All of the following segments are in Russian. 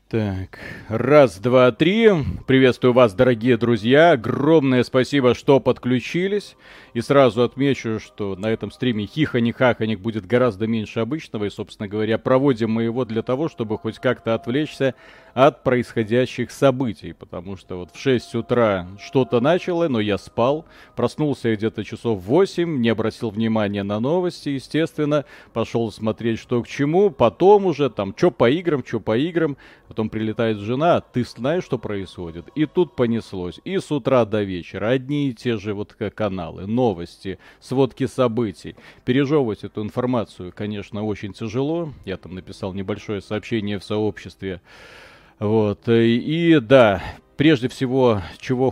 Так, раз, два, три. Приветствую вас, дорогие друзья. Огромное спасибо, что подключились. И сразу отмечу, что на этом стриме хихоник-хахоник будет гораздо меньше обычного. И, собственно говоря, проводим мы его для того, чтобы хоть как-то отвлечься от происходящих событий. Потому что вот в 6 утра что-то начало, но я спал. Проснулся я где-то часов в 8, не обратил внимания на новости, естественно. Пошел смотреть, что к чему. Потом уже там, что по играм. Потом прилетает жена, ты знаешь, что происходит? И тут понеслось. И с утра до вечера одни и те же вот каналы, новости, сводки событий. Пережевывать эту информацию, конечно, очень тяжело. Я там написал небольшое сообщение в сообществе. Вот. И да, прежде всего, что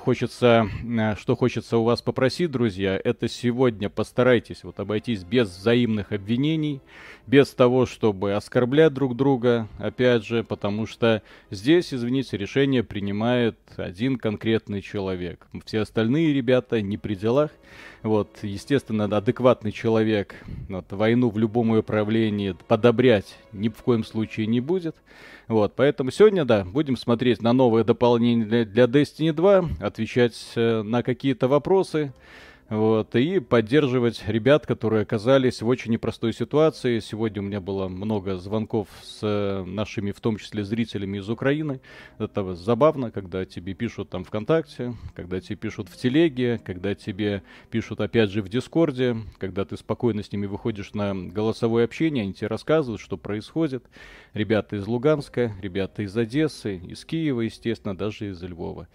хочется у вас попросить, друзья, это сегодня постарайтесь вот обойтись без взаимных обвинений, без того, чтобы оскорблять друг друга, опять же, потому что здесь, извините, решение принимает один конкретный человек. Все остальные ребята не при делах. Вот, естественно, адекватный человек вот, войну в любом ее проявлении подобрять ни в коем случае не будет. Вот, поэтому сегодня, да, будем смотреть на новые дополнения для Destiny 2, отвечать на какие-то вопросы. Вот, и поддерживать ребят, которые оказались в очень непростой ситуации. Сегодня у меня было много звонков с нашими, в том числе, зрителями из Украины. Это забавно, когда тебе пишут там ВКонтакте, когда тебе пишут в Телеге, когда тебе пишут опять же в Дискорде, когда ты спокойно с ними выходишь на голосовое общение, они тебе рассказывают, что происходит. Ребята из Луганска, ребята из Одессы, из Киева, естественно, даже из Львова.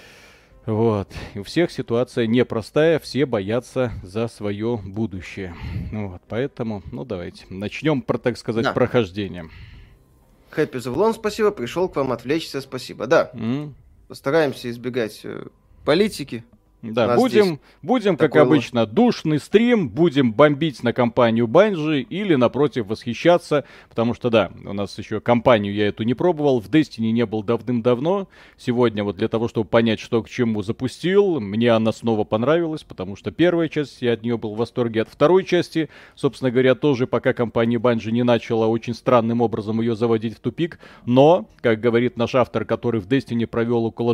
Вот. И у всех ситуация непростая, все боятся за свое будущее. Вот. Поэтому, ну давайте, начнем, так сказать, Да. прохождение. Хэппи Завлон, спасибо. Пришел к вам отвлечься, спасибо. Да, постараемся избегать политики. Да, будем, как такой обычно, душный стрим, будем бомбить на компанию Bungie или, напротив, восхищаться, потому что, да, у нас еще компанию я эту не пробовал, в Destiny не был давным-давно, сегодня вот для того, чтобы понять, что к чему запустил, мне она снова понравилась, потому что первая часть, я от нее был в восторге, от второй части, собственно говоря, тоже пока компания Bungie не начала очень странным образом ее заводить в тупик, но, как говорит наш автор, который в Destiny провел около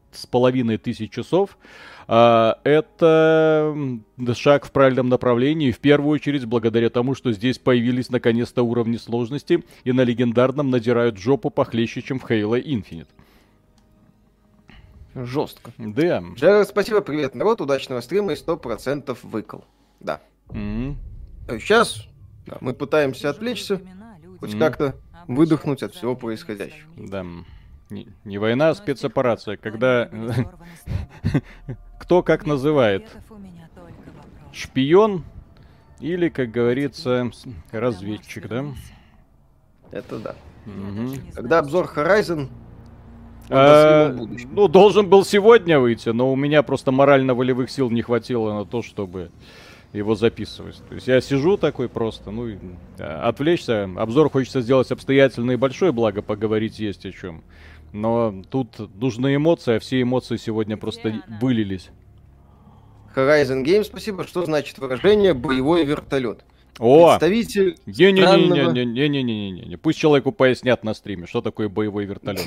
2500 часов, это шаг в правильном направлении, в первую очередь благодаря тому, что здесь появились наконец-то уровни сложности и на легендарном надирают жопу похлеще, чем в Halo Infinite. Жестко. Да. Джерард, спасибо, привет, народ, удачного стрима и 100% выкл. Да. Сейчас мы пытаемся отвлечься, хоть как-то выдохнуть от всего происходящего. Да. Не война, а спецоперация, когда кто как называет. Шпион или, как говорится, разведчик, да? Это да. Когда обзор Horizon, ну, должен был сегодня выйти, но у меня просто морально-волевых сил не хватило на то, чтобы его записывать. То есть я сижу такой просто, ну, отвлечься. Обзор хочется сделать обстоятельный и большой, благо поговорить есть о чем. Но тут нужны эмоции, а все эмоции сегодня просто вылились. Horizon Games, спасибо. Что значит выражение «боевой вертолет»? О! Представитель Не-не-не-не-не-не-не-не. Пусть человеку пояснят на стриме, что такое боевой вертолет.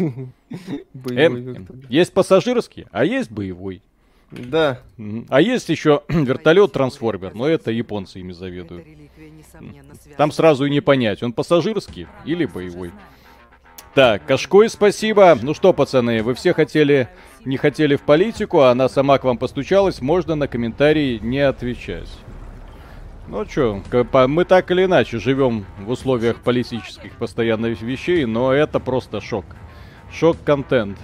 Есть пассажирский, а есть боевой. Да. А есть еще вертолет-трансформер, но это японцы ими заведуют. Там сразу и не понять, он пассажирский или боевой. Так, Кашкой, спасибо. Ну что, пацаны, вы все не хотели в политику, а она сама к вам постучалась, можно на комментарии не отвечать. Ну что, мы так или иначе живем в условиях политических постоянных вещей, но это просто шок. Шок-контент.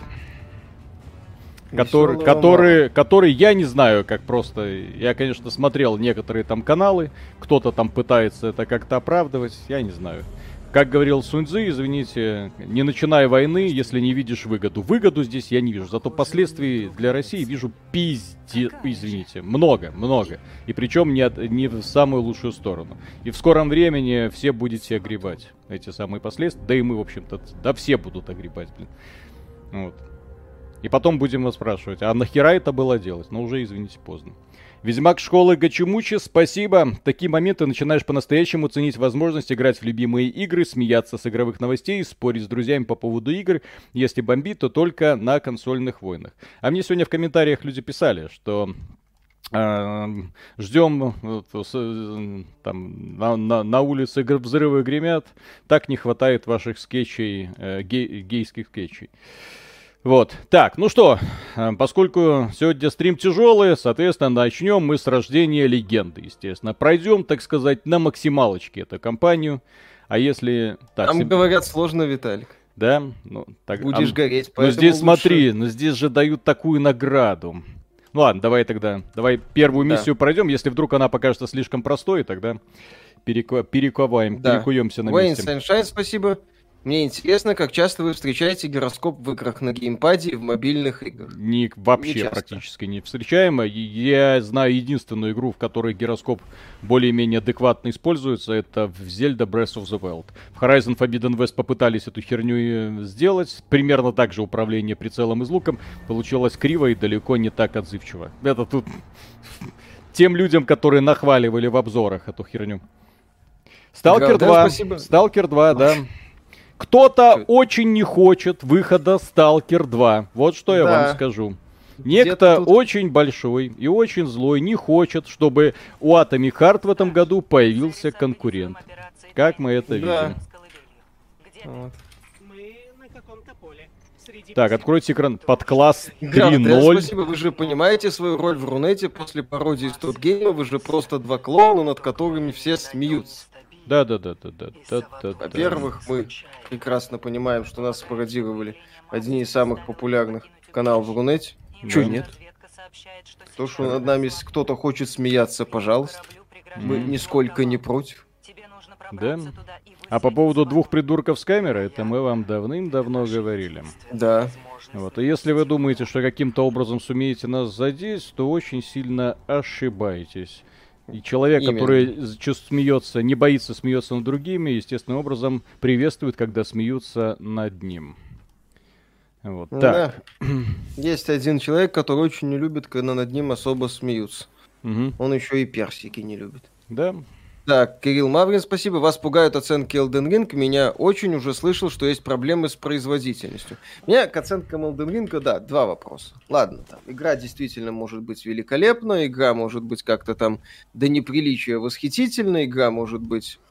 Который я не знаю, как просто... Я, конечно, смотрел некоторые там каналы, кто-то там пытается это как-то оправдывать, я не знаю. Как говорил Сунь Цзы, извините, не начинай войны, если не видишь выгоду. Выгоду здесь я не вижу, зато последствий для России вижу извините, много. И причем не в самую лучшую сторону. И в скором времени все будете огребать эти самые последствия, да и мы, в общем-то, да все будут огребать, блин. Вот. И потом будем вас спрашивать, а нахера это было делать? Но уже, извините, поздно. Ведьмак школы Гачимучи, спасибо. В такие моменты начинаешь по-настоящему ценить возможность играть в любимые игры, смеяться с игровых новостей, спорить с друзьями по поводу игр. Если бомбит, то только на консольных войнах. А мне сегодня в комментариях люди писали, что ждем, там на улице взрывы гремят, так не хватает ваших скетчей, гейских скетчей. Вот, так, ну что, поскольку сегодня стрим тяжелый, соответственно, начнем мы с рождения легенды, естественно. Пройдем, так сказать, на максималочке эту кампанию, а если... Так, там говорят сложно, Виталик. Да? Ну, так, будешь гореть, поэтому здесь лучше... смотри, ну здесь же дают такую награду. Ну ладно, давай первую миссию пройдем, если вдруг она покажется слишком простой, тогда перекуемся на месте. Wayne Sunshine, спасибо. Мне интересно, как часто вы встречаете гироскоп в играх на геймпаде и в мобильных играх? Вообще практически не встречаемо. Я знаю единственную игру, в которой гироскоп более-менее адекватно используется, это в Zelda Breath of the Wild. В Horizon Forbidden West попытались эту херню сделать. Примерно так же управление прицелом и луком получилось криво и далеко не так отзывчиво. Это тут тем людям, которые нахваливали в обзорах эту херню. Stalker 2. Stalker 2, да. Кто-то очень не хочет выхода Stalker 2. Вот что я вам скажу. Некто очень большой и очень злой не хочет, чтобы у Atomic Heart в этом году появился конкурент. Как мы это видим. Вот. Так, откройте экран. Подкласс 3.0. Спасибо, вы же понимаете свою роль в Рунете после пародии Стотгейма. Вы же просто два клоуна, над которыми все смеются. Да. Во-первых, мы прекрасно понимаем, что нас спародировали одни из самых популярных каналов в Рунете. Чё нет? То, что над нами кто-то хочет смеяться, пожалуйста. Мы нисколько не против. Да? А по поводу двух придурков с камерой, это мы вам давным-давно говорили. Да. Вот. И если вы думаете, что каким-то образом сумеете нас задеть, то очень сильно ошибаетесь. И человек, который смеется, не боится смеяться над другими, естественным образом приветствует, когда смеются над ним. Вот так. Да. Есть один человек, который очень не любит, когда над ним особо смеются. Угу. Он еще и персики не любит. Да. Так, Кирилл Маврин, спасибо. Вас пугают оценки Elden Ring. Меня очень уже слышал, что есть проблемы с производительностью. У меня к оценкам Elden Ring, да, два вопроса. Ладно, там, игра действительно может быть великолепна, игра может быть как-то там до неприличия восхитительна, игра может быть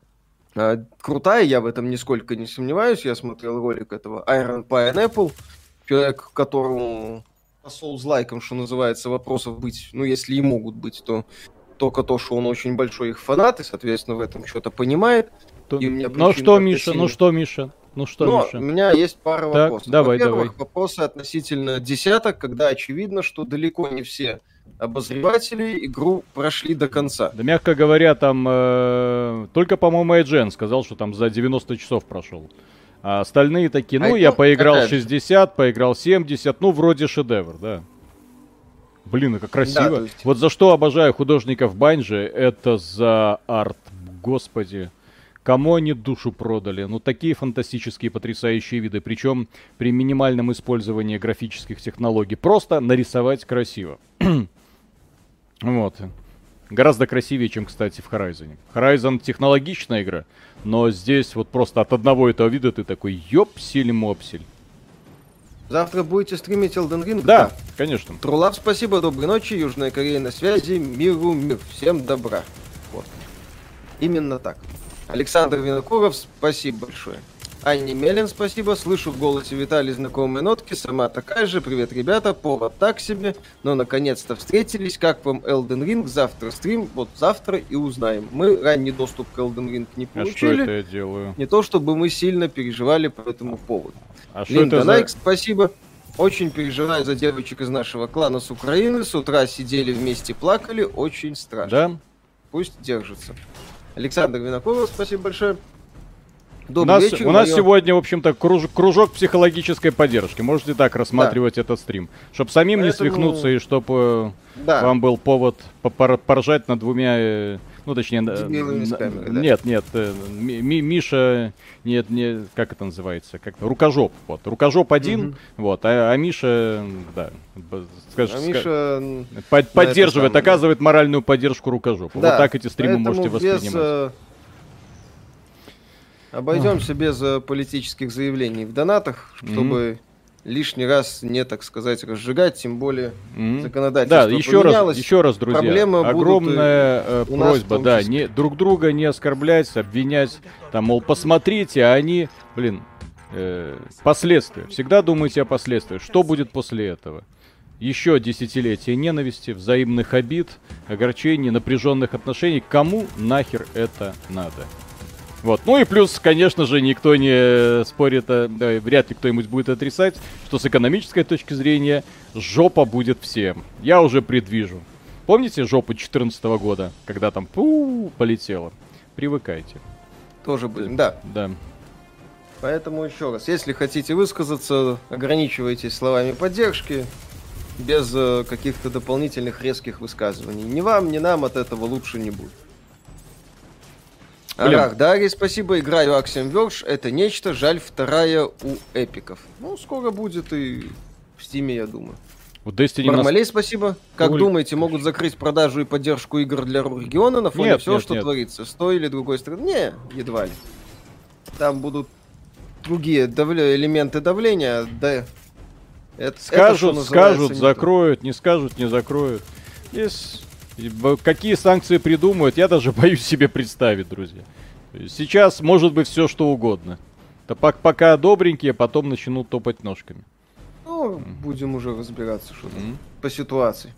крутая, я в этом нисколько не сомневаюсь. Я смотрел ролик этого Iron Pineapple, человек, которому по Souls-лайкам, что называется, вопросов быть, ну, если и могут быть, то только то, что он очень большой их фанат, и, соответственно, в этом что-то понимает. Ну что, Миша? У меня есть пара вопросов. Давай. Вопросы относительно десяток, когда очевидно, что далеко не все обозреватели игру прошли до конца. Да, мягко говоря, там только, по-моему, Эйджен сказал, что там за 90 часов прошел. А остальные такие, я поиграл 60, поиграл 70, вроде шедевр, да. Блин, как красиво. Да, есть... Вот за что обожаю художников Банжи, это за арт. Господи. Кому они душу продали? Такие фантастические, потрясающие виды. Причем при минимальном использовании графических технологий. Просто нарисовать красиво. Вот. Гораздо красивее, чем, кстати, в Horizon. Horizon технологичная игра, но здесь вот просто от одного этого вида ты такой ёпсель-мопсель. Завтра будете стримить Elden Ring? Да, конечно. Трулав, спасибо, доброй ночи, Южная Корея на связи, миру мир, всем добра. Вот. Именно так. Александр Винокуров, спасибо большое. Анне Мелин, спасибо, слышу в голосе Виталия знакомые нотки, сама такая же, привет, ребята, повод так себе, но наконец-то встретились, как вам Elden Ring, завтра стрим, вот завтра и узнаем. Мы ранний доступ к Elden Ring не получили. А что это я делаю? Не то, чтобы мы сильно переживали по этому поводу. А что это за... спасибо. Очень переживаю за девочек из нашего клана с Украины. С утра сидели вместе, плакали. Очень страшно. Да? Пусть держится. Александр Винокуров, спасибо большое. Добрый вечер. У нас сегодня, в общем-то, кружок психологической поддержки. Можете так рассматривать этот стрим. Чтобы самим не свихнуться и чтобы вам был повод поржать над двумя... Ну, точнее, Дебилы из камеры, да. нет, Миша, нет, не, как это называется, Рукожоп, вот, Рукожоп один, вот, а Миша, да, Миша поддерживает, самое, оказывает моральную поддержку Рукожопу. Да, Вот так эти стримы поэтому можете воспринимать. Обойдемся без политических заявлений в донатах, чтобы лишний раз не, так сказать, разжигать, тем более законодательство поменялось. Да, еще раз, друзья, проблемы огромная просьба, да, друг друга не оскорблять, обвинять, там, мол, посмотрите, а они, последствия. Всегда думайте о последствиях. Что будет после этого? Еще десятилетия ненависти, взаимных обид, огорчений, напряженных отношений. Кому нахер это надо? Вот. Ну и плюс, конечно же, никто не спорит, вряд ли кто-нибудь будет отрицать, что с экономической точки зрения жопа будет всем. Я уже предвижу. Помните жопу 2014 года, когда там полетело? Привыкайте. Тоже будем, да. Да. Поэтому еще раз, если хотите высказаться, ограничивайтесь словами поддержки, без каких-то дополнительных резких высказываний. Ни вам, ни нам от этого лучше не будет. Арах, Дарья, спасибо. Играю Axiom Verge. Это нечто. Жаль, вторая у эпиков. Ну, скоро будет и в Стиме, я думаю. У Destiny Бармалей, спасибо. Как думаете, могут закрыть продажу и поддержку игр для региона на фоне всего, что творится? С той или другой стороны? Не, едва ли. Там будут другие элементы давления. Да. Скажут, закроют, не скажут, не закроют. Какие санкции придумают, я даже боюсь себе представить, друзья. Сейчас может быть все что угодно. Пока добренькие, потом начнут топать ножками. Ну, будем уже разбираться, что там по ситуации.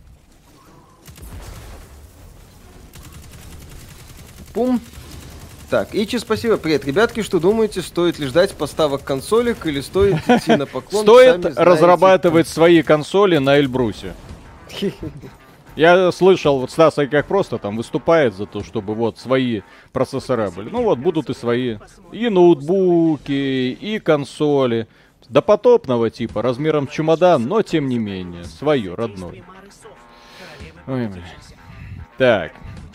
Пум. Так, Ичи, спасибо. Привет, ребятки, что думаете, стоит ли ждать поставок консолек или стоит идти на поклон? Стоит разрабатывать свои консоли на Эльбрусе. Я слышал, вот Стас как просто там выступает за то, чтобы вот свои процессора были. Ну вот, будут и свои. И ноутбуки, и консоли. Допотопного типа, размером чемодан, но тем не менее. Свое, родное. Ой, блин. Так.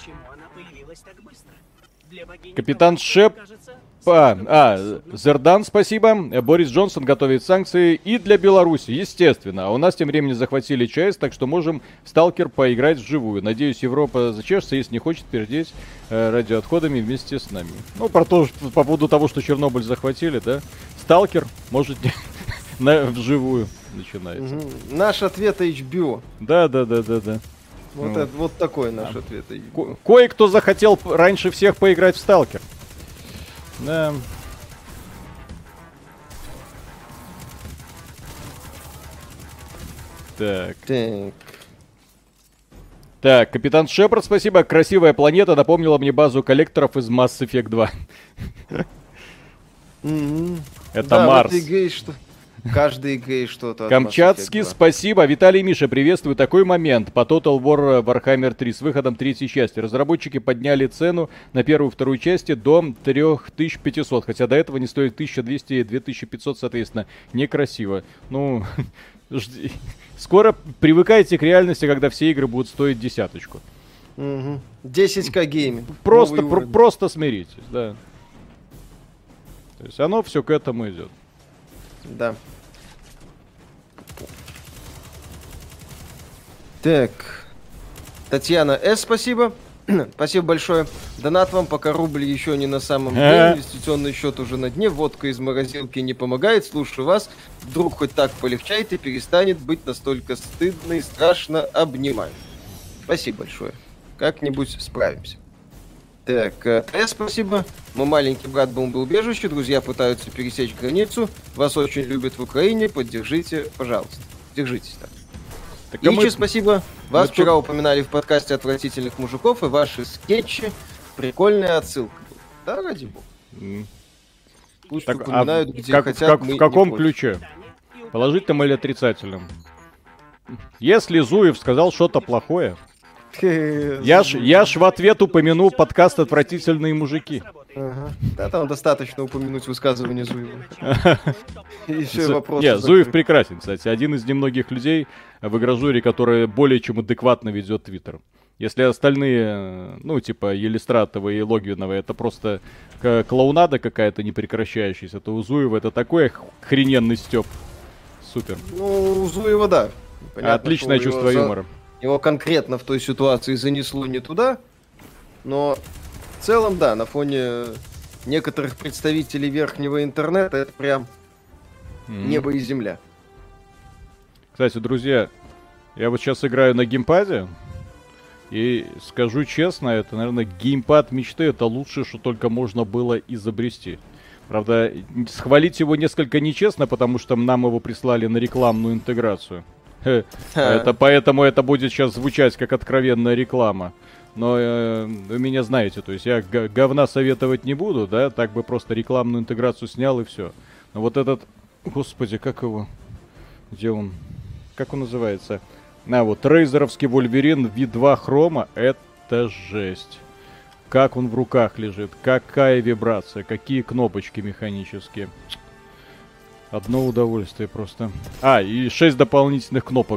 Капитан Шеп... Зердан, спасибо. Борис Джонсон готовит санкции и для Беларуси, естественно. А у нас тем временем захватили ЧС, так что можем в Сталкер поиграть вживую. Надеюсь, Европа зачешется, если не хочет пердеть радиоотходами вместе с нами. Ну, по поводу того, что Чернобыль захватили, да? Сталкер может вживую начинается. Наш ответ HBO. Да. Вот такой наш ответ. Кое-кто захотел раньше всех поиграть в Сталкер. Да. Так, капитан Шепард, спасибо. Красивая планета напомнила мне базу коллекторов из Mass Effect 2. Это Марс. Каждый игре что-то. Камчатский, спасибо. Виталий Миша, приветствую. Такой момент. По Total War Warhammer 3 с выходом третьей части. Разработчики подняли цену на первую и вторую части до 3500. Хотя до этого не стоит 1200 и 2500, соответственно. Некрасиво. Ну, скоро привыкайте к реальности, когда все игры будут стоить десяточку. 10к гейминг. Просто смиритесь, да. То есть оно все к этому идет. Да. Так. Татьяна С, спасибо. Спасибо большое. Донат вам, пока рубль еще не на самом дне. Инвестиционный счет уже на дне. Водка из морозилки не помогает. Слушаю вас. Вдруг хоть так полегчает и перестанет быть настолько стыдно и страшно. Обнимаю. Спасибо большое. Как-нибудь справимся. Так, спасибо. Мой маленький брат бомбоубежище. Друзья пытаются пересечь границу. Вас очень любят в Украине. Поддержите, пожалуйста. Держитесь так. Ичи, спасибо. Вас вчера упоминали в подкасте «Отвратительных мужиков», и ваши скетчи. Прикольная отсылка. Да, ради бога. Пусть так, упоминают, где хотят. В каком ключе? Положительном или отрицательном? Если Зуев сказал что-то плохое... Я ж в ответ упомянул подкаст «Отвратительные мужики». Ага. Да, там достаточно упомянуть высказывание Зуева. Еще вопрос. Нет, Зуев прекрасен, кстати. Один из немногих людей в игрожуре, который более чем адекватно ведет Твиттер. Если остальные, ну, типа Елистратовы и Логвиновы, это просто клоунада какая-то непрекращающаяся, то у Зуева это такой охрененный стёб. Супер. Ну, у Зуева, да. Понятно, отличное чувство юмора. Его конкретно в той ситуации занесло не туда, но в целом, да, на фоне некоторых представителей верхнего интернета это прям небо и земля. Кстати, друзья, я вот сейчас играю на геймпаде, и скажу честно, это, наверное, геймпад мечты, это лучшее, что только можно было изобрести. Правда, схвалить его несколько нечестно, потому что нам его прислали на рекламную интеграцию. Это поэтому это будет сейчас звучать как откровенная реклама. Но вы меня знаете, то есть я говна советовать не буду, да, так бы просто рекламную интеграцию снял и все. Но вот этот, господи, как его, где он, как он называется? Вот, рейзеровский Вольверин V2 хрома, это жесть. Как он в руках лежит, какая вибрация, какие кнопочки механические. Одно удовольствие просто. И 6 дополнительных кнопок.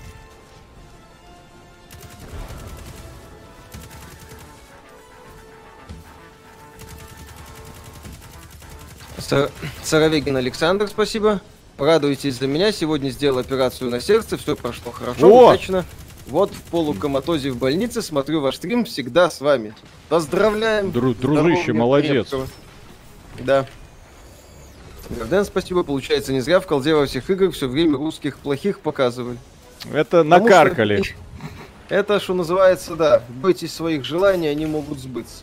Саровегин Александр, спасибо. Радуйтесь за меня, сегодня сделал операцию на сердце, все прошло хорошо, удачно. Вот в полукоматозе в больнице, смотрю ваш стрим, всегда с вами. Поздравляем. Дружище, молодец. Крепкого. Да. Гарден, спасибо. Получается, не зря в колде во всех играх все время русских плохих показывали. Это накаркали. Это, что называется, да. Бойтесь своих желаний, они могут сбыться.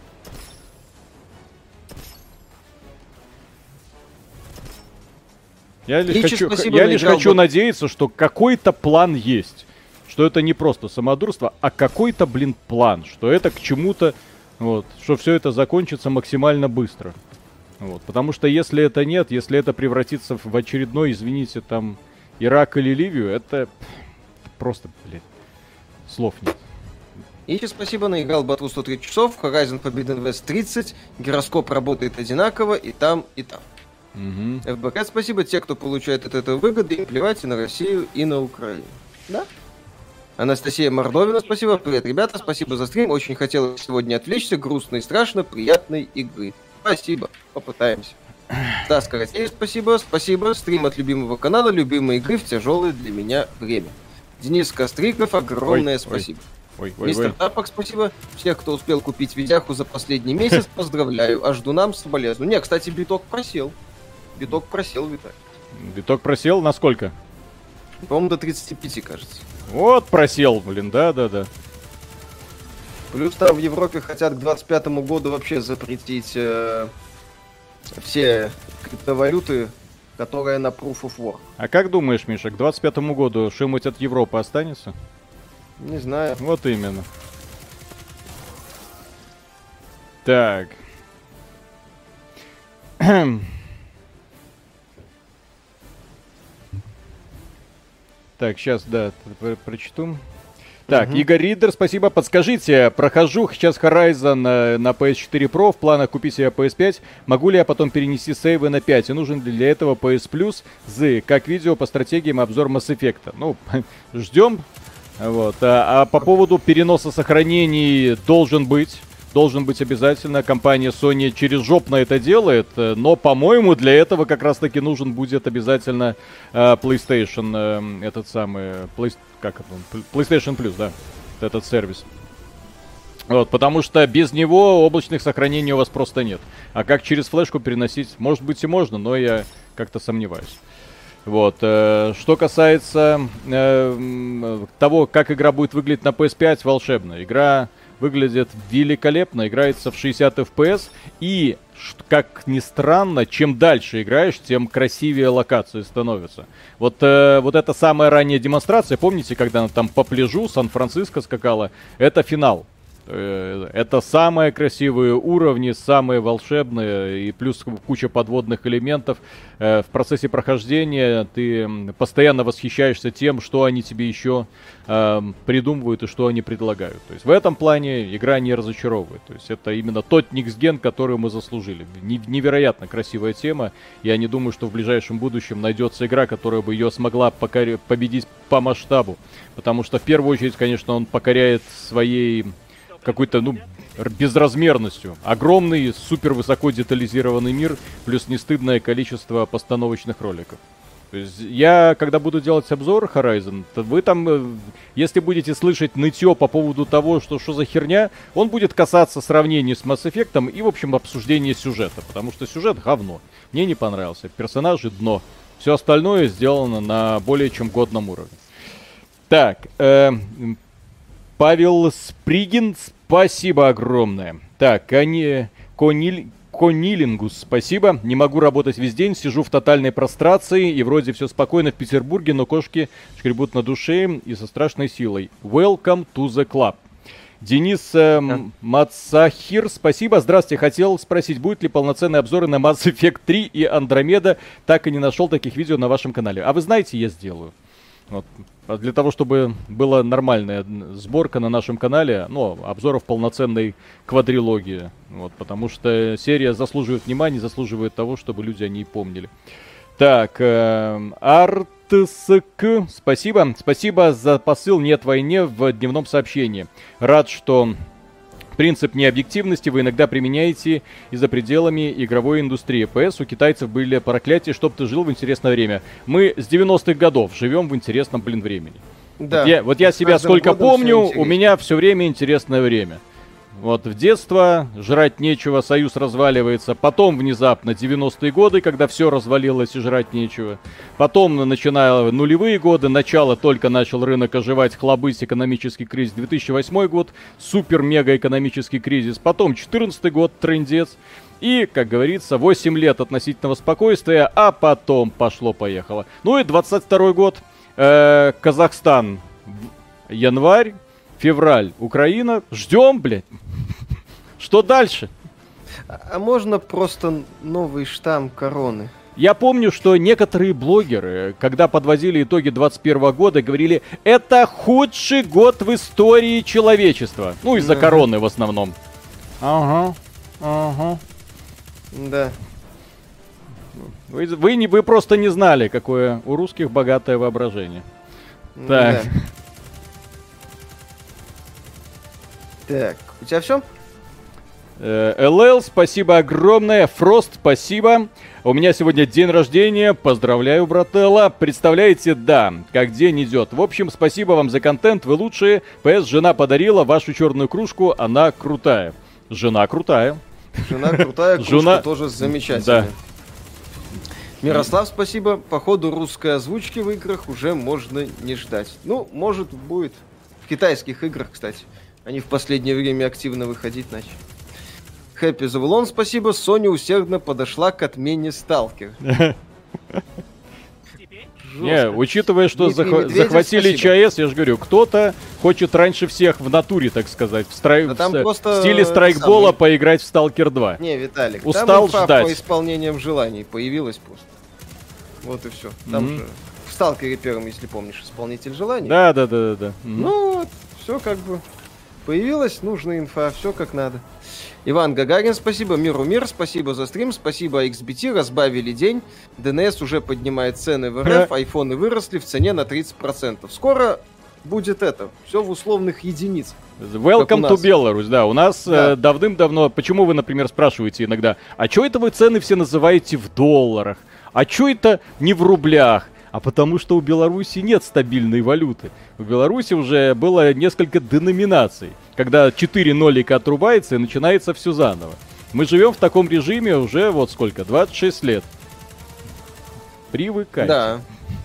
Я лишь хочу надеяться, что какой-то план есть. Что это не просто самодурство, а какой-то, план. Что это к чему-то, вот, что все это закончится максимально быстро. Вот, потому что если это нет, если это превратится в очередной, извините, там, Ирак или Ливию, это просто, слов нет. Ичи, спасибо, наиграл Батру 103 часов, Horizon Forbidden West 30, гироскоп работает одинаково и там, и там. Угу. ФБК, спасибо, те, кто получает от этого выгоды, им плевать и на Россию, и на Украину. Да? Анастасия Мордовина, спасибо. Привет, ребята, спасибо за стрим. Очень хотелось сегодня отвлечься. Грустно и страшно, приятной игры. Спасибо, попытаемся. Стас Каратеев, спасибо. Спасибо. Стрим от любимого канала, любимые игры в тяжелое для меня время. Денис Костриков, огромное спасибо. Мистер Тапок, спасибо. Всех, кто успел купить видяху за последний месяц, поздравляю. А ждунам соболезную. Не, кстати, биток просел. Биток просел, Виталий. Биток просел на сколько? По-моему, до 35, кажется. Вот просел, да. Плюс там в Европе хотят к 25 году вообще запретить все криптовалюты, которые на Proof of Work. А как думаешь, Миша, к 25 году что-нибудь от Европы останется? Не знаю. Вот именно. Так. Так, сейчас, да, прочту. Так, Игорь Ридер, спасибо. Подскажите, прохожу сейчас Horizon на PS4 Pro, в планах купить себе PS5. Могу ли я потом перенести сейвы на 5? И нужен ли для этого PS Plus, как видео по стратегиям обзор Mass Effect? Ну, ждем. Вот. А по поводу переноса сохранений должен быть обязательно. Компания Sony через жопно это делает, но, по-моему, для этого как раз-таки нужен будет обязательно PlayStation, этот самый, PlayStation Plus, да, этот сервис. Вот, потому что без него облачных сохранений у вас просто нет. А как через флешку переносить, может быть и можно, но я как-то сомневаюсь. Вот, что касается того, как игра будет выглядеть на PS5, волшебно. Игра выглядит великолепно, играется в 60 FPS, и, как ни странно, чем дальше играешь, тем красивее локации становятся. Вот эта самая ранняя демонстрация, помните, когда она там по пляжу Сан-Франциско скакала, это финал. Это самые красивые уровни, самые волшебные, и плюс куча подводных элементов. В процессе прохождения ты постоянно восхищаешься тем, что они тебе еще придумывают и что они предлагают. То есть в этом плане игра не разочаровывает. То есть это именно тот Никсген, который мы заслужили. Невероятно красивая тема. Я не думаю, что в ближайшем будущем найдется игра, которая бы ее смогла победить по масштабу. Потому что в первую очередь, конечно, он покоряет своей какой-то, безразмерностью. Огромный, супер высоко детализированный мир, плюс нестыдное количество постановочных роликов. То есть я, когда буду делать обзор Horizon, то вы там, если будете слышать нытье по поводу того, что за херня, он будет касаться сравнений с Mass Effect и, в общем, обсуждения сюжета. Потому что сюжет говно. Мне не понравился. Персонажи дно. Все остальное сделано на более чем годном уровне. Так, Павел Спригин, спасибо огромное. Так, Конилингус, спасибо. Не могу работать весь день, сижу в тотальной прострации, и вроде все спокойно в Петербурге, но кошки шкребут на душе и со страшной силой. Welcome to the club. Денис Мацахир, спасибо. Здравствуйте, хотел спросить, будет ли полноценные обзоры на Mass Effect 3 и Андромеда? Так и не нашел таких видео на вашем канале. А вы знаете, я сделаю. Вот. Для того, чтобы была нормальная сборка на нашем канале, обзоров полноценной квадрилогии. Вот, потому что серия заслуживает внимания, заслуживает того, чтобы люди о ней помнили. Так, Артск, спасибо. Спасибо за посыл «Нет войне» в дневном сообщении. Рад, что принцип необъективности вы иногда применяете и за пределами игровой индустрии. ПС у китайцев были проклятия, чтоб ты жил в интересное время. Мы с 90-х годов живем в интересном, времени. Да. Вот я себя сколько помню, у меня все время интересное время. Вот в детство жрать нечего, Союз разваливается. Потом внезапно 90-е годы, когда все развалилось и жрать нечего. Потом, начиная нулевые годы, только начал рынок оживать, хлобысь, экономический кризис. 2008 год, супер-мега экономический кризис. Потом 14 год, трындец. И, как говорится, 8 лет относительного спокойствия, а потом пошло-поехало. Ну и 22 год, Казахстан, январь. Февраль, Украина. Ждем, блядь. Что дальше? А можно просто новый штамм короны? Я помню, что некоторые блогеры, когда подводили итоги 21 года, говорили, это худший год в истории человечества. Из-за короны в основном. Ага. Да. Вы просто не знали, какое у русских богатое воображение. Так. Да. Так, у тебя все? ЛЛ, спасибо огромное. Фрост, спасибо. У меня сегодня день рождения. Поздравляю, брателла. Представляете, да, как день идет. В общем, спасибо вам за контент. Вы лучшие. ПС, жена подарила вашу черную кружку. Она крутая. Жена крутая. Жена крутая, кружка тоже замечательная. Да. Мирослав, спасибо. Походу, русской озвучки в играх уже можно не ждать. Может, будет. В китайских играх, кстати. Они в последнее время активно выходить начали. Хэппи Завулон, спасибо. Sony усердно подошла к отмене Сталкер. Не, учитывая, что захватили ЧАЭС, я же говорю, кто-то хочет раньше всех в натуре, так сказать, в стиле страйкбола поиграть в Сталкер 2. Не, Виталик, устал там ждать. По исполнениям желаний появилась просто. Вот и все. Там же в Сталкере первом, если помнишь, исполнитель желаний. Да. Все как бы появилась нужная инфа, все как надо. Иван Гагарин, спасибо. Миру мир, спасибо за стрим, спасибо XBT, разбавили день. ДНС уже поднимает цены в РФ, айфоны выросли в цене на 30%. Скоро будет все в условных единицах. Welcome to Belarus, да, у нас давным-давно, почему вы, например, спрашиваете иногда, а чё это вы цены все называете в долларах? А чё это не в рублях? А потому что у Беларуси нет стабильной валюты. У Беларуси уже было несколько деноминаций, когда 4 нолика отрубается и начинается все заново. Мы живем в таком режиме уже 26 лет. Привыкайте. Да.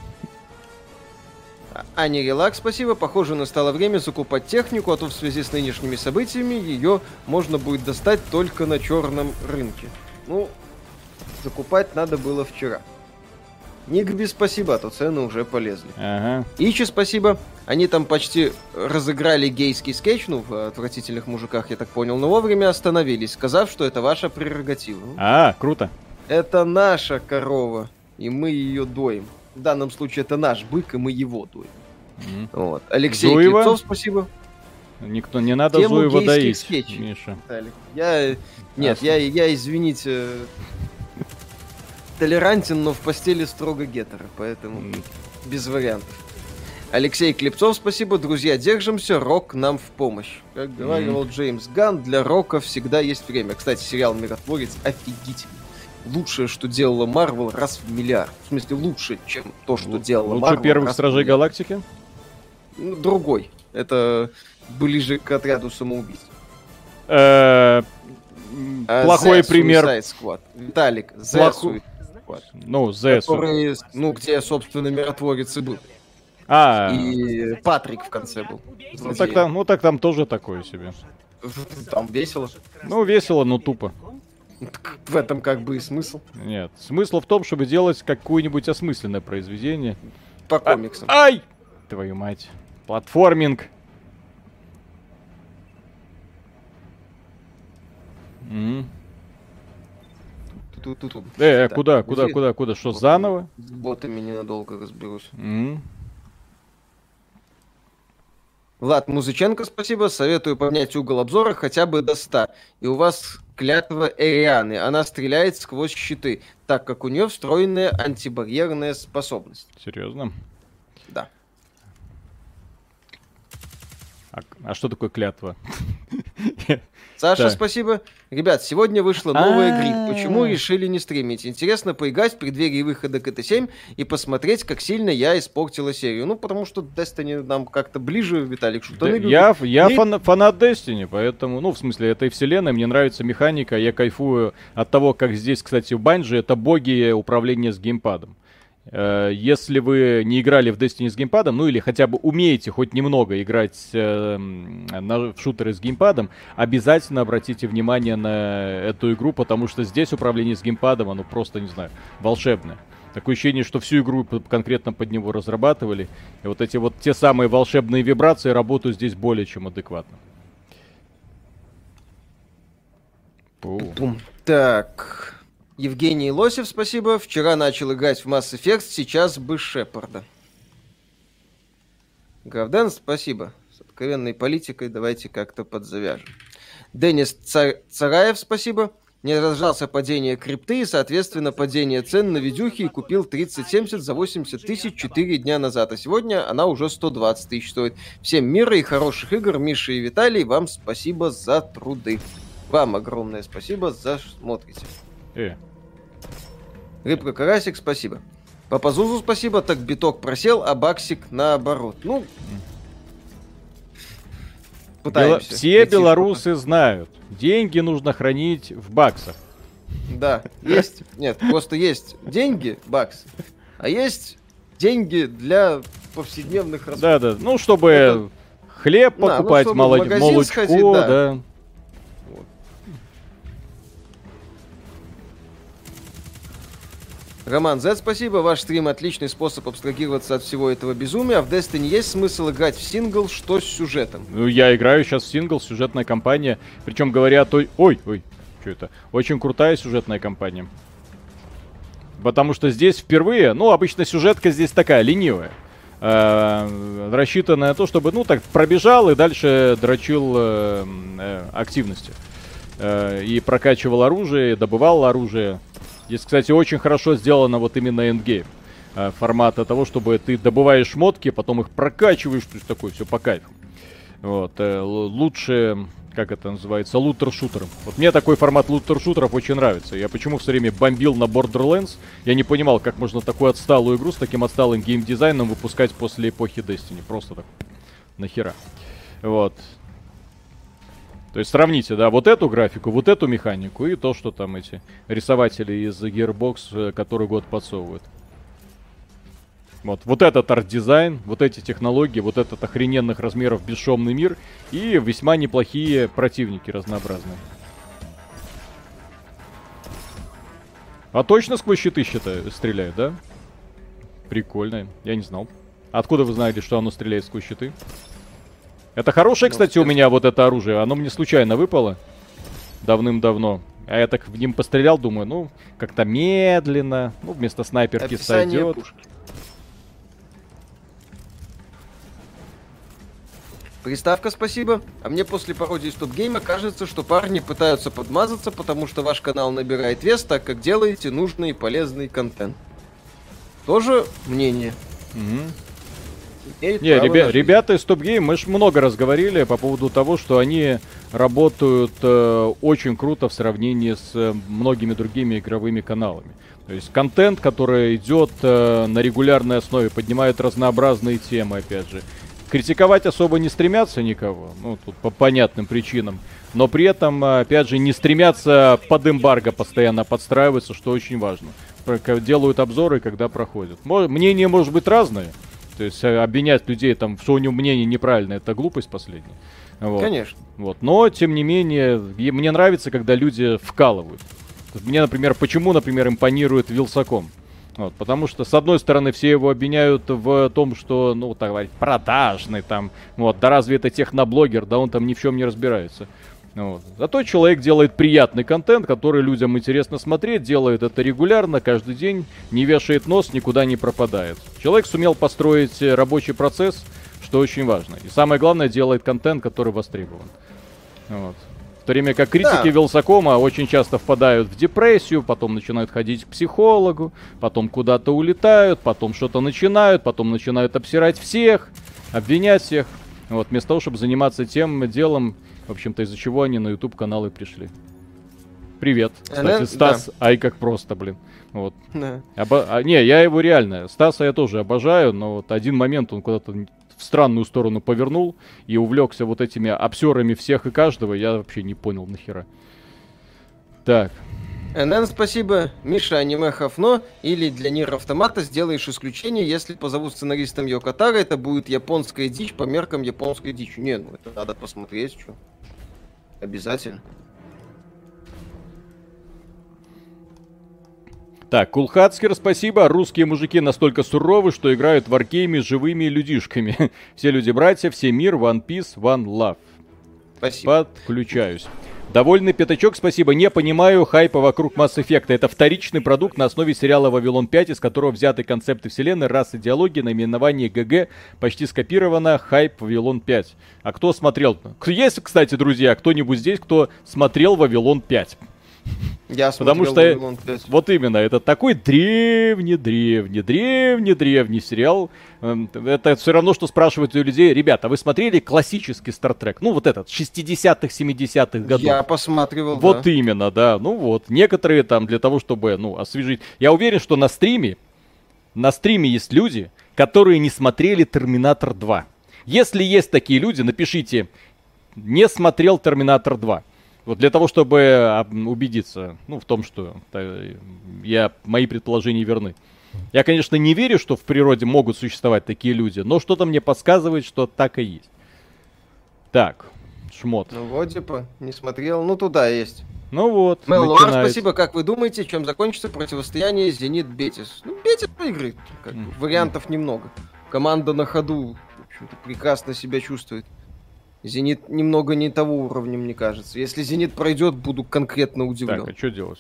Аня Релакс, спасибо. Похоже, настало время закупать технику, а то в связи с нынешними событиями ее можно будет достать только на черном рынке. Закупать надо было вчера. Нигби, спасибо, а то цены уже полезли. Ага. Ичи, спасибо. Они там почти разыграли гейский скетч, ну, в «Отвратительных мужиках», я так понял, но вовремя остановились, сказав, что это ваша прерогатива. Круто. Это наша корова, и мы ее доим. В данном случае это наш бык, и мы его доим. Вот. Алексей Зуева? Клепцов, спасибо. Никто не надо Тему Зуева гейских доить, скетчей. Миша. Нет, я, извините, толерантен, но в постели строго гетеро, поэтому без вариантов. Алексей Клепцов, спасибо. Друзья, держимся, рок нам в помощь. Как говорил Джеймс Ганн, для рока всегда есть время. Кстати, сериал «Миротворец» офигительный. Лучшее, что делала Марвел, раз в миллиард. В смысле, лучше, чем то, что делала Марвел. Лучше первых Стражей Галактики? Другой. Это ближе к отряду самоубийц. Плохой пример. Виталик, The Suicide Squad. Ну, The который, где, собственно, Миротворец и был. И Патрик в конце был. Так там тоже такое себе. Там весело. Ну, весело, но тупо. В этом как бы и смысл. Нет, смысл в том, чтобы делать какое-нибудь осмысленное произведение. По комиксам. Ай! Твою мать. Платформинг. Куда? Что, заново? С ботами ненадолго разберусь. Влад Музыченко, спасибо. Советую поднять угол обзора хотя бы до 100. И у вас клятва Эрианы. Она стреляет сквозь щиты, так как у нее встроенная антибарьерная способность. Серьезно? Да. А что такое клятва? Саша, спасибо. Ребят, сегодня вышла новая Грид. Почему решили не стримить? Интересно поиграть в преддверии выхода КТ-7 и посмотреть, как сильно я испортила серию. Ну, потому что Destiny нам как-то ближе, Виталик, что-то любит. Я фанат Destiny, поэтому, ну, в смысле, этой вселенной мне нравится механика. Я кайфую от того, как здесь, кстати, в Bungie это боги управления с геймпадом. Если вы не играли в Destiny с геймпадом, ну или хотя бы умеете хоть немного играть в шутеры с геймпадом, обязательно обратите внимание на эту игру, потому что здесь управление с геймпадом, оно просто, не знаю, волшебное. Такое ощущение, что всю игру конкретно под него разрабатывали. И вот эти вот те самые волшебные вибрации работают здесь более чем адекватно. Так... Евгений Лосев, спасибо. Вчера начал играть в Mass Effect, сейчас бы Шепарда. Гравден, спасибо. С откровенной политикой давайте как-то подзавяжем. Денис Цараев, спасибо. Не дождался падения крипты и, соответственно, падения цен на видюхи и купил 3070 за 80 тысяч 4 дня назад. А сегодня она уже 120 тысяч стоит. Всем мира и хороших игр. Миша и Виталий, вам спасибо за труды. Вам огромное спасибо за смотрите. Рыбка Карасик, спасибо. Папа Зузу, спасибо. Так биток просел, а баксик наоборот. Ну, пытаемся. Все белорусы знают. Деньги нужно хранить в баксах. Да, есть. Нет, просто есть деньги, баксы, а есть деньги для повседневных расходов. Да. Ну, чтобы хлеб покупать, молочко, сходить, да. Роман Z, спасибо. Ваш стрим отличный способ абстрагироваться от всего этого безумия. А в Destiny есть смысл играть в сингл, что с сюжетом? Ну, я играю сейчас в сингл, сюжетная кампания. Причем говорят, ой, что это? Очень крутая сюжетная кампания. Потому что здесь впервые, ну, обычно сюжетка здесь такая, ленивая. Рассчитанная на то, чтобы, ну, так, пробежал и дальше дрочил активности. И прокачивал оружие, и добывал оружие. Здесь, кстати, очень хорошо сделано вот именно эндгейм. Формата того, чтобы ты добываешь шмотки, потом их прокачиваешь, то есть такое все по кайфу. Вот. Лучше, как это называется, лутер-шутером. Вот мне такой формат лутер-шутеров очень нравится. Я почему все время бомбил на Borderlands, я не понимал, как можно такую отсталую игру с таким отсталым геймдизайном выпускать после эпохи Destiny. Просто так. Нахера. Вот. То есть сравните, да, вот эту графику, вот эту механику и то, что там эти рисователи из Gearbox который год подсовывают. Вот этот арт-дизайн, вот эти технологии, вот этот охрененных размеров бесшовный мир и весьма неплохие противники разнообразные. А точно сквозь щиты стреляют, да? Прикольно, я не знал. Откуда вы знаете, что оно стреляет сквозь щиты? Это хорошее, кстати, у меня вот это оружие. Оно мне случайно выпало. Давным-давно. А я так в ним пострелял, думаю, ну, как-то медленно. Ну, вместо снайперки Описание сойдет. пушки. Приставка, спасибо. А мне после пародии стоп-гейма кажется, что парни пытаются подмазаться, потому что ваш канал набирает вес, так как делаете нужный и полезный контент. Тоже мнение. Не, ребята из Top Game, мы же много раз говорили по поводу того, что они работают очень круто в сравнении с многими другими игровыми каналами. То есть контент, который идет на регулярной основе, поднимает разнообразные темы, опять же. Критиковать особо не стремятся никого, ну, тут по понятным причинам. Но при этом, опять же, не стремятся под эмбарго постоянно подстраиваться, что очень важно. Делают обзоры, когда проходят. Мнения может быть разные. То есть обвинять людей, там, что у него мнение неправильное, это глупость последняя. Вот. Конечно. Вот. Но, тем не менее, мне нравится, когда люди вкалывают. Мне, например, почему, например, импонирует Вилсаком? Вот, потому что, с одной стороны, все его обвиняют в том, что, ну, так говорить, продажный там. Вот, да разве это техноблогер, да он там ни в чем не разбирается. Вот. Зато человек делает приятный контент, который людям интересно смотреть, делает это регулярно, каждый день, не вешает нос, никуда не пропадает. Человек сумел построить рабочий процесс, что очень важно. И самое главное, делает контент, который востребован. Вот. В то время как критики Вилсакома очень часто впадают в депрессию, потом начинают ходить к психологу, потом куда-то улетают, потом что-то начинают, потом начинают обсирать всех, обвинять всех. Вот, вместо того, чтобы заниматься тем делом, в общем-то, из-за чего они на YouTube-каналы пришли. Привет. Кстати, Стас, ай как просто, блин. Вот. Не, я его реально. Стаса я тоже обожаю, но вот один момент он куда-то в странную сторону повернул и увлекся вот этими обсерами всех и каждого. Я вообще не понял нахера. Так. НН, спасибо. Миша, аниме Хафно или для Нир Автомата сделаешь исключение, если позовут сценаристом Йокотара, это будет японская дичь по меркам японской дичи. Не, ну это надо посмотреть, что. Обязательно. Так, Кулхацкер, спасибо. Русские мужики настолько суровы, что играют в Wargame живыми людишками. Все люди-братья, все мир, One Piece, One Love. Спасибо. Подключаюсь. Довольный пятачок, спасибо. Не понимаю хайпа вокруг Mass Effect. Это вторичный продукт на основе сериала «Вавилон 5», из которого взяты концепты вселенной, расы, диалоги, наименование ГГ. Почти скопировано хайп «Вавилон 5». А кто смотрел? Есть, кстати, друзья, кто-нибудь здесь, кто смотрел «Вавилон 5»? Я Потому что Вавилон 5. вот именно, это такой древний сериал. Это все равно, что спрашивать у людей: ребята, вы смотрели классический Star Trek? Ну, вот этот, 60-х, 70-х годов. Я посматривал, вот да. Именно, да. Ну вот, некоторые там для того, чтобы, ну, освежить. Я уверен, что на стриме есть люди, которые не смотрели «Терминатор 2». Если есть такие люди, напишите: не смотрел «Терминатор 2». Вот для того, чтобы убедиться, ну, в том, что мои предположения верны. Я, конечно, не верю, что в природе могут существовать такие люди, но что-то мне подсказывает, что так и есть. Так, шмот. Ну вот, типа, не смотрел, ну туда есть. Ну вот, Мэллуар, спасибо. Как вы думаете, чем закончится противостояние Зенит-Бетис? Ну, Бетис выиграет. Вариантов немного. Команда на ходу, в общем-то, прекрасно себя чувствует. Зенит немного не того уровня, мне кажется. Если Зенит пройдет, буду конкретно удивлен. Так, а что делать?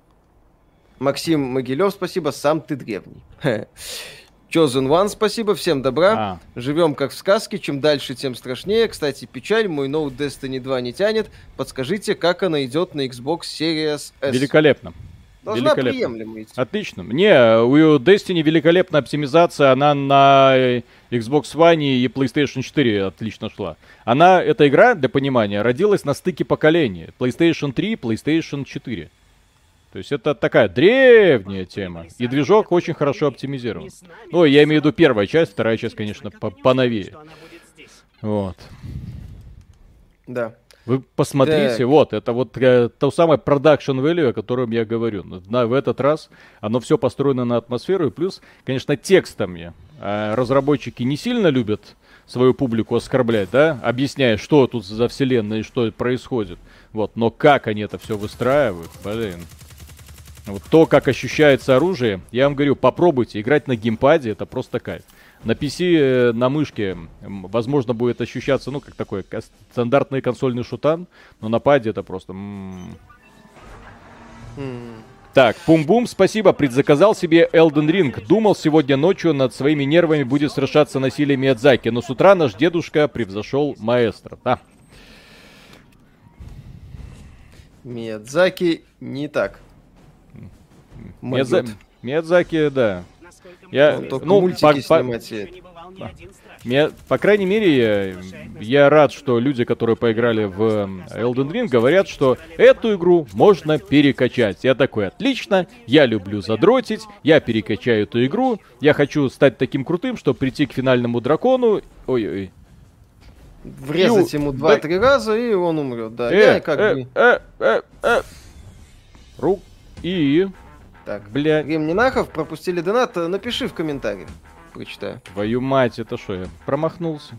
Максим Могилев, спасибо, сам ты древний. Chosen One, спасибо, всем добра. Живем как в сказке, чем дальше, тем страшнее. Кстати, печаль, мой ноут Destiny 2 не тянет. Подскажите, как она идет на Xbox Series S? Великолепно. Должна приемлемо идти. Отлично. У Destiny великолепная оптимизация, она на Xbox One и PlayStation 4 отлично шла. Эта игра, для понимания, родилась на стыке поколений. PlayStation 3, PlayStation 4. То есть это такая древняя тема. И движок очень хорошо оптимизирован. Ну, я имею в виду первая часть, вторая часть, конечно, поновее. Вот. Да. Вы посмотрите, вот, это вот то самое production value, о котором я говорю. В этот раз оно все построено на атмосферу, и плюс, конечно, текстами. Разработчики не сильно любят свою публику оскорблять, да, объясняя, что тут за вселенная и что происходит. Вот, но как они это все выстраивают, блин. Вот то, как ощущается оружие, я вам говорю, попробуйте играть на геймпаде, это просто кайф. На PC, на мышке, возможно, будет ощущаться, ну, как такой стандартный консольный шутан, но на паде это просто... Так, Пум-Бум, спасибо, предзаказал себе Elden Ring. Думал, сегодня ночью над своими нервами будет сражаться насилие Миядзаки, но с утра наш дедушка превзошел маэстро. Да. Миядзаки не так. Миядзаки, да. Он только мультики снимать. По крайней мере, я рад, что люди, которые поиграли в Elden Ring, говорят, что эту игру можно перекачать. Я такой, отлично, я люблю задротить, я перекачаю эту игру, я хочу стать таким крутым, чтобы прийти к финальному дракону. Ой-ой. Врезать ему 2-3 раза, и он умрет. Да, я как бы... Рук и... Так, блядь. Ремнинахов, пропустили донат, напиши в комментариях. Прочитаю. Твою мать, это что, я промахнулся?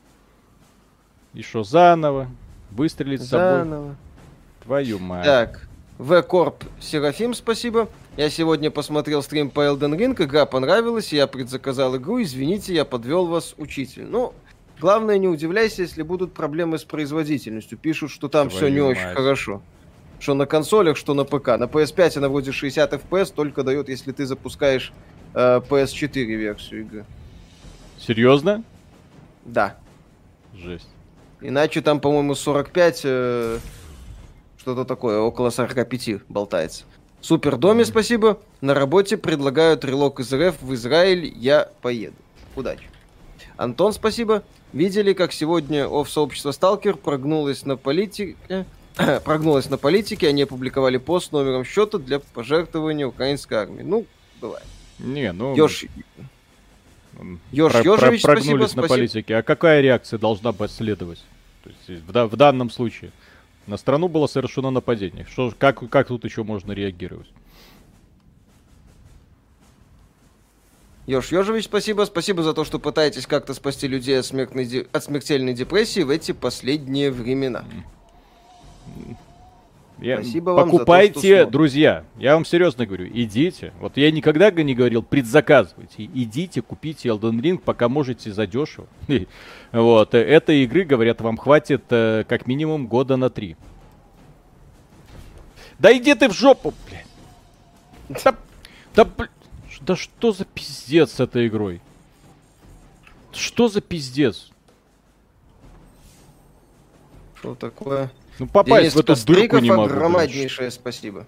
И что, заново? Выстрелить с собой? Твою мать. Так, V-Corp Серафим, спасибо. Я сегодня посмотрел стрим по Elden Ring, игра понравилась, я предзаказал игру, извините, я подвел вас, учитель. Ну, главное, не удивляйся, если будут проблемы с производительностью. Пишут, что там все не очень хорошо. Что на консолях, что на ПК. На PS5 она вроде 60 FPS только дает, если ты запускаешь PS4 версию игры. Серьезно? Да. Жесть. Иначе там, по-моему, 45, что-то такое, около 45 болтается. Супер Доме, спасибо. На работе предлагают релок из РФ в Израиль, я поеду. Удачи. Антон, спасибо. Видели, как сегодня сообщество Сталкер прогнулось на политике, они опубликовали пост с номером счета для пожертвования украинской армии. Ну, бывает. Не, ну... Ёжевич, прогнулись на политике. А какая реакция должна последовать? То есть, в данном случае. На страну было совершено нападение. Как тут еще можно реагировать? Ёжевич, спасибо. Спасибо за то, что пытаетесь как-то спасти людей от смертельной депрессии в эти последние времена. Спасибо вам покупайте, за то, что друзья, я вам серьезно говорю, идите. Вот я никогда не говорил, предзаказывайте. Идите, купите Elden Ring, пока можете задешево. Вот, этой игры, говорят, вам хватит как минимум года на 3. Да иди ты в жопу, блядь. Да что за пиздец с этой игрой? Что за пиздец? Что такое? Ну попасть в эту дырку не могу. Огромнейшее спасибо.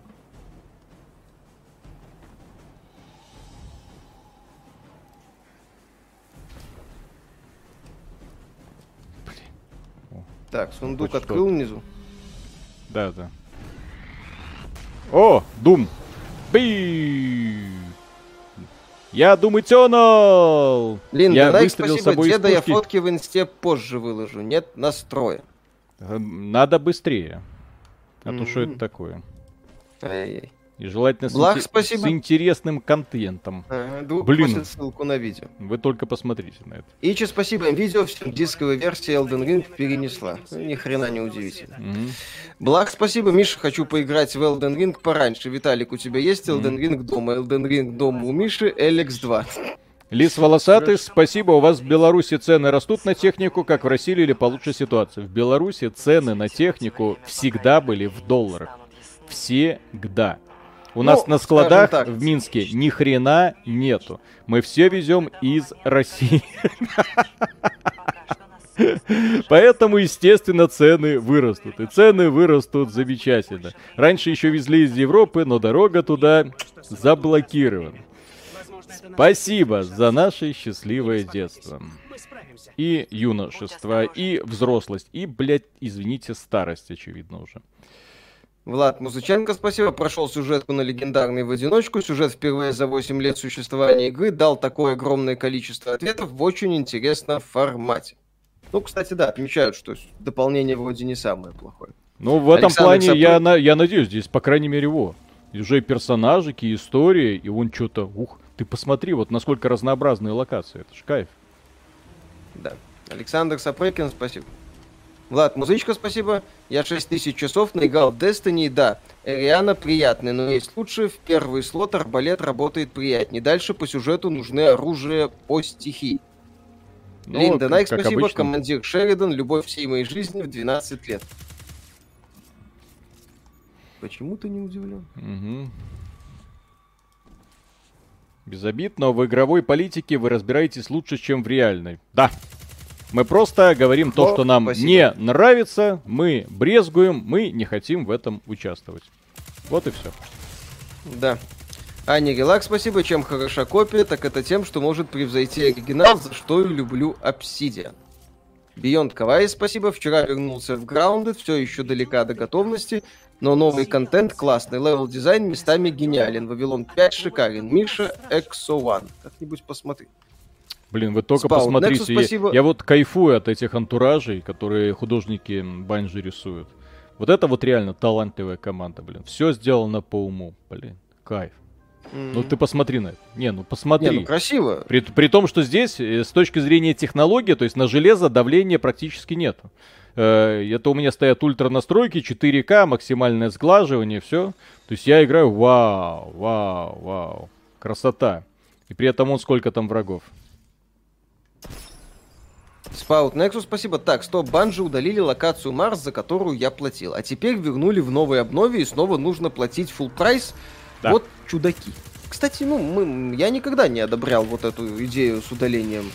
Блин. Так, сундук вот открыл внизу. Да. О, Дум. Я Дум Eternal. Я выстрелил с собой из пушки. Я фотки в инсте позже выложу. Нет настроя. Надо быстрее. А то что это такое? Ай-яй. И желательно с интересным контентом. Блин. Ссылку на видео. Вы только посмотрите на это. Ичи, спасибо. Видео в дисковой версии Elden Ring перенесла. Ни хрена не удивительно. Благ, спасибо. Миша, хочу поиграть в Elden Ring пораньше. Виталик, у тебя есть Elden Ring дома? Elden Ring дома у Миши, Эликс 2. Лис Волосатый, спасибо. У вас в Беларуси цены растут на технику, как в России, или получше ситуация? В Беларуси цены на технику всегда были в долларах. Всегда. У нас на складах в Минске ни хрена нету. Мы все везем из России. Поэтому, естественно, цены вырастут. И цены вырастут замечательно. Раньше еще везли из Европы, но дорога туда заблокирована. Спасибо за наше счастливое детство. И юношество, и взрослость, и, блядь, извините, старость, очевидно, уже. Влад Музыченко, спасибо. Прошел сюжетку на легендарный в одиночку. Сюжет впервые за 8 лет существования игры дал такое огромное количество ответов в очень интересном формате. Ну, кстати, да, отмечают, что дополнение вроде не самое плохое. Ну, в этом плане, я надеюсь, здесь, по крайней мере, уже и персонажики, и история, и вон что-то, ты посмотри, вот насколько разнообразные локации, это ж кайф. Да. Александр Сапрыкин, спасибо. Влад Музычка, спасибо. Я 6000 часов наиграл в Destiny, да. Эриана приятный, но есть лучше. В первый слот арбалет работает приятнее. Дальше по сюжету нужны оружие по стихии. Линда, Найк, спасибо. обычно. Командир Шеридан, любовь всей моей жизни в 12 лет. Почему ты не удивлен? Угу. Без обид, но в игровой политике вы разбираетесь лучше, чем в реальной. Да. Мы просто говорим то, что нам не нравится, мы брезгуем, мы не хотим в этом участвовать. Вот и все. Да. Аня Релакс, спасибо. Чем хороша копия, так это тем, что может превзойти оригинал, за что и люблю Obsidian. Beyond Kawaii, спасибо. Вчера вернулся в Grounded, все еще далека до готовности, но новый контент классный, левел-дизайн местами гениален. Вавилон 5 шикарен. Миша XO1. Как-нибудь посмотри. Блин, вы только Спаут. посмотрите. Nexus, я вот кайфую от этих антуражей, которые художники Банжи рисуют. Вот это вот реально талантливая команда, блин. Все сделано по уму, блин. Кайф. Ну ты посмотри на это. Ну посмотри. Не, ну красиво. При том, что здесь, с точки зрения технологии, то есть на железо давления практически нету. Это у меня стоят ультра настройки, 4К, максимальное сглаживание, все. То есть я играю вау. Красота. И при этом сколько там врагов. Спаут Nexus, спасибо. Так, стоп, Банжи удалили локацию Марс, за которую я платил. А теперь вернули в новой обнове и снова нужно платить full прайс. Да. Вот чудаки. Кстати, я никогда не одобрял вот эту идею с удалением.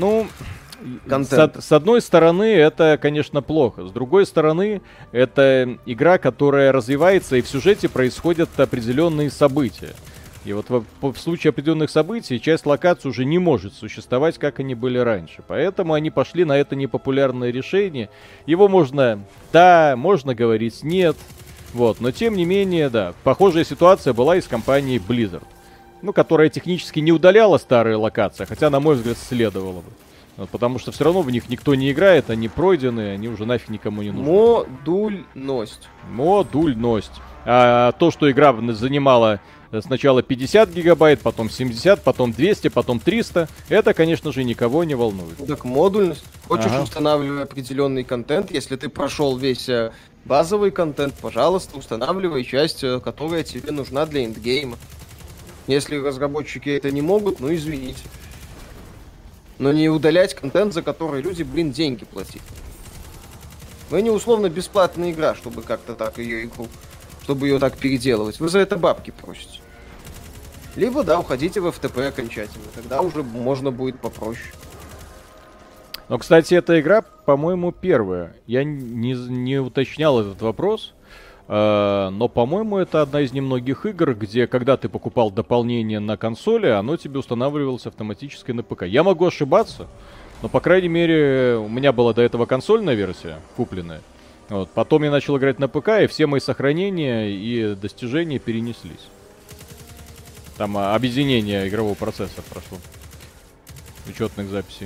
С одной стороны, это, конечно, плохо. С другой стороны, это игра, которая развивается, и в сюжете происходят определенные события. И вот в случае определенных событий часть локаций уже не может существовать, как они были раньше. Поэтому они пошли на это непопулярное решение. Его можно говорить нет. Вот, но тем не менее, да, похожая ситуация была и с компанией Blizzard. Которая технически не удаляла старые локации, хотя, на мой взгляд, следовало бы. Вот, потому что все равно в них никто не играет, они пройдены, они уже нафиг никому не нужны. Модульность. А то, что игра занимала сначала 50 гигабайт, потом 70, потом 200, потом 300, это, конечно же, никого не волнует. Так модульность. Хочешь, устанавливай определенный контент. Если ты прошел весь базовый контент, пожалуйста, устанавливай часть, которая тебе нужна для эндгейма. Если разработчики это не могут, извините. Но не удалять контент, за который люди, деньги платят. Вы не условно бесплатная игра, чтобы как-то так чтобы ее так переделывать. Вы за это бабки просите. Либо, уходите в FTP окончательно. Тогда уже можно будет попроще. Но, кстати, эта игра, по-моему, первая. Я не уточнял этот вопрос. Но, по-моему, это одна из немногих игр, где, когда ты покупал дополнение на консоли, оно тебе устанавливалось автоматически на ПК. Я могу ошибаться, но, по крайней мере, у меня была до этого консольная версия купленная. Вот. Потом я начал играть на ПК, и все мои сохранения и достижения перенеслись. Там объединение игрового процесса прошло. Учетных записей.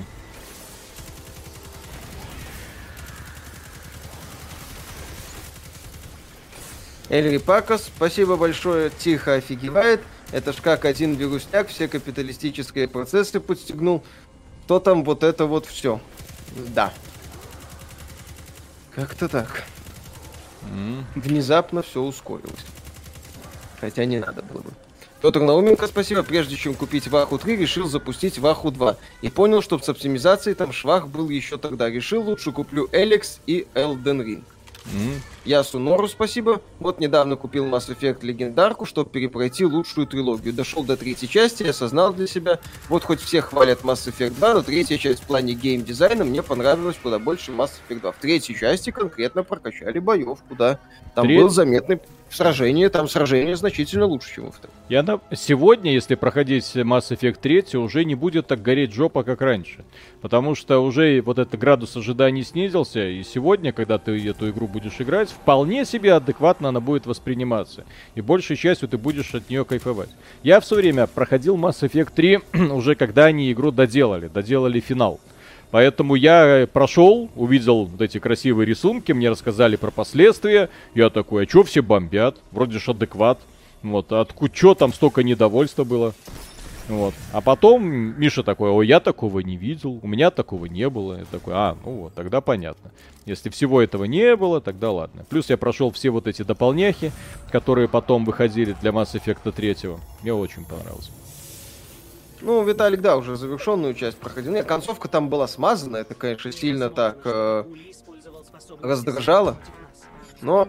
Эльри Пакос, спасибо большое, тихо офигевает. Это ж как один вирусняк, все капиталистические процессы подстегнул. То там вот это вот все. Да. Как-то так. Внезапно все ускорилось. Хотя не надо было бы. Петр Науменко, спасибо. Прежде чем купить Ваху 3, решил запустить Ваху 2. И понял, что с оптимизацией там швах был еще тогда. Решил, лучше куплю Эликс и Elden Ring. Ясу Нору, спасибо. Вот недавно купил Mass Effect легендарку, чтобы перепройти лучшую трилогию. Дошел до третьей части и осознал для себя, вот хоть все хвалят Mass Effect 2, но третья часть в плане геймдизайна мне понравилась куда больше Mass Effect 2. В третьей части конкретно прокачали боевку, да. Там был заметный сражение, там сражение значительно лучше, чем во втором. Сегодня, если проходить Mass Effect 3, уже не будет так гореть жопа, как раньше. Потому что уже вот этот градус ожиданий снизился, и сегодня, когда ты эту игру будешь играть, вполне себе адекватно она будет восприниматься. И большей частью ты будешь от нее кайфовать. Я в свое время проходил Mass Effect 3 уже когда они игру доделали финал. Поэтому я прошел, увидел вот эти красивые рисунки, мне рассказали про последствия. Я такой, а чё все бомбят? Вроде ж адекват. Вот, чё там столько недовольства было? Вот. А потом Миша такой, ой, я такого не видел, у меня такого не было. Я такой, тогда понятно. Если всего этого не было, тогда ладно. Плюс я прошел все вот эти дополняхи, которые потом выходили для Mass Effect 3. Мне очень понравилось. Ну, Виталик, да, уже завершенную часть проходил. Нет, концовка там была смазана, это, конечно, сильно так раздражало. Но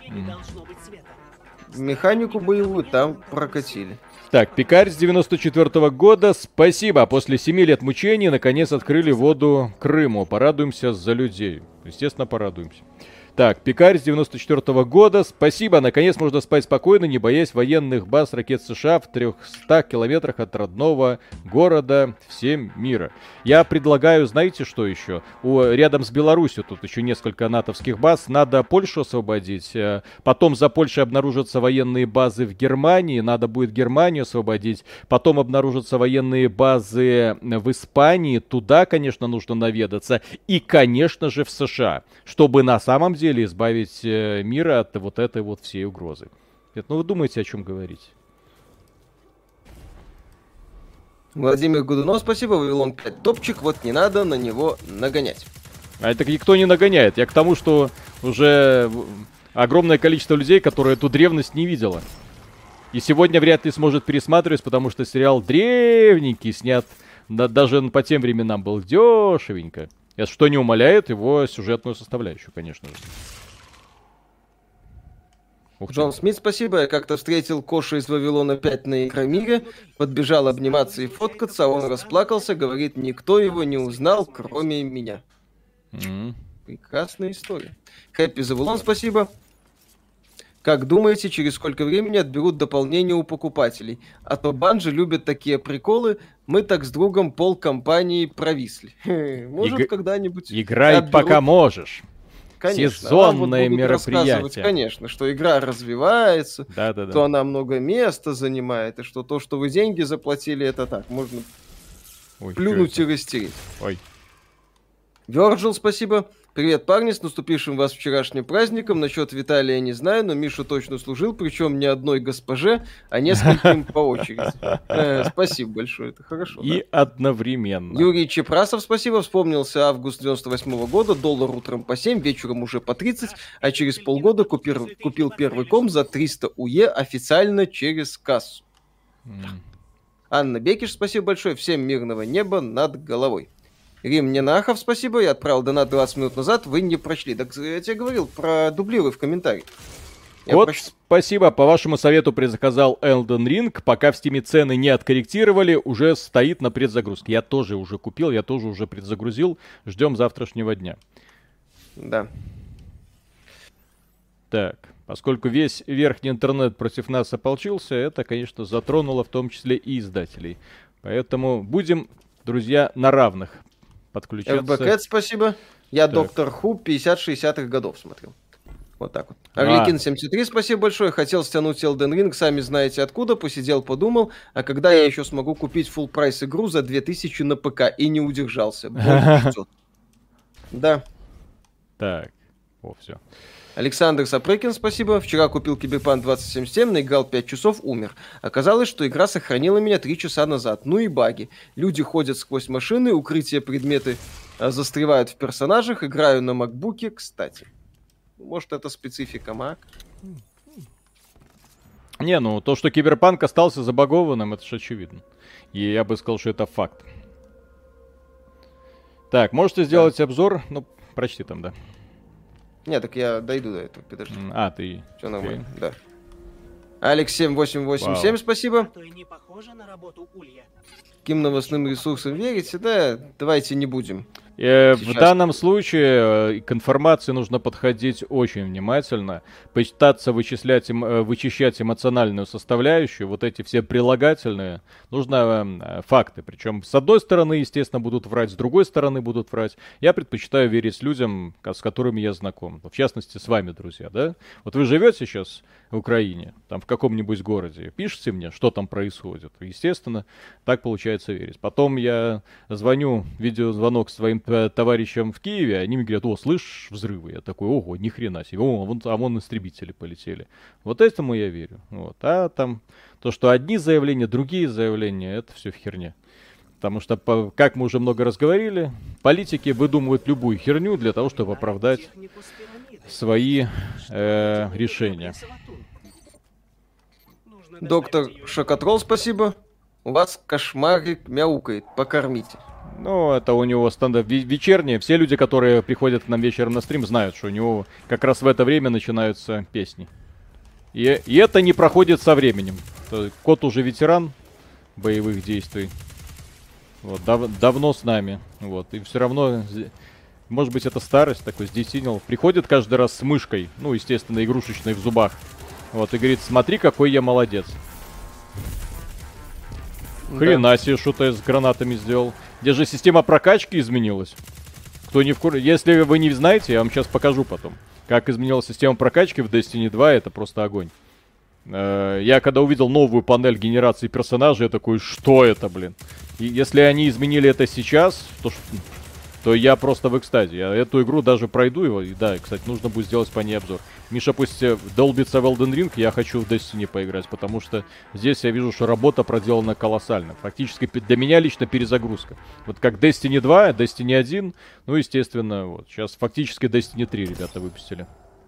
механику боевую там прокатили. Так, Пикарь с 94-го года. Спасибо. После 7 лет мучений наконец открыли воду Крыму. Порадуемся за людей. Естественно, порадуемся. Так, Пикарь с 94-го года. Спасибо. Наконец можно спать спокойно, не боясь военных баз ракет США в 300 километрах от родного города всем мира. Я предлагаю, знаете, что еще? Рядом с Беларусью тут еще несколько натовских баз. Надо Польшу освободить. Потом за Польшей обнаружатся военные базы в Германии. Надо будет Германию освободить. Потом обнаружатся военные базы в Испании. Туда, конечно, нужно наведаться. И, конечно же, в США. Чтобы на самом деле избавить мир от вот этой вот всей угрозы. Ну вы думаете, о чем говорить? Владимир Гудунов, спасибо. Вавилон 5 топчик, вот не надо на него нагонять. А это никто не нагоняет. Я к тому, что уже огромное количество людей, которые эту древность не видела. И сегодня вряд ли сможет пересматривать, потому что сериал древненький, снят даже по тем временам был дешевенько. Это что не умаляет его сюжетную составляющую, конечно же. Джон Смит, спасибо. Я как-то встретил Коша из Вавилона 5 на Игромире, подбежал обниматься и фоткаться, а он расплакался, говорит, никто его не узнал, кроме меня. Прекрасная история. Хэппи Завулон, спасибо. Как думаете, через сколько времени отберут дополнение у покупателей? А то Банжи любят такие приколы. Мы так с другом полкомпании провисли. Может, когда-нибудь играй, отберут... пока можешь. Конечно. Сезонное мероприятие. Конечно, что игра развивается, да. что она много места занимает, и что то, что вы деньги заплатили, это так. Можно плюнуть и растереть. Ой. Virgil, спасибо. Привет, парни, с наступившим вас вчерашним праздником. Насчет Виталия не знаю, но Миша точно служил, причем не одной госпоже, а нескольким по очереди. Спасибо большое, это хорошо. И одновременно. Юрий Чепрасов, спасибо. Вспомнился август 98 года, доллар утром по 7, вечером уже по 30, а через полгода купил первый комп за 300 УЕ официально через кассу. Анна Бекиш, спасибо большое. Всем мирного неба над головой. Рим Ненахов, спасибо. Я отправил донат 20 минут назад, вы не прочли. Так я тебе говорил про дублиры в комментариях. Вот, спасибо. По вашему совету предзаказал Elden Ring. Пока в Steam цены не откорректировали, уже стоит на предзагрузке. Я тоже уже купил, я тоже уже предзагрузил. Ждем завтрашнего дня. Да. Так, поскольку весь верхний интернет против нас ополчился, это, конечно, затронуло в том числе и издателей. Поэтому будем, друзья, на равных подключаться. ФБК, спасибо. Я так. Доктор Ху 50-60-х годов смотрел. Вот так вот. Орликин 73, спасибо большое. Хотел стянуть Elden Ring, сами знаете откуда. Посидел, подумал. А когда я еще смогу купить full прайс игру за 2000 на ПК? И не удержался. Да. Так, все. Александр Сапрыкин, спасибо. Вчера купил Киберпанк 2077, наиграл 5 часов, умер. Оказалось, что игра сохранила меня 3 часа назад. Ну и баги. Люди ходят сквозь машины, укрытия, предметы застревают в персонажах. Играю на макбуке, кстати. Может, это специфика Mac? Не, ну то, что Киберпанк остался забагованным, это же очевидно. И я бы сказал, что это факт. Так, можете сделать обзор? Ну, прочти там, да. Нет, так я дойду до этого, подожди. А, ты... Все нормально, да. Алекс 7887, спасибо. Каким новостным ресурсам верите? Да, давайте не будем. В данном случае к информации нужно подходить очень внимательно, пытаться вычислять, вычищать эмоциональную составляющую, вот эти все прилагательные, нужно факты. Причем с одной стороны, естественно, будут врать, с другой стороны будут врать. Я предпочитаю верить людям, с которыми я знаком. В частности, с вами, друзья, да? Вот вы живете сейчас в Украине, там в каком-нибудь городе, пишите мне, что там происходит. Естественно, так получается верить. Потом я звоню, видеозвонок своим товарищам в Киеве, они мне говорят: о, слышишь взрывы? Я такой: ого, ни хрена себе, а вон истребители полетели. Вот этому я верю. Вот. А там то, что одни заявления, другие заявления, это все херня. Потому что, как мы уже много раз говорили, политики выдумывают любую херню для того, чтобы оправдать свои решения. Доктор Шокотрол, спасибо. У вас кошмарик мяукает, покормите. Ну, это у него стандарт вечернее. Все люди, которые приходят к нам вечером на стрим, знают, что у него как раз в это время начинаются песни. И это не проходит со временем. Кот уже ветеран боевых действий. Вот, давно с нами. Вот, и все равно, может быть, это старость, такой сдесинил. Приходит каждый раз с мышкой, ну, естественно, игрушечной в зубах. Вот, и говорит, смотри, какой я молодец. Да. Хрена себе, что-то с гранатами сделал. Где же система прокачки изменилась? Кто не в курсе? Если вы не знаете, я вам сейчас покажу потом. Как изменилась система прокачки в Destiny 2, это просто огонь. Я когда увидел новую панель генерации персонажей, я такой, что это, блин? И если они изменили это сейчас, то я просто в экстазе. Я эту игру даже пройду его. И да, кстати, нужно будет сделать по ней обзор. Миша пусть долбится в Elden Ring, я хочу в Destiny поиграть, потому что здесь я вижу, что работа проделана колоссально. Фактически для меня лично перезагрузка. Вот как Destiny 2, Destiny 1, ну, естественно, вот. Сейчас фактически Destiny 3 ребята выпустили.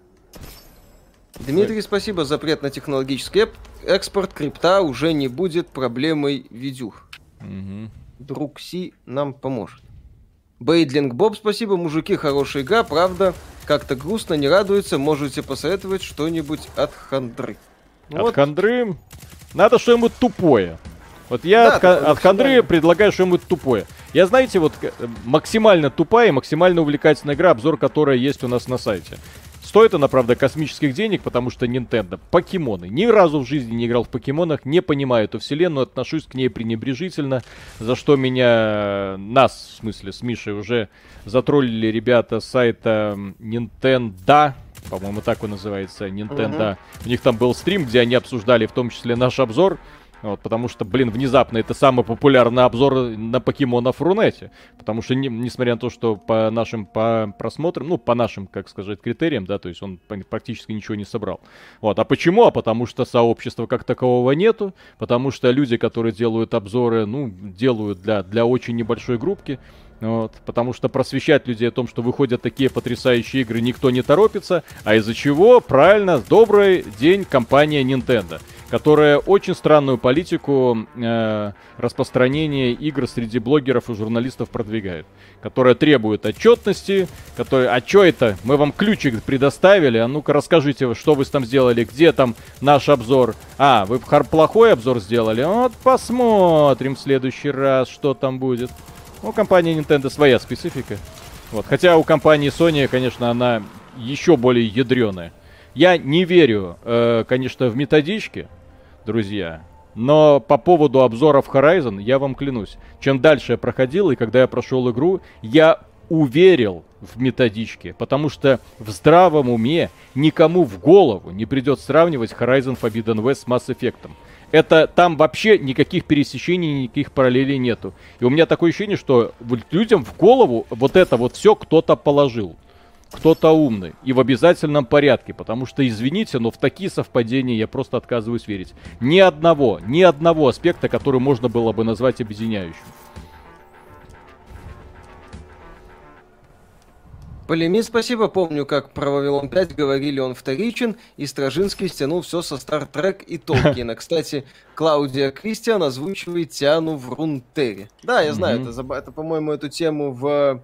Дмитрий, спасибо. Запрет на технологический экспорт крипта уже не будет проблемой видюх. Угу. Друг Си нам поможет. Бейдлинг Боб, спасибо. Мужики, хорошая игра, правда. Как-то грустно, не радуется. Можете посоветовать что-нибудь от хандры. От хандры? Надо что-нибудь тупое. Вот я от хандры предлагаю что-нибудь тупое. Я, знаете, вот максимально тупая и максимально увлекательная игра, обзор которой есть у нас на сайте. Стоит она, правда, космических денег, потому что Nintendo. Покемоны. Ни разу в жизни не играл в покемонах, не понимаю эту вселенную, отношусь к ней пренебрежительно, за что нас, в смысле, с Мишей уже затроллили ребята с сайта Nintendo, по-моему, так он называется, Nintendo. У них там был стрим, где они обсуждали в том числе наш обзор. Вот, потому что, блин, внезапно это самый популярный обзор на покемонов в Рунете. Потому что, несмотря на то, что по нашим просмотрам, ну, по нашим, как сказать, критериям, да, то есть он практически ничего не собрал. Вот, а почему? А потому что сообщества как такового нету, потому что люди, которые делают обзоры, ну, делают для очень небольшой группки. Вот, потому что просвещать людей о том, что выходят такие потрясающие игры, никто не торопится. А из-за чего? Правильно, добрый день, компания Nintendo, которая очень странную политику распространения игр среди блогеров и журналистов продвигает. Которая требует отчетности, а что это? Мы вам ключик предоставили, а ну-ка расскажите, что вы там сделали, где там наш обзор? А, вы плохой обзор сделали? Вот посмотрим в следующий раз, что там будет. У компании Nintendo своя специфика. Вот. Хотя у компании Sony, конечно, она еще более ядреная. Я не верю, конечно, в методички, друзья. Но по поводу обзоров Horizon, я вам клянусь, чем дальше я проходил, и когда я прошел игру, я уверил в методичке. Потому что в здравом уме никому в голову не придет сравнивать Horizon Forbidden West с Mass Effect. Это там вообще никаких пересечений, никаких параллелей нету. И у меня такое ощущение, что людям в голову вот это вот все кто-то положил. Кто-то умный. И в обязательном порядке. Потому что, извините, но в такие совпадения я просто отказываюсь верить. Ни одного аспекта, который можно было бы назвать объединяющим. Полемит, спасибо. Помню, как про Вавилон 5 говорили, он вторичен, и Стражинский стянул все со Star Trek и Толкина. Кстати, Клаудия Кристиан озвучивает Тиану в Рунтере. Да, я знаю, это, по-моему, эту тему в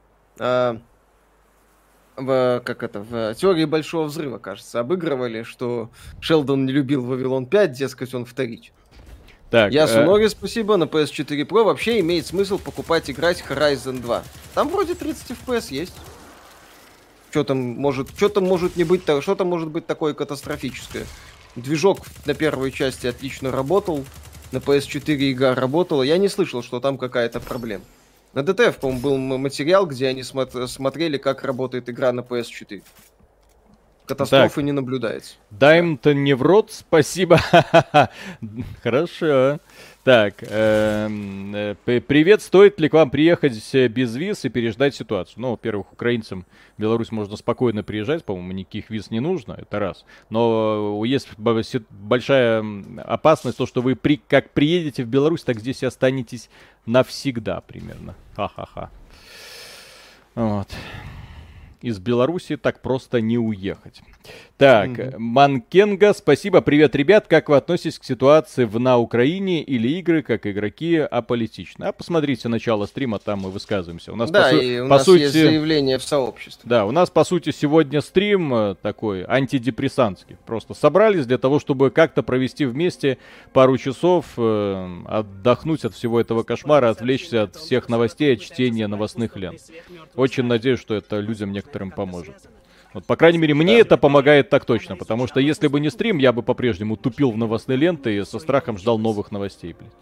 теории Большого Взрыва, кажется, обыгрывали, что Шелдон не любил Вавилон 5, дескать, он вторичен. Так, Ясуноги, спасибо. На PS4 Pro вообще имеет смысл покупать, играть Horizon 2. Там вроде 30 FPS есть. Что-то может быть такое катастрофическое. Движок на первой части отлично работал. На PS4 игра работала. Я не слышал, что там какая-то проблема. На DTF, по-моему, был материал, где они смотрели, как работает игра на PS4. Катастрофы не наблюдается. Дайм-то не в рот, спасибо. Хорошо. Так, привет, стоит ли к вам приехать без виз и переждать ситуацию? Ну, во-первых, украинцам в Беларусь можно спокойно приезжать, по-моему, никаких виз не нужно, это раз. Но есть большая опасность, то, что вы как приедете в Беларусь, так здесь и останетесь навсегда примерно. Ха-ха-ха. Вот. из Беларуси так просто не уехать. Так, Манкенга, спасибо. Привет, ребят. Как вы относитесь к ситуации на Украине или игры, как игроки, аполитичны? А посмотрите начало стрима, там мы высказываемся. У нас, да, и у нас есть заявление в сообществе. Да, у нас, по сути, сегодня стрим такой антидепрессантский. Просто собрались для того, чтобы как-то провести вместе пару часов, отдохнуть от всего этого кошмара, отвлечься от всех новостей, от чтения новостных лент. Очень надеюсь, что это людям некоторым поможет. Вот, по крайней мере, мне это помогает так точно, потому что если бы не стрим, я бы по-прежнему тупил в новостные ленты и со страхом ждал новых новостей. Блин.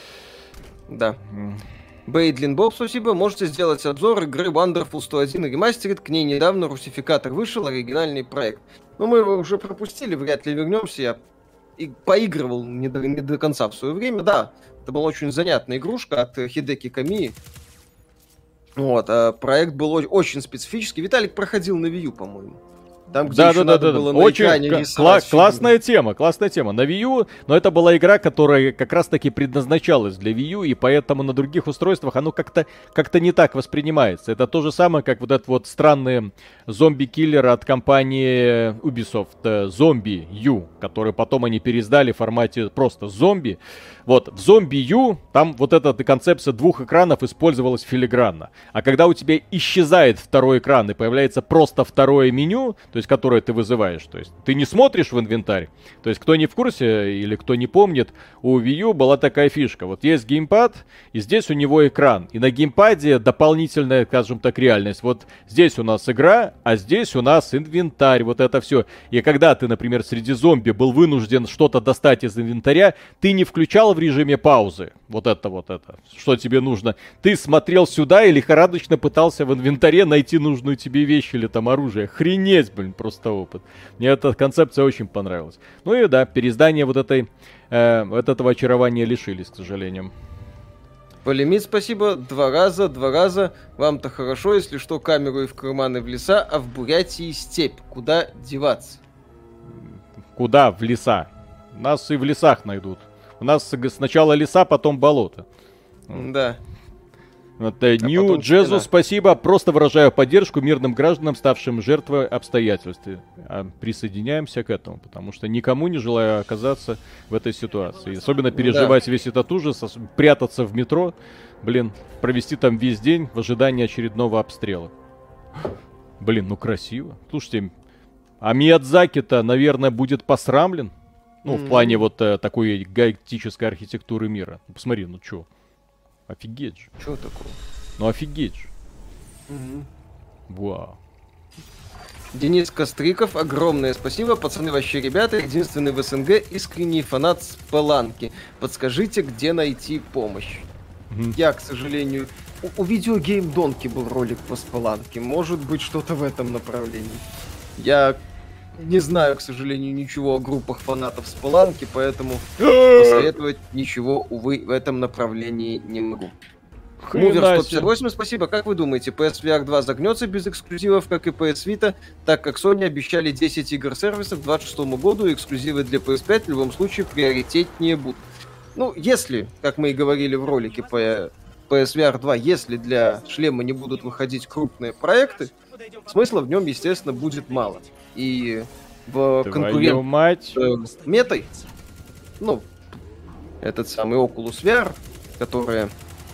Да. Бейдлин Боб, спасибо. Можете сделать обзор игры Wonderful 101 Remastered. К ней недавно русификатор вышел, оригинальный проект. Но мы его уже пропустили, вряд ли вернемся. Я и поигрывал не до конца в свое время. Да, это была очень занятная игрушка от Хидеки Камии. Вот, а проект был очень специфический. Виталик проходил на Wii U, по-моему. Там, где еще надо было на экране рисовать. Классная тема. На Wii U, но это была игра, которая как раз-таки предназначалась для Wii U, и поэтому на других устройствах оно как-то не так воспринимается. Это то же самое, как вот этот вот странный зомби-киллер от компании Ubisoft, Zombie U, который потом они переиздали в формате просто зомби. Вот, в Zombie U там вот эта концепция двух экранов использовалась филигранно. А когда у тебя исчезает второй экран и появляется просто второе меню, то есть которое ты вызываешь, то есть ты не смотришь в инвентарь. То есть кто не в курсе или кто не помнит, у Wii U была такая фишка. Вот есть геймпад, и здесь у него экран. И на геймпаде дополнительная, скажем так, реальность. Вот здесь у нас игра, а здесь у нас инвентарь. Вот это все. И когда ты, например, среди зомби был вынужден что-то достать из инвентаря, ты не включал в режиме паузы. Вот это. Что тебе нужно? Ты смотрел сюда и лихорадочно пытался в инвентаре найти нужную тебе вещь или там оружие. Охренеть, блин, просто опыт. Мне эта концепция очень понравилась. Ну и да, переиздание вот этого очарования лишились, к сожалению. Полемит, спасибо. Два раза. Вам-то хорошо, если что, камеру и в карманы в леса, а в Бурятии степь. Куда деваться? Куда? В леса. Нас и в лесах найдут. У нас сначала леса, потом болото. Да. Вот, Нью Джезу, спасибо. Просто выражаю поддержку мирным гражданам, ставшим жертвой обстоятельств. Присоединяемся к этому, потому что никому не желаю оказаться в этой ситуации. Особенно переживать весь этот ужас, прятаться в метро, провести там весь день в ожидании очередного обстрела. Ну красиво. Слушайте, а Миядзаки-то, наверное, будет посрамлен. В плане вот такой готической архитектуры мира. Посмотри, чё. Офигеть же. Чё такого? Офигеть же. Вау. Денис Костриков, огромное спасибо. Пацаны, вообще ребята, единственный в СНГ искренний фанат Спеланки. Подскажите, где найти помощь? Я, к сожалению... У Видеогейм Донки был ролик по Спеланке. Может быть, что-то в этом направлении. Я не знаю, к сожалению, ничего о группах фанатов Спеланки, поэтому посоветовать ничего, увы, в этом направлении не могу. Мувер 158, спасибо. Как вы думаете, PSVR 2 загнется без эксклюзивов, как и PS Vita, так как Sony обещали 10 игр-сервисов к 2026 году, и эксклюзивы для PS5 в любом случае приоритетнее будут? Если, как мы и говорили в ролике по PSVR 2, если для шлема не будут выходить крупные проекты, смысла в нем, естественно, будет мало. И в конкурент с метой, этот самый Oculus VR, которая...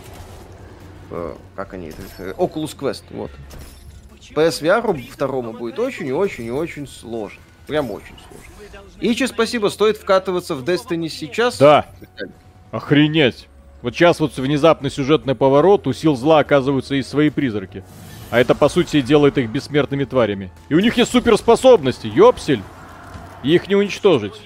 как они это? Oculus Quest, вот. PSVR второму будет очень и очень и очень сложно. Прям очень сложно. Ичи, спасибо, стоит вкатываться в Destiny сейчас? Да. Охренеть. Вот сейчас вот внезапный сюжетный поворот, у сил зла оказываются и свои призраки. А это, по сути, делает их бессмертными тварями. И у них есть суперспособности, ёпсель. И их не уничтожить.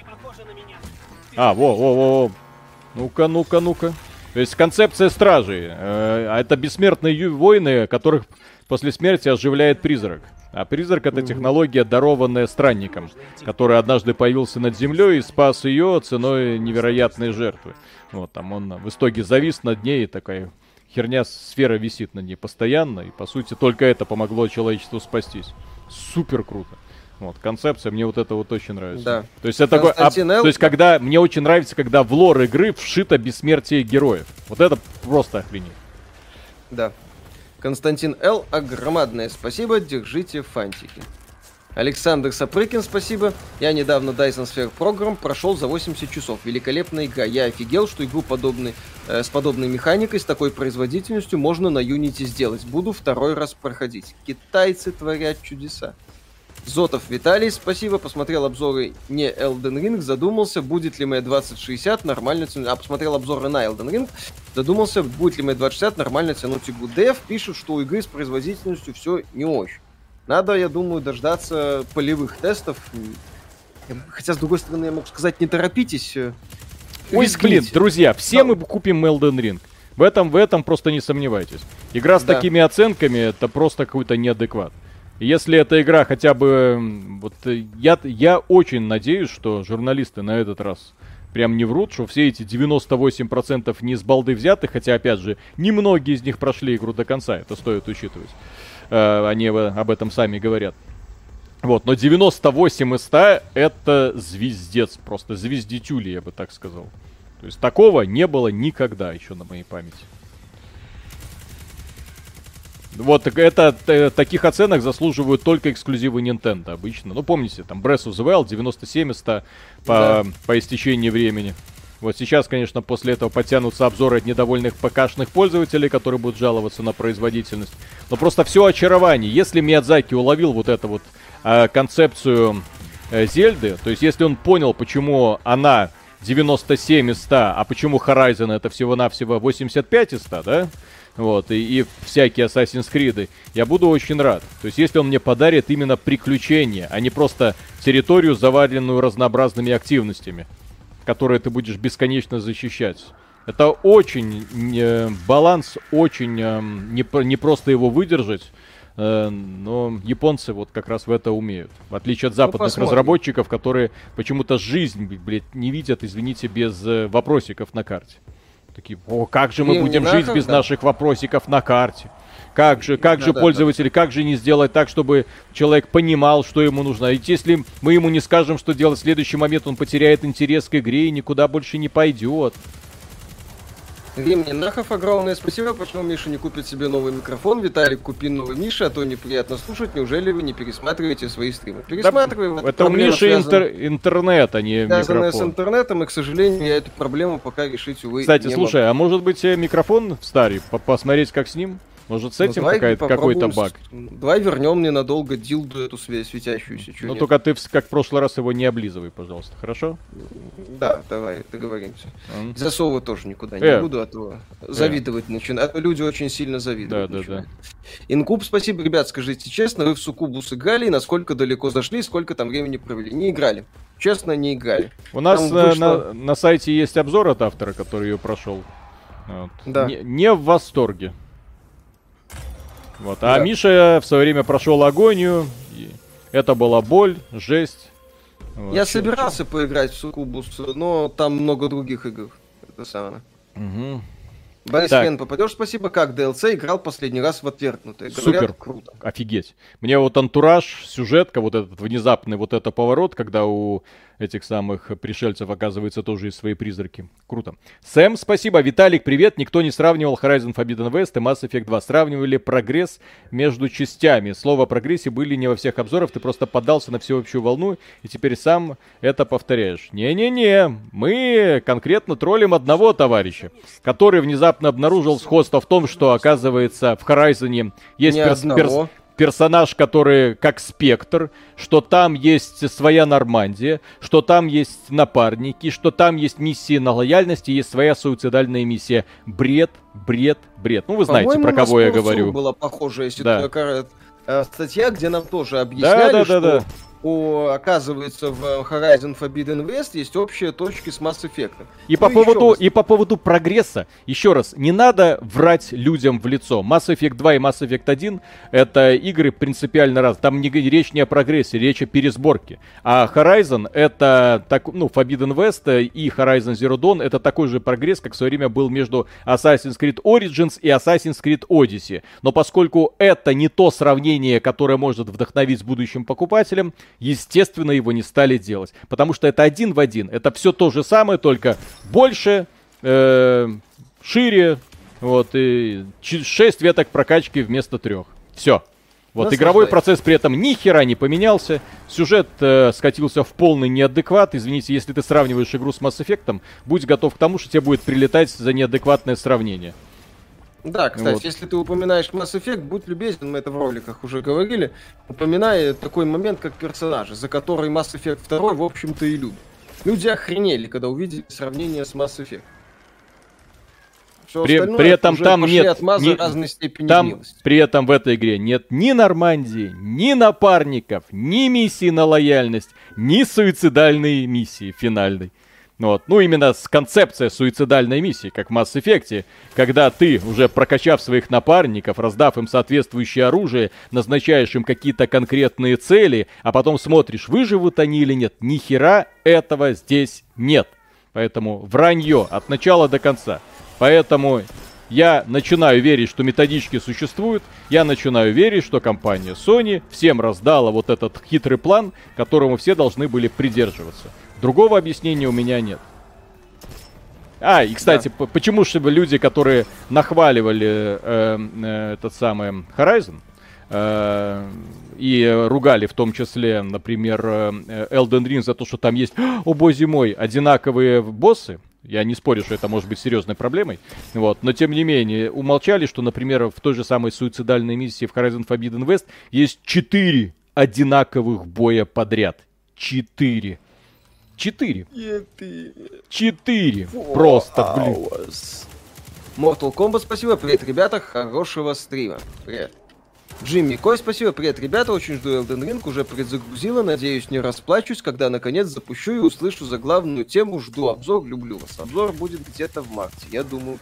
Во. Ну-ка. То есть концепция стражей. А это бессмертные воины, которых после смерти оживляет призрак. А призрак — это технология, дарованная странником, который однажды появился над землей и спас ее ценой невероятной жертвы. Вот, там он в итоге завис над ней, и такая херня, сфера висит над ней постоянно, и по сути только это помогло человечеству спастись. Супер круто. Вот, концепция, мне вот это вот очень нравится. Да. То есть это такой, то есть когда, мне очень нравится, когда в лор игры вшито бессмертие героев. Вот это просто охренеть. Да. Константин Л. Огромадное спасибо, держите фантики. Александр Сапрыкин, спасибо. Я недавно Dyson Sphere Program прошел за 80 часов. Великолепная игра. Я офигел, что игру с подобной механикой, с такой производительностью можно на Unity сделать. Буду второй раз проходить. Китайцы творят чудеса. Зотов Виталий, спасибо. Посмотрел обзоры не Elden Ring, задумался, будет ли моя 2060 нормально тянуть. Посмотрел обзоры на Elden Ring, задумался, будет ли моя 2060 нормально тянуть игру. Dev пишет, что у игры с производительностью все не очень. Надо, я думаю, дождаться полевых тестов. Хотя, с другой стороны, я могу сказать, не торопитесь. Ой, блин, друзья, все мы купим Elden Ring. В этом просто не сомневайтесь. Игра с такими оценками, это просто какой-то неадекват. Если эта игра хотя бы... Вот я очень надеюсь, что журналисты на этот раз прям не врут, что все эти 98% не с балды взяты, хотя, опять же, немногие из них прошли игру до конца, это стоит учитывать. Они об этом сами говорят. Вот, но 98 из 100 это звездец, просто звездетюли, я бы так сказал. То есть такого не было никогда еще на моей памяти. Вот, это таких оценок заслуживают только эксклюзивы Nintendo обычно. Ну, помните, там Breath of the Wild 97 из 100 по истечении времени. Вот сейчас, конечно, после этого подтянутся обзоры от недовольных ПК-шных пользователей, которые будут жаловаться на производительность. Но просто все очарование. Если Миядзаки уловил вот эту вот концепцию Зельды, то есть если он понял, почему она 97 из 100, а почему Horizon это всего-навсего 85 из 100, да? Вот, и всякие Assassin's Creed, я буду очень рад. То есть если он мне подарит именно приключения, а не просто территорию, заваленную разнообразными активностями, которые ты будешь бесконечно защищать. Это очень баланс, очень не просто его выдержать, но японцы вот как раз в это умеют. В отличие от западных разработчиков, которые почему-то жизнь, блядь, не видят, извините, без вопросиков на карте. Такие, как же мы будем жить без наших вопросиков на карте? Как же пользователи, как же не сделать так, чтобы человек понимал, что ему нужно? Ведь если мы ему не скажем, что делать в следующий момент, он потеряет интерес к игре и никуда больше не пойдет. Римни Нахов, огромное спасибо. Почему Миша не купит себе новый микрофон? Виталик, купи новый Миша, а то неприятно слушать. Неужели вы не пересматриваете свои стримы? Пересматриваем. Да, это у Миши интернет, а не микрофон. Связанное с интернетом, и, к сожалению, я эту проблему пока решить, увы, Кстати, слушай, могу. А может быть микрофон старый? Посмотреть, как с ним? Может, с этим какой-то баг? Давай вернем ненадолго дилду эту светящуюся. Ну, только ты, как в прошлый раз, его не облизывай, пожалуйста, хорошо? Да, давай, договоримся. Засовывать тоже никуда не буду, а то завидовать начинают. Люди очень сильно завидуют. Да. Инкуб, спасибо. Ребят, скажите честно, вы в Суккубус играли, насколько далеко зашли, сколько там времени провели? Не играли. Честно, не играли. У нас на сайте есть обзор от автора, который ее прошел. Вот. Да. Не в восторге. Вот. А Миша в свое время прошел агонию. И это была боль, жесть. Вот. Я собирался поиграть в Суккубус, но там много других игр. Это самое. Угу. Борис Хен, попадешь, спасибо. Как DLC играл последний раз в Отвергнутые? Супер, круто. Офигеть. Мне вот антураж, сюжетка, вот этот внезапный вот это поворот, когда у этих самых пришельцев, оказывается, тоже есть свои призраки. Круто. Сэм, спасибо. Виталик, привет. Никто не сравнивал Horizon Forbidden West и Mass Effect 2. Сравнивали прогресс между частями. Слово о прогрессе были не во всех обзорах. Ты просто поддался на всеобщую волну и теперь сам это повторяешь. Не-не-не. Мы конкретно троллим одного товарища, который внезапно обнаружил сходство в том, что, оказывается, в Horizon есть персонаж, который как Спектр, что там есть своя Нормандия, что там есть напарники, что там есть миссии на лояльность и есть своя суицидальная миссия. Бред. Ну, вы знаете, про кого я говорю. Была похожая ситуация, статья, где нам тоже объясняли, что оказывается, в Horizon Forbidden West есть общие точки с Mass Effect. И по поводу прогресса, еще раз, не надо врать людям в лицо. Mass Effect 2 и Mass Effect 1 это игры принципиально разные. Там речь не о прогрессе, речь о пересборке. А Horizon это, Forbidden West и Horizon Zero Dawn это такой же прогресс, как в свое время был между Assassin's Creed Origins и Assassin's Creed Odyssey. Но поскольку это не то сравнение, которое может вдохновить будущим покупателям, естественно, его не стали делать. Потому что это один в один. Это все то же самое, только больше, шире, Вот, и 6 веток прокачки вместо 3. Все. Вот игровой процесс при этом ни хера не поменялся. Сюжет скатился в полный неадекват. Извините, если ты сравниваешь игру с Mass Effect, будь готов к тому, что тебе будет прилетать за неадекватное сравнение. Да, кстати, вот. Если ты упоминаешь Mass Effect, будь любезен, мы это в роликах уже говорили, упоминай такой момент, как персонажи, за который Mass Effect 2, в общем-то, и любят. Люди охренели, когда увидели сравнение с Mass Effect. При этом там нет там при этом в этой игре нет ни Нормандии, ни напарников, ни миссии на лояльность, ни суицидальной миссии финальной. Вот. Ну, именно с концепцией суицидальной миссии, как в Mass Effect, когда ты, уже прокачав своих напарников, раздав им соответствующее оружие, назначаешь им какие-то конкретные цели, а потом смотришь, выживут они или нет. Ни хера этого здесь нет. Поэтому вранье от начала до конца. Поэтому я начинаю верить, что методички существуют. Я начинаю верить, что компания Sony всем раздала вот этот хитрый план, которому все должны были придерживаться. Другого объяснения у меня нет. И, кстати, почему же люди, которые нахваливали этот самый Horizon и ругали в том числе, например, Elden Ring за то, что там есть, о боже мой, одинаковые боссы. Я не спорю, что это может быть серьезной проблемой. Вот. Но, тем не менее, умолчали, что, например, в той же самой суицидальной миссии в Horizon Forbidden West есть 4 одинаковых боя подряд. 4. 4. Просто, блин. Mortal Kombat, спасибо. Привет, ребята. Хорошего стрима. Привет. Джимми Кой, спасибо. Привет, ребята. Очень жду Elden Ring. Уже предзагрузила. Надеюсь, не расплачусь, когда наконец запущу и услышу заглавную тему. Жду обзор. Люблю вас. Обзор будет где-то в марте. Я думаю...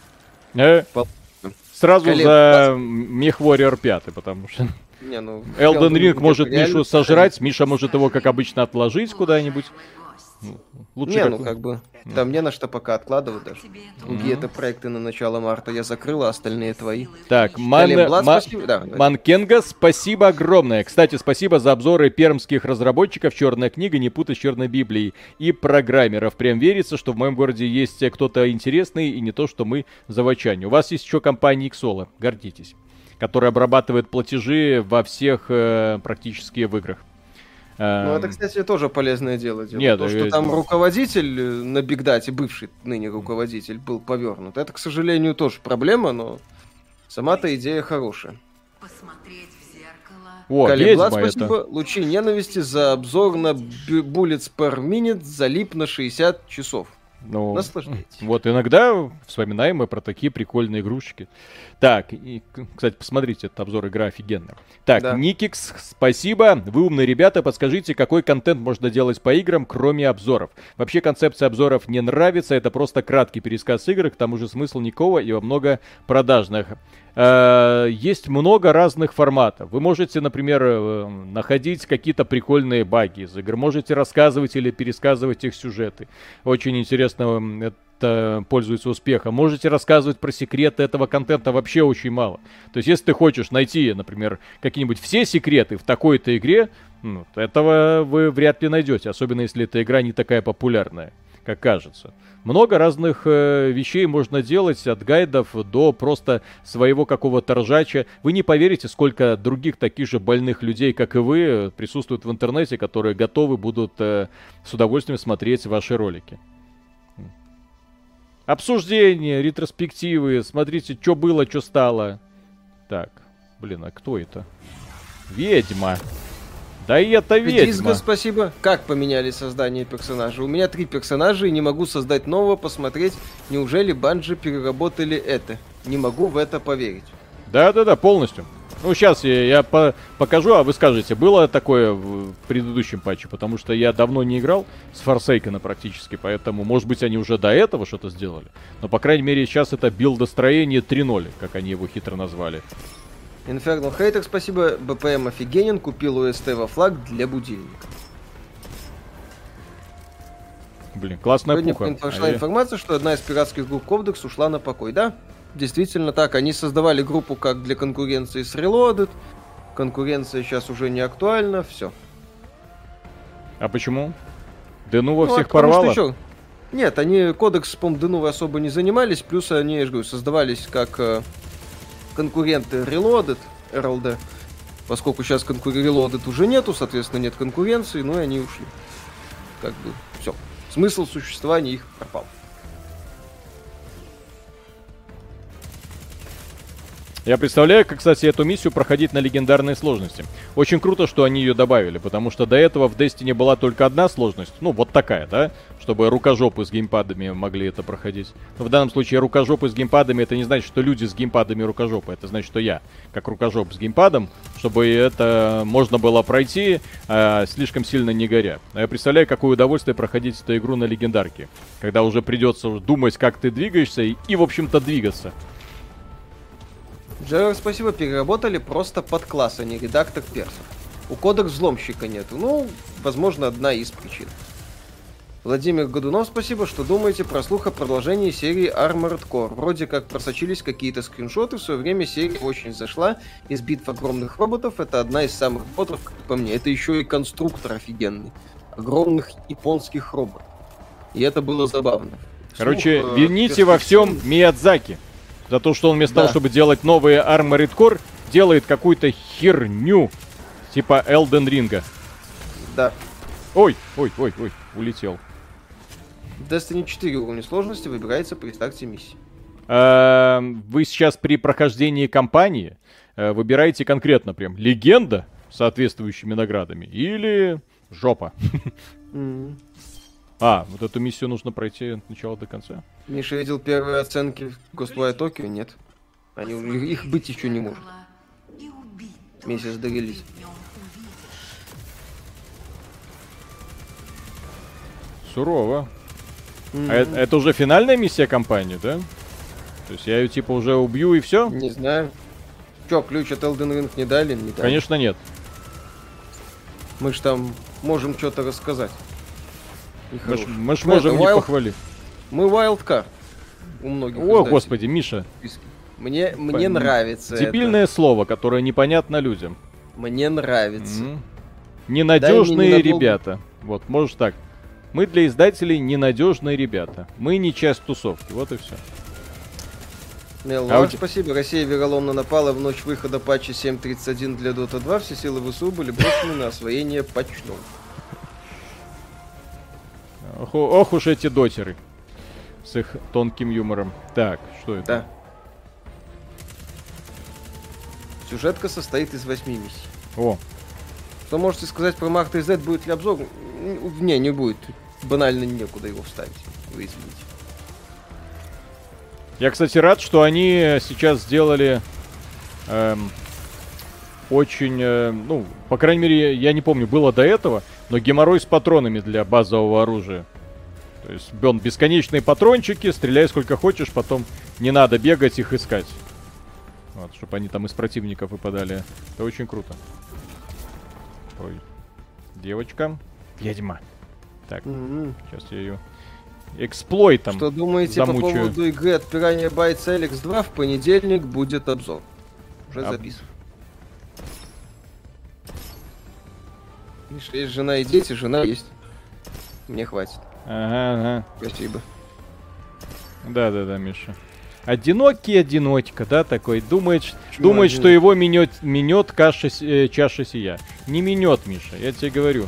Сразу за MechWarrior 5, потому что... Elden Ring может Мишу сожрать. Миша может его, как обычно, отложить куда-нибудь. Лучше там не на что пока откладывать даже. Другие-то проекты на начало марта я закрыл, а остальные твои. Так, Манкенга, спасибо огромное. Кстати, спасибо за обзоры пермских разработчиков «Черная книга», не путай с «Черной Библией» и программеров. Прям верится, что в моем городе есть кто-то интересный и не то, что мы заводчане. У вас есть еще компания Xolo, гордитесь, которая обрабатывает платежи во всех практически в играх. Ну, это, кстати, тоже полезное дело. Нет, то, что там руководитель на Бигдате, бывший ныне руководитель, был повернут. Это, к сожалению, тоже проблема, но сама-то идея хорошая. Посмотреть в зеркало. О, Калиблад, спасибо. Лучи ненависти за обзор на Bullets per Minute залип на 60 часов. Ну, наслаждайтесь. Вот иногда вспоминаем мы про такие прикольные игрушечки. Так, и, кстати, посмотрите, этот обзор, игра офигенная. Так, да. Никикс, спасибо. Вы умные ребята, подскажите, какой контент можно делать по играм, кроме обзоров. Вообще концепция обзоров не нравится, это просто краткий пересказ игр, к тому же смысл никакого и во много продажных. Есть много разных форматов. Вы можете, например, находить какие-то прикольные баги из игр, можете рассказывать или пересказывать их сюжеты. Очень интересно, это пользуется успехом. Можете рассказывать про секреты этого контента, вообще очень мало. То есть, если ты хочешь найти, например, какие-нибудь все секреты в такой-то игре, этого вы вряд ли найдете, особенно если эта игра не такая популярная, как кажется. Много разных вещей можно делать, от гайдов до просто своего какого-то ржача. Вы не поверите, сколько других таких же больных людей, как и вы, присутствуют в интернете, которые готовы будут с удовольствием смотреть ваши ролики. Обсуждения, ретроспективы, смотрите, что было, что стало. Так, блин, а кто это? Ведьма. Да и это ведьма. Дисго, спасибо. Как поменяли создание персонажа? У меня 3 персонажа и не могу создать нового, посмотреть, неужели Банжи переработали это. Не могу в это поверить. Да-да-да, полностью. Ну, сейчас я покажу, а вы скажете, было такое в предыдущем патче, потому что я давно не играл с Forsaken практически, поэтому, может быть, они уже до этого что-то сделали. Но, по крайней мере, сейчас это билдостроение 3.0, как они его хитро назвали. Infernal Hater, спасибо. БПМ офигенен, купил ОСТ во флаг для будильника. Блин, классная Сегодня пуха. Пошла информация, что одна из пиратских групп Кодекс ушла на покой. Да, действительно так. Они создавали группу как для конкуренции с Reloaded. Конкуренция сейчас уже не актуальна, все. А почему? Да ну во всех порвало. Нет, они кодекс, по-моему, Денувы особо не занимались, плюс они, я же говорю, создавались как конкуренты Reloaded, RLD, поскольку сейчас Reloaded уже нету, соответственно, нет конкуренции, ну и они ушли. Как бы, все. Смысл существования их пропал. Я представляю, как, кстати, эту миссию проходить на легендарной сложности. Очень круто, что они ее добавили, потому что до этого в Destiny была только одна сложность, ну, вот такая, да, чтобы рукожопы с геймпадами могли это проходить. Но в данном случае рукожопы с геймпадами, это не значит, что люди с геймпадами рукожопы, это значит, что я, как рукожоп с геймпадом, чтобы это можно было пройти, слишком сильно не горя. А я представляю, какое удовольствие проходить эту игру на легендарке, когда уже придется думать, как ты двигаешься, и в общем-то, двигаться. Джерар, спасибо, переработали просто под класс, а не редактор персов. У кодекс взломщика нету. Ну, возможно, одна из причин. Владимир Годунов, спасибо, что думаете про слух о продолжении серии Armored Core. Вроде как просочились какие-то скриншоты, в свое время серия очень зашла. Из битв огромных роботов это одна из самых бодрых, как по мне. Это еще и конструктор офигенный. Огромных японских роботов. И это было забавно. Короче, вините во всем Миядзаки. За то, что он вместо того, чтобы делать новые Armored Core, делает какую-то херню. Типа Elden Ring. Да. Ой, улетел. В Destiny 4 уровня сложности выбирается при старте миссии. Вы сейчас при прохождении кампании выбираете конкретно прям легенда с соответствующими наградами или жопа. Вот эту миссию нужно пройти от начала до конца. Миша видел первые оценки Ghostwire Tokyo? Нет. Их быть еще не может. Месяц до релиза. Сурово. А это уже финальная миссия кампании, да? То есть я ее типа уже убью и все? Не знаю. Че, ключ от Elden Ring не дали? Не дали. Конечно нет. Мы ж там можем что-то рассказать. Мы ж можем не похвалить. Мы wildcard у многих. О, господи, Миша. Мне нравится дебильное слово, которое непонятно людям. Мне нравится. Ненадежные ребята. Вот, можешь так. Мы для издателей ненадежные ребята. Мы не часть тусовки. Вот и все. Спасибо. Россия вероломно напала в ночь выхода патча 7.31 для Dota 2. Все силы ВСУ были брошены на освоение патчнул. Ох уж эти дотеры. С их тонким юмором. Так, что это? Да. Сюжетка состоит из 8 миссий. О. Что можете сказать про Марта и Z? Будет ли обзор? Не будет. Банально некуда его вставить. Вы извините. Я, кстати, рад, что они сейчас сделали очень, по крайней мере, я не помню, было до этого, но геморрой с патронами для базового оружия. То есть, бесконечные патрончики, стреляй сколько хочешь, потом не надо бегать их искать. Вот, чтобы они там из противников выпадали. Это очень круто. Ой. Девочка. Ведьма. Так, сейчас я ее эксплойтом Что думаете замучаю. по поводу игры от Piranha Bytes Alex 2? В понедельник будет обзор. Уже записан. Видишь, есть жена и дети, жена есть. Мне хватит. Ага. Спасибо. Да, Миша. Одинокий одиночка, да, такой. Думает, что его минет чаша сия. Не минет, Миша, я тебе говорю.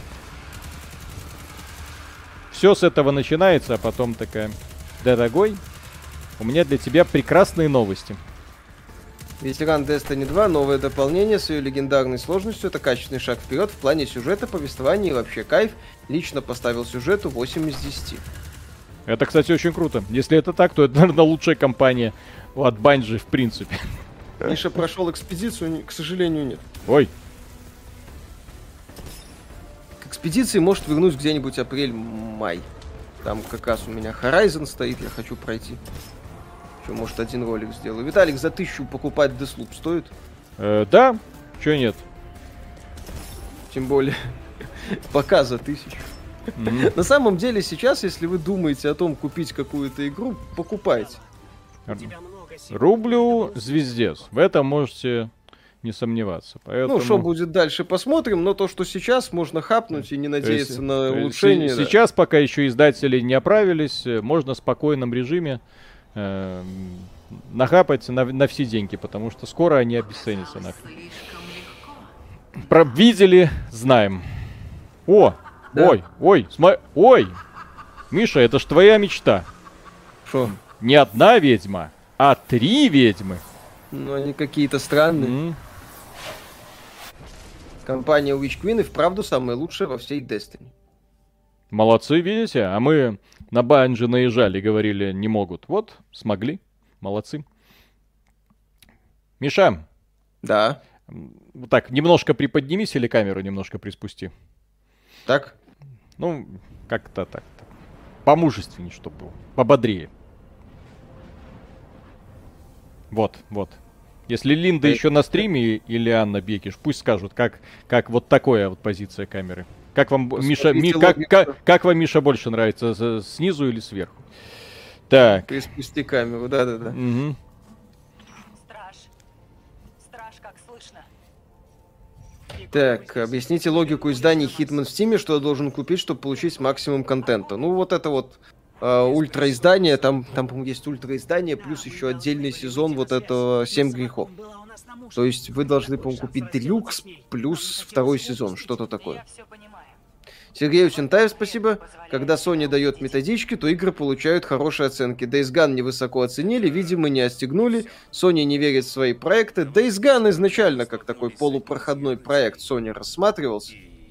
Все с этого начинается, а потом такая: дорогой, у меня для тебя прекрасные новости. Ветеран Destiny 2, новое дополнение с ее легендарной сложностью. Это качественный шаг вперед в плане сюжета, повествования и вообще кайф. Лично поставил сюжету 8 из 10. Это, кстати, очень круто. Если это так, то это, наверное, лучшая компания от Bungie в принципе. Миша прошел экспедицию, к сожалению, нет. Ой. К экспедиции может вернусь где-нибудь апрель-май. Там как раз у меня Horizon стоит, я хочу пройти. Что, может, один ролик сделаю. Виталик, за 1000 покупать Deathloop стоит? Да, чё нет. Тем более, пока за 1000. На самом деле, сейчас, если вы думаете о том, купить какую-то игру, покупайте. Рублю звездец. В этом можете не сомневаться. Поэтому... Ну, что будет дальше, посмотрим, но то, что сейчас, можно хапнуть и не надеяться на улучшение. Сейчас, пока еще издатели не оправились, можно в спокойном режиме нахапать на все деньги, потому что скоро они обесценятся. Видели, знаем. О, да. Ой, Миша, это ж твоя мечта. Что? Не одна ведьма, а 3 ведьмы. Ну, они какие-то странные. Компания Witch Queen и вправду самая лучшая во всей Destiny. Молодцы, видите? А мы на Банжи наезжали, говорили, не могут. Вот, смогли. Молодцы. Миша. Да. Так, немножко приподнимись или камеру немножко приспусти. Так? Ну, как-то так. Помужественнее, чтобы было. Пободрее. Вот. Если Линда еще на стриме или Анна Бекиш, пусть скажут, как вот такая вот позиция камеры. Как вам, Миша, как вам, Миша, больше нравится, снизу или сверху? Так. Приспусти камеру, да. Угу. Страж, как слышно? Так, объясните логику изданий Hitman в Steam, что я должен купить, чтобы получить максимум контента. Ну, вот это вот ультраиздание, там, по-моему, есть ультраиздание, плюс еще отдельный сезон вот этого 7 грехов. То есть вы должны, по-моему, купить делюкс плюс второй сезон, что-то такое. Сергею Сентаев спасибо. Когда Sony дает методички, то игры получают хорошие оценки. Days Gone невысоко оценили, видимо, не отстегнули. Sony не верит в свои проекты. Days Gone изначально как такой полупроходной проект Sony рассматривался.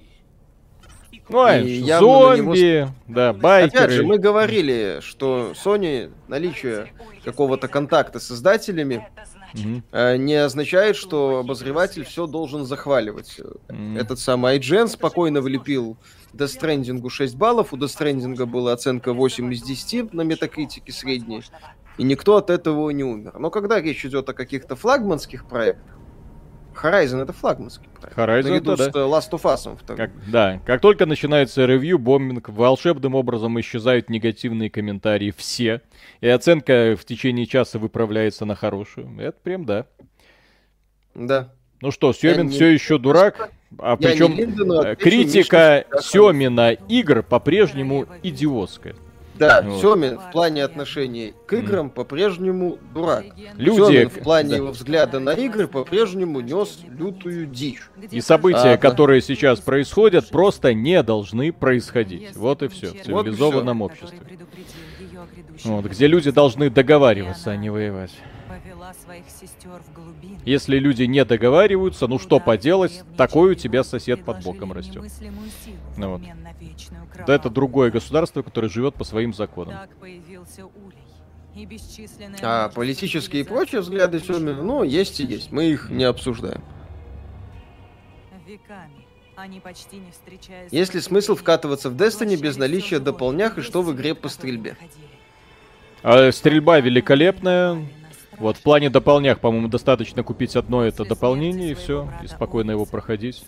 Зомби, да, байкеры. Опять же, мы говорили, что Sony наличие какого-то контакта с издателями не означает, что обозреватель все должен захваливать. Этот самый IGN спокойно влепил Death Stranding 6 баллов, у Death Stranding была оценка 8 из 10 на метакритике средней, и никто от этого не умер. Но когда речь идет о каких-то флагманских проектах, Horizon — это флагманский проект. Horizon — это, да. С Last of Us. Как только начинается ревью, бомбинг, волшебным образом исчезают негативные комментарии все, и оценка в течение часа выправляется на хорошую. Это прям да. Да. Ну что, Сёмин все еще дурак, а причем критика Сёмина игр по-прежнему идиотская. Да, вот. Сёмин в плане отношений к играм по-прежнему дурак. Сёмин в плане его взгляда на игры по-прежнему нес лютую дичь. И события, которые сейчас происходят, просто не должны происходить. Вот и все. В цивилизованном обществе. Вот, где люди должны договариваться, а не воевать. Если люди не договариваются, ну что поделать, такой у тебя сосед под боком растет. Ну, вот. Да, это другое государство, которое живет по своим законам. А политические и прочие взгляды Сёмина, ну, есть и есть. Мы их не обсуждаем. Есть ли смысл вкатываться в Destiny без наличия дополнях и что в игре по стрельбе? Стрельба великолепная. Вот, в плане дополнях, по-моему, достаточно купить одно это дополнение и все, и спокойно его проходить.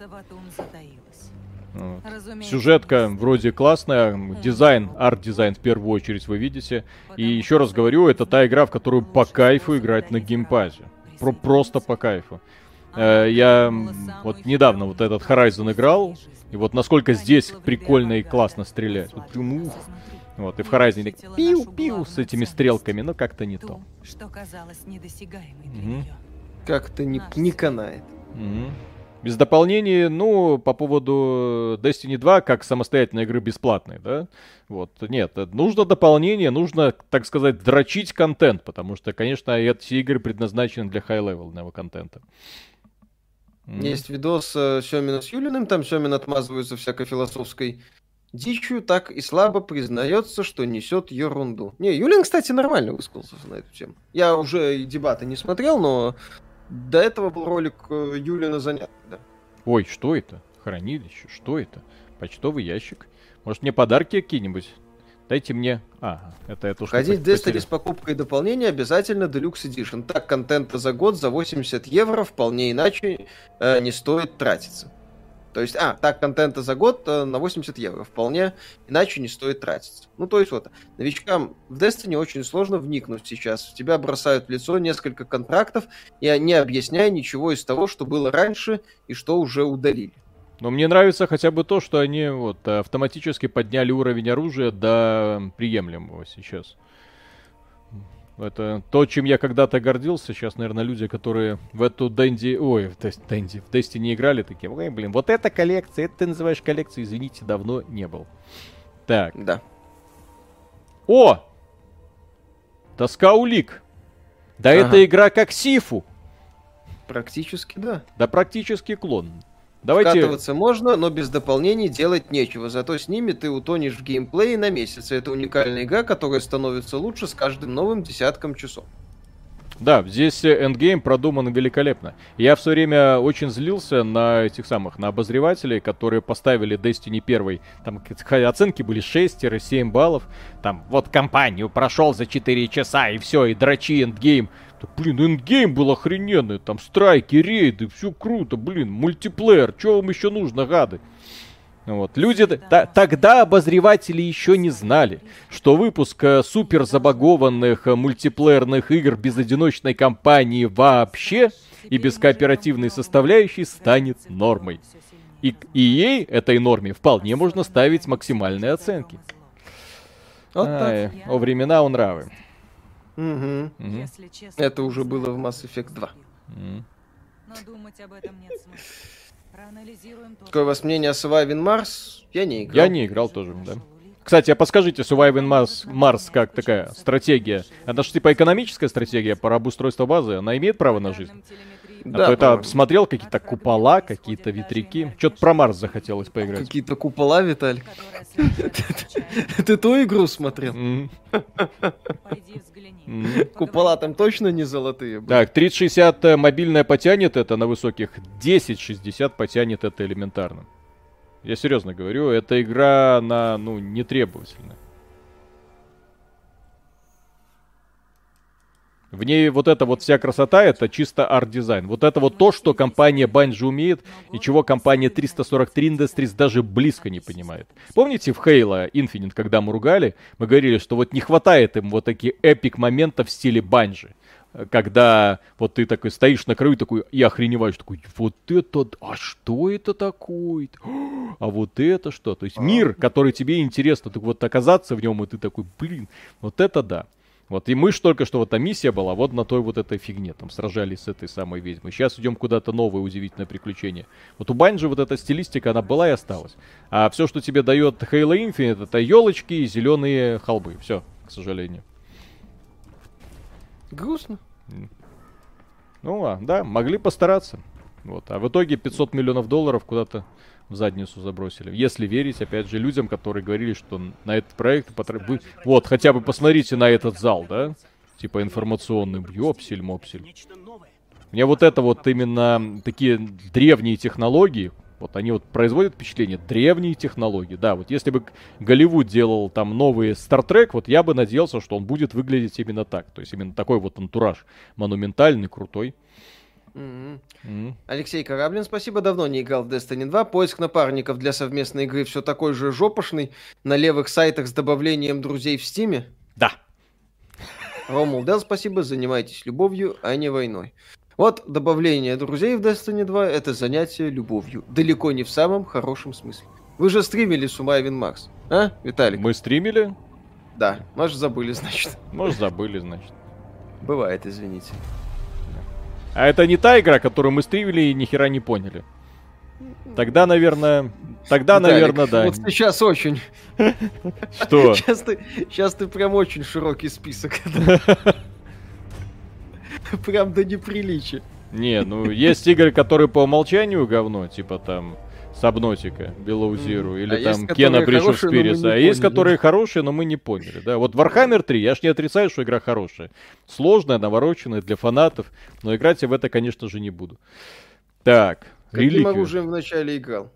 Вот. Сюжетка вроде классная, дизайн, арт-дизайн в первую очередь вы видите. И еще раз говорю, это та игра, в которую по кайфу играть на геймпаде. Просто по кайфу. Я вот недавно вот этот Horizon играл, и вот насколько здесь прикольно и классно стрелять. Вот, вот, и в Horizon пиу-пиу с этими стрелками, но как-то не то. Как-то не канает. Без дополнений, ну, по поводу Destiny 2, как самостоятельной игры бесплатной, да? Вот, нет, нужно дополнение, нужно, так сказать, дрочить контент, потому что, конечно, эти игры предназначены для хай-левелного контента. Есть видос Сёмина с Юлиным, там Сёмин отмазывается всякой философской дичью, так и слабо признается, что несет ерунду. Не, Юлин, кстати, нормально высказался на эту тему. Я уже дебаты не смотрел, но до этого был ролик Юлина занятный, да. Ой, что это? Хранилище? Что это? Почтовый ящик? Может, мне подарки какие-нибудь? Дайте мне... это я тоже... Ходить в Destiny с покупкой дополнения обязательно Deluxe Edition. Так, контента за год за 80 евро вполне иначе не стоит тратиться. То есть, так, контента за год на 80 евро. Вполне иначе не стоит тратиться. Ну, то есть, вот, новичкам в Destiny очень сложно вникнуть сейчас. В тебя бросают в лицо несколько контрактов, и не объясняя ничего из того, что было раньше и что уже удалили. Но мне нравится хотя бы то, что они вот автоматически подняли уровень оружия до приемлемого сейчас. Это то, чем я когда-то гордился. Сейчас, наверное, люди, которые в эту Дэнди... Ой, в Destiny играли, такие, ой, блин, вот эта коллекция, это ты называешь коллекцией, извините, давно не был. Так. Да. О! Тоска улик. Да это игра как Сифу. Практически, да. Да практически клон. Давайте... Вкатываться можно, но без дополнений делать нечего. Зато с ними ты утонешь в геймплее на месяц. И это уникальная игра, которая становится лучше с каждым новым десятком часов. Да, здесь эндгейм продуман великолепно. Я все время очень злился на этих самых, на обозревателей, которые поставили Destiny 1. Там оценки были 6-7 баллов. Там, вот кампанию прошел за 4 часа, и все, и дрочи эндгейм. Да, блин, эндгейм был охрененный. Там страйки, рейды, все круто, блин, мультиплеер. Что вам еще нужно, гады? Вот. Люди тогда обозреватели еще не знали, что выпуск супер забагованных мультиплеерных игр без одиночной кампании вообще и без кооперативной составляющей станет нормой. И ей, этой норме, вполне можно ставить максимальные оценки. Вот так. О времена, о нравы. Угу. Это уже было в Mass Effect 2. Но думать об этом нет смысла. Какое у вас мнение о Surviving Mars? Я не играл. Я не играл тоже, да. Кстати, а подскажите, Surviving Mars как такая стратегия? Это же типа экономическая стратегия по обустройству базы, она имеет право на жизнь? Да, а то это смотрел какие-то купола, какие-то ветряки. Что-то про Марс захотелось поиграть. Какие-то купола, Виталик. Ты ту игру смотрел? Купола там точно не золотые были? Так, 3060 мобильная потянет это на высоких, 1060 потянет это элементарно. Я серьезно говорю, эта игра, она, не требовательная. В ней вот эта вот вся красота, это чисто арт-дизайн. Вот это вот то, что компания Bungie умеет, и чего компания 343 Industries даже близко не понимает. Помните в Halo Infinite, когда мы ругали, мы говорили, что вот не хватает им вот таких эпик моментов в стиле Bungie. Когда вот ты такой стоишь на краю такой и охреневаешь, такой, вот это, а что это такое? А вот это что? То есть мир, который тебе интересно, так вот оказаться в нем, и ты такой, блин, вот это да. Вот, и мы ж только что, вот та миссия была, вот на той вот этой фигне, там, сражались с этой самой ведьмой. Сейчас идем куда-то новое удивительное приключение. Вот у Bungie вот эта стилистика, она была и осталась. А все, что тебе дает Halo Infinite, это елочки и зеленые холбы. Все, к сожалению. Грустно. Да, могли постараться. Вот, а в итоге 500 миллионов долларов куда-то в задницу забросили. Если верить, опять же, людям, которые говорили, что на этот проект вот, хотя бы посмотрите на этот зал, да? Типа информационный. Ёпсель-мопсель. Мне вот это вот именно такие древние технологии, вот они вот производят впечатление. Древние технологии, да. Вот если бы Голливуд делал там новый Star Trek, вот я бы надеялся, что он будет выглядеть именно так. То есть именно такой вот антураж монументальный, крутой. Алексей Кораблин, спасибо, давно не играл в Destiny 2. Поиск напарников для совместной игры все такой же жопошный на левых сайтах с добавлением друзей в Стиме? Да. Ромул Дел, спасибо, занимайтесь любовью, а не войной. Вот добавление друзей в Destiny 2 это занятие любовью. Далеко не в самом хорошем смысле. Вы же стримили Surviving Mars, а, Виталик? Мы стримили? Да, может забыли, значит. Может забыли, значит. Бывает, извините. А это не та игра, которую мы стримили и ни хера не поняли. Тогда, наверное, Виталик, да. Вот сейчас очень. Что? Сейчас ты прям очень широкий список. Прям до неприличия. Не, есть игры, которые по умолчанию говно, типа там Сабнотика, Below Zero, или там Kena Breach of Spirits. А есть, которые хорошие, но мы не поняли, да. Вот Warhammer 3, я ж не отрицаю, что игра хорошая. Сложная, навороченная, для фанатов, но играть я в это, конечно же, не буду. Так, каким оружием вначале играл?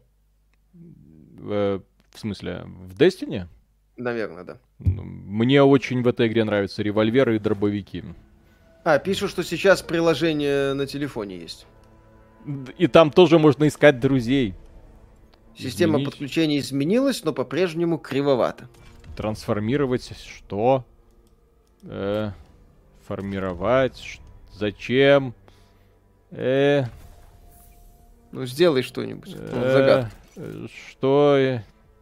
В смысле, в Destiny? Наверное, да. Мне очень в этой игре нравятся револьверы и дробовики. Пишут, что сейчас приложение на телефоне есть. И там тоже можно искать друзей. Система Изменить. подключения изменилась, но по-прежнему кривовато. Трансформировать что? Формировать. Зачем? Ну, сделай что-нибудь. Загадка. Что?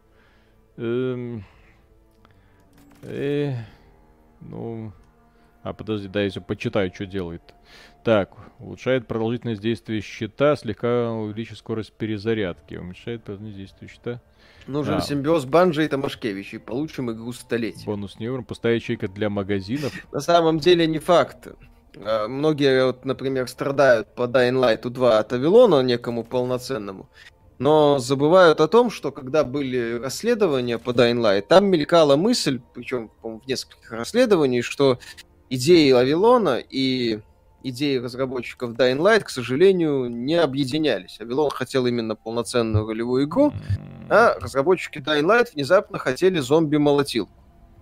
Ну... подожди, да, я еще почитаю, что делает. Так, улучшает продолжительность действия щита, слегка увеличит скорость перезарядки. Уменьшает продолжительность действия щита. Нужен симбиоз Банжи и Томашкевича, и получим игру столетия. Бонус невр, пустая ячейка для магазинов. На самом деле не факт. Многие, вот, например, страдают по Dying Light 2 от Авилона некому полноценному. Но забывают о том, что когда были расследования по Dying Light, там мелькала мысль, причем, по-моему, в нескольких расследованиях, что идеи Авилона и идеи разработчиков Dying Light, к сожалению, не объединялись. Авилон хотел именно полноценную ролевую игру, а разработчики Dying Light внезапно хотели зомби-молотилку.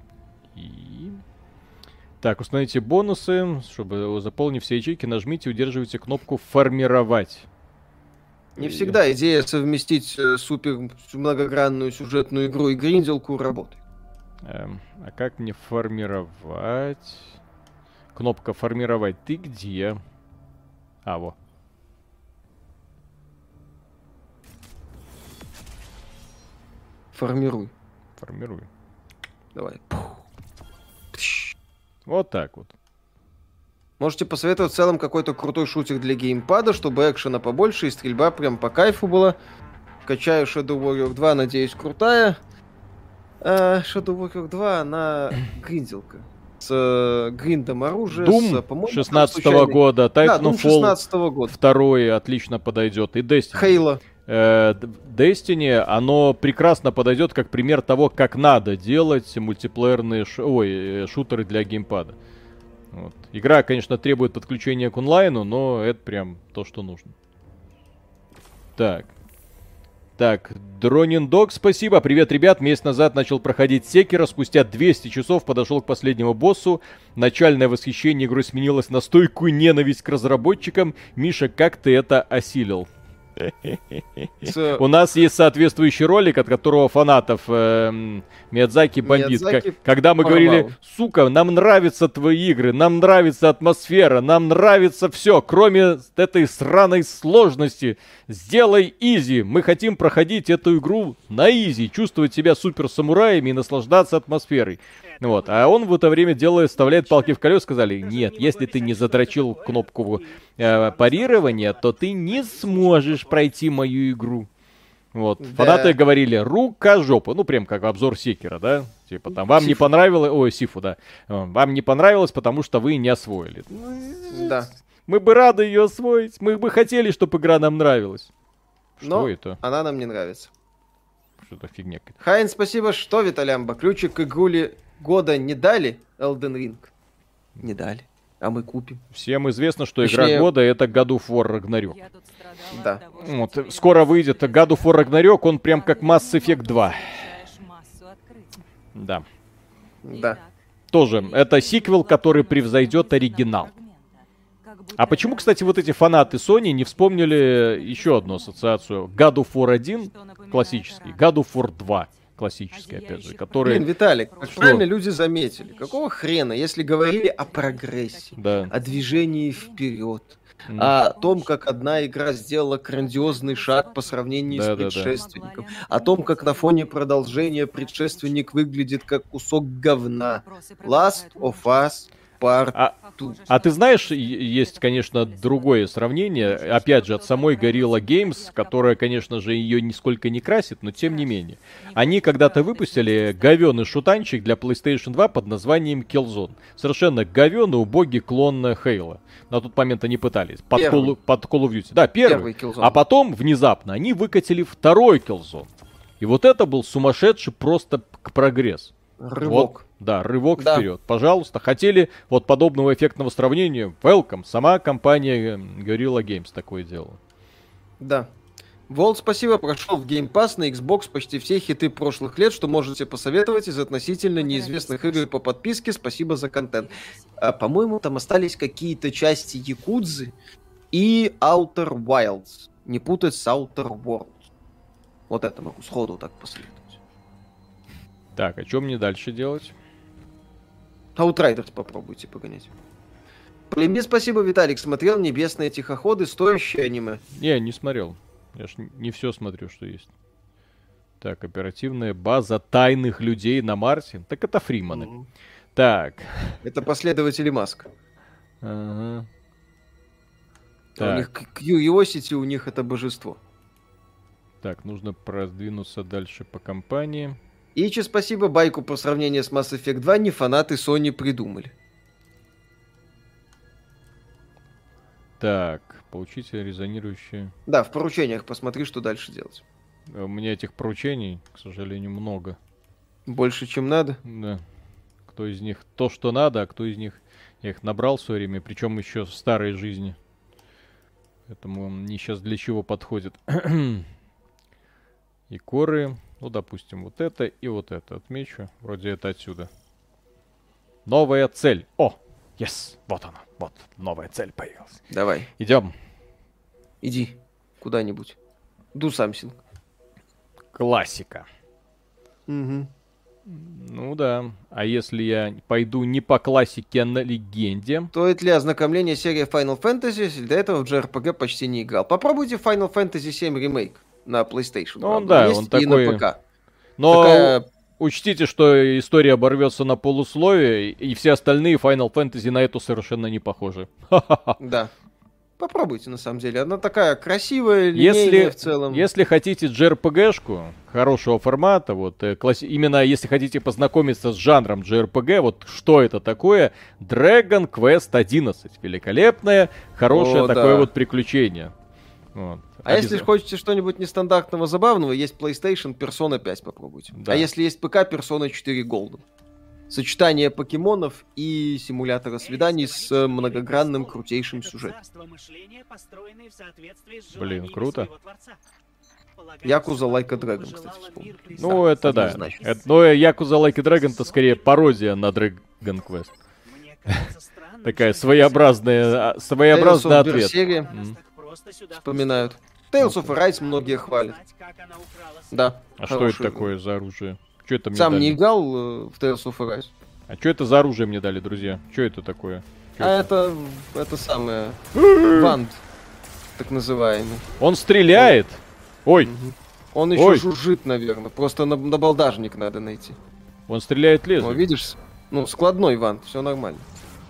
Так, установите бонусы. Чтобы заполнить все ячейки, нажмите и удерживайте кнопку «Формировать». Не всегда идея совместить супер многогранную сюжетную игру и гринделку работает. А как мне формировать? Кнопка «Формировать». Ты где? Во. Формируй. Формируй. Давай. Вот так вот. Можете посоветовать в целом какой-то крутой шутер для геймпада, чтобы экшена побольше и стрельба прям по кайфу была. Качаю Shadow Warrior 2, надеюсь, крутая. Shadow Warrior 2, она гринделка. С гриндом оружия. Doom 16-го года, Titanfall 2 отлично подойдет. И Destiny. Halo. Destiny, оно прекрасно подойдет как пример того, как надо делать мультиплеерные шутеры для геймпада. Вот. Игра, конечно, требует подключения к онлайну, но это прям то, что нужно. Так, Дронин Дог, спасибо. Привет, ребят. Месяц назад начал проходить Секиро. Спустя 200 часов подошел к последнему боссу. Начальное восхищение игрой сменилось на стойкую ненависть к разработчикам. Миша, как ты это осилил? У нас есть соответствующий ролик, от которого фанатов Миядзаки бомбит. Когда мы говорили: сука, нам нравятся твои игры, нам нравится атмосфера, нам нравится все, кроме этой сраной сложности. Сделай изи. Мы хотим проходить эту игру на изи, чувствовать себя супер самураями и наслаждаться атмосферой. Вот. А он в это время вставляет палки в колеса. Сказали: нет, если ты не задрочил кнопку парирования, то ты не сможешь пройти мою игру. Вот. Да. Фанаты говорили: рука-жопа. Ну, прям как обзор Секера, да? Типа там, вам Сифу. Не понравилось... Ой, Сифу, да. Вам не понравилось, потому что вы не освоили. Да. Мы бы рады ее освоить. Мы бы хотели, чтобы игра нам нравилась. Но что это? Она нам не нравится. Что-то фигня какая-то. Хайн, спасибо. Что, Виталямба? Ключик к игруле года не дали? Elden Ring? Не дали. А мы купим. Всем известно, что игра года — это God of War Ragnarok. Да. Вот, скоро выйдет God of War Ragnarok, он прям как Mass Effect 2. Да. Да. Тоже, это сиквел, который превзойдет оригинал. А почему, кстати, вот эти фанаты Sony не вспомнили еще одну ассоциацию? God of War 1 классический, God of War 2 классический, опять же, который... Блин, Виталик, как правильно люди заметили. Какого хрена, если говорили о прогрессе, да. О движении вперед, о том, как одна игра сделала грандиозный шаг по сравнению с предшественником, о том, как на фоне продолжения предшественник выглядит как кусок говна. Last of Us Part 2. А ты знаешь, есть, конечно, другое сравнение, опять же, от самой Guerrilla Games, которая, конечно же, ее нисколько не красит, но тем не менее. Они когда-то выпустили говёный шутанчик для PlayStation 2 под названием Killzone. Совершенно говёный, убогий клон Halo. На тот момент они пытались. Под Call of Duty. Да, первый. А потом, внезапно, они выкатили второй Killzone. И вот это был сумасшедший просто прогресс. Рывок. Вот, да, рывок вперед. Пожалуйста, хотели вот подобного эффектного сравнения? Welcome. Сама компания Guerrilla Games такое делала. Да. Волт, спасибо, прошел в Game Pass на Xbox почти все хиты прошлых лет, что можете посоветовать из относительно неизвестных игр по подписке. Спасибо за контент. По-моему, там остались какие-то части Якудзы и Outer Wilds. Не путать с Outer Worlds. Вот это могу сходу так посоветовать. Так, а что мне дальше делать? Outriders попробуйте погонять. Племби, спасибо, Виталик. Смотрел «Небесные тихоходы», стоящее аниме. Не смотрел. Я ж не все смотрю, что есть. Так, оперативная база тайных людей на Марсе. Так это Фриманы. Так. Это последователи Маска. Ага. У них Curiosity, у них это божество. Так, нужно продвинуться дальше по компании. Ичи, спасибо. Байку по сравнению с Mass Effect 2 не фанаты Sony придумали. Так, получите резонирующие... Да, в поручениях посмотри, что дальше делать. У меня этих поручений, к сожалению, много. Больше, чем надо? Да. Кто из них то, что надо, а кто из них... Я их набрал в свое время, причем еще в старой жизни. Поэтому они сейчас для чего подходят. И коры, ну, допустим, вот это и вот это отмечу. Вроде это отсюда. Новая цель. О, yes, вот она, вот новая цель появилась. Давай. Идем. Иди куда-нибудь. Do something. Классика. Угу. Ну да. А если я пойду не по классике, а на легенде? Стоит ли ознакомление серии Final Fantasy, если до этого в JRPG почти не играл? Попробуйте Final Fantasy 7 ремейк на PlayStation. Ну, он, да, есть, он и такой... на ПК. Но Такая... учтите, что история оборвется на полусловие, и все остальные Final Fantasy на эту совершенно не похожи. Да. Попробуйте, на самом деле. Она такая красивая, линейная в целом. Если хотите JRPG-шку хорошего формата, вот, именно если хотите познакомиться с жанром JRPG, вот что это такое, Dragon Quest 11. Великолепное, хорошее такое вот приключение. Вот. А если хотите что-нибудь нестандартного, забавного, есть PlayStation, Persona 5 попробуйте. Да. А если есть ПК, Persona 4 Golden. Сочетание покемонов и симулятора свиданий с многогранным крутейшим сюжетом. Блин, круто. Якуза Like a Dragon, кстати, вспомнил. Ну, да, это да. Но Якуза Like a Dragon это скорее пародия на Dragon Quest. Такая своеобразная ответ. Вспоминают. Tales of Arise многие хвалят. Да. А что это такое за оружие? Что это мне Сам дали? не играл в Tales of Arise. А что это за оружие мне дали, друзья? Что это такое? Это самое... Ванд, так называемый. Он стреляет? Ой! Он еще жужжит, наверное. Просто на балдажник надо найти. Он стреляет лезвием. Ну, видишь? Ну, складной вант, все нормально.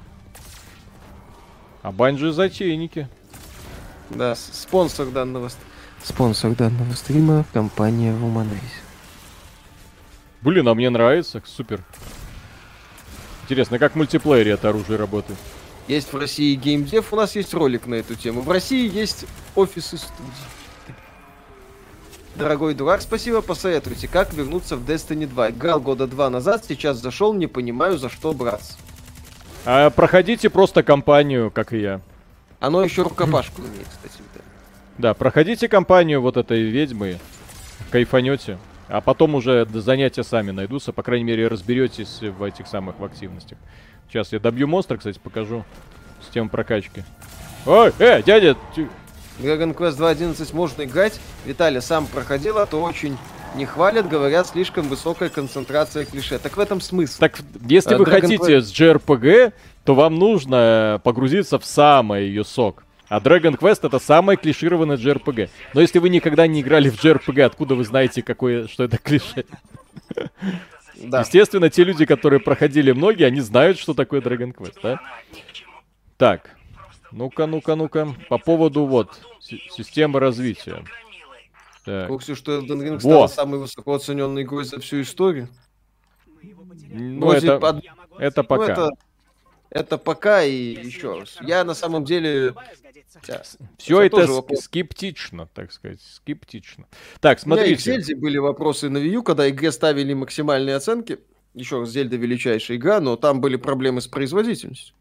А банджи затейники. Да, спонсор данного стрима — компания Womanize. Блин, а мне нравится, супер. Интересно, как в мультиплеере это оружие работает? Есть в России геймдев, у нас есть ролик на эту тему. В России есть офисы студий. Дорогой дурак, спасибо, посоветуйте, как вернуться в Destiny 2. Играл года 2 назад, сейчас зашел, не понимаю, за что браться. А проходите просто кампанию, как и я. Оно еще рукопашку имеет, кстати. Да, проходите кампанию вот этой ведьмы, кайфанете. А потом уже занятия сами найдутся. По крайней мере, разберетесь в этих самых в активностях. Сейчас я добью монстра, кстати, покажу. Систему прокачки. Ой, дядя! Dragon Quest 2.11 можно играть. Виталий сам проходил, а то очень не хвалят. Говорят, слишком высокая концентрация клише. Так в этом смысл. Так, если вы Dragon хотите Quest... с JRPG, то вам нужно погрузиться в самый ее сок. А Dragon Quest это самое клишированное JRPG. Но если вы никогда не играли в JRPG, откуда вы знаете, что это клише? Да. Естественно, те люди, которые проходили многие, они знают, что такое Dragon Quest, да? Так, ну-ка. По поводу системы развития. В курсе, что Elden Ring стала самой высоко оцененной игрой за всю историю? Ну, это пока. Это пока и еще раз. Я на самом деле... Все это скептично, так сказать. Скептично. Так, смотрите. У меня и в Зельде были вопросы на Wii U, когда игре ставили максимальные оценки. Еще раз, Зельда величайшая игра, но там были проблемы с производительностью.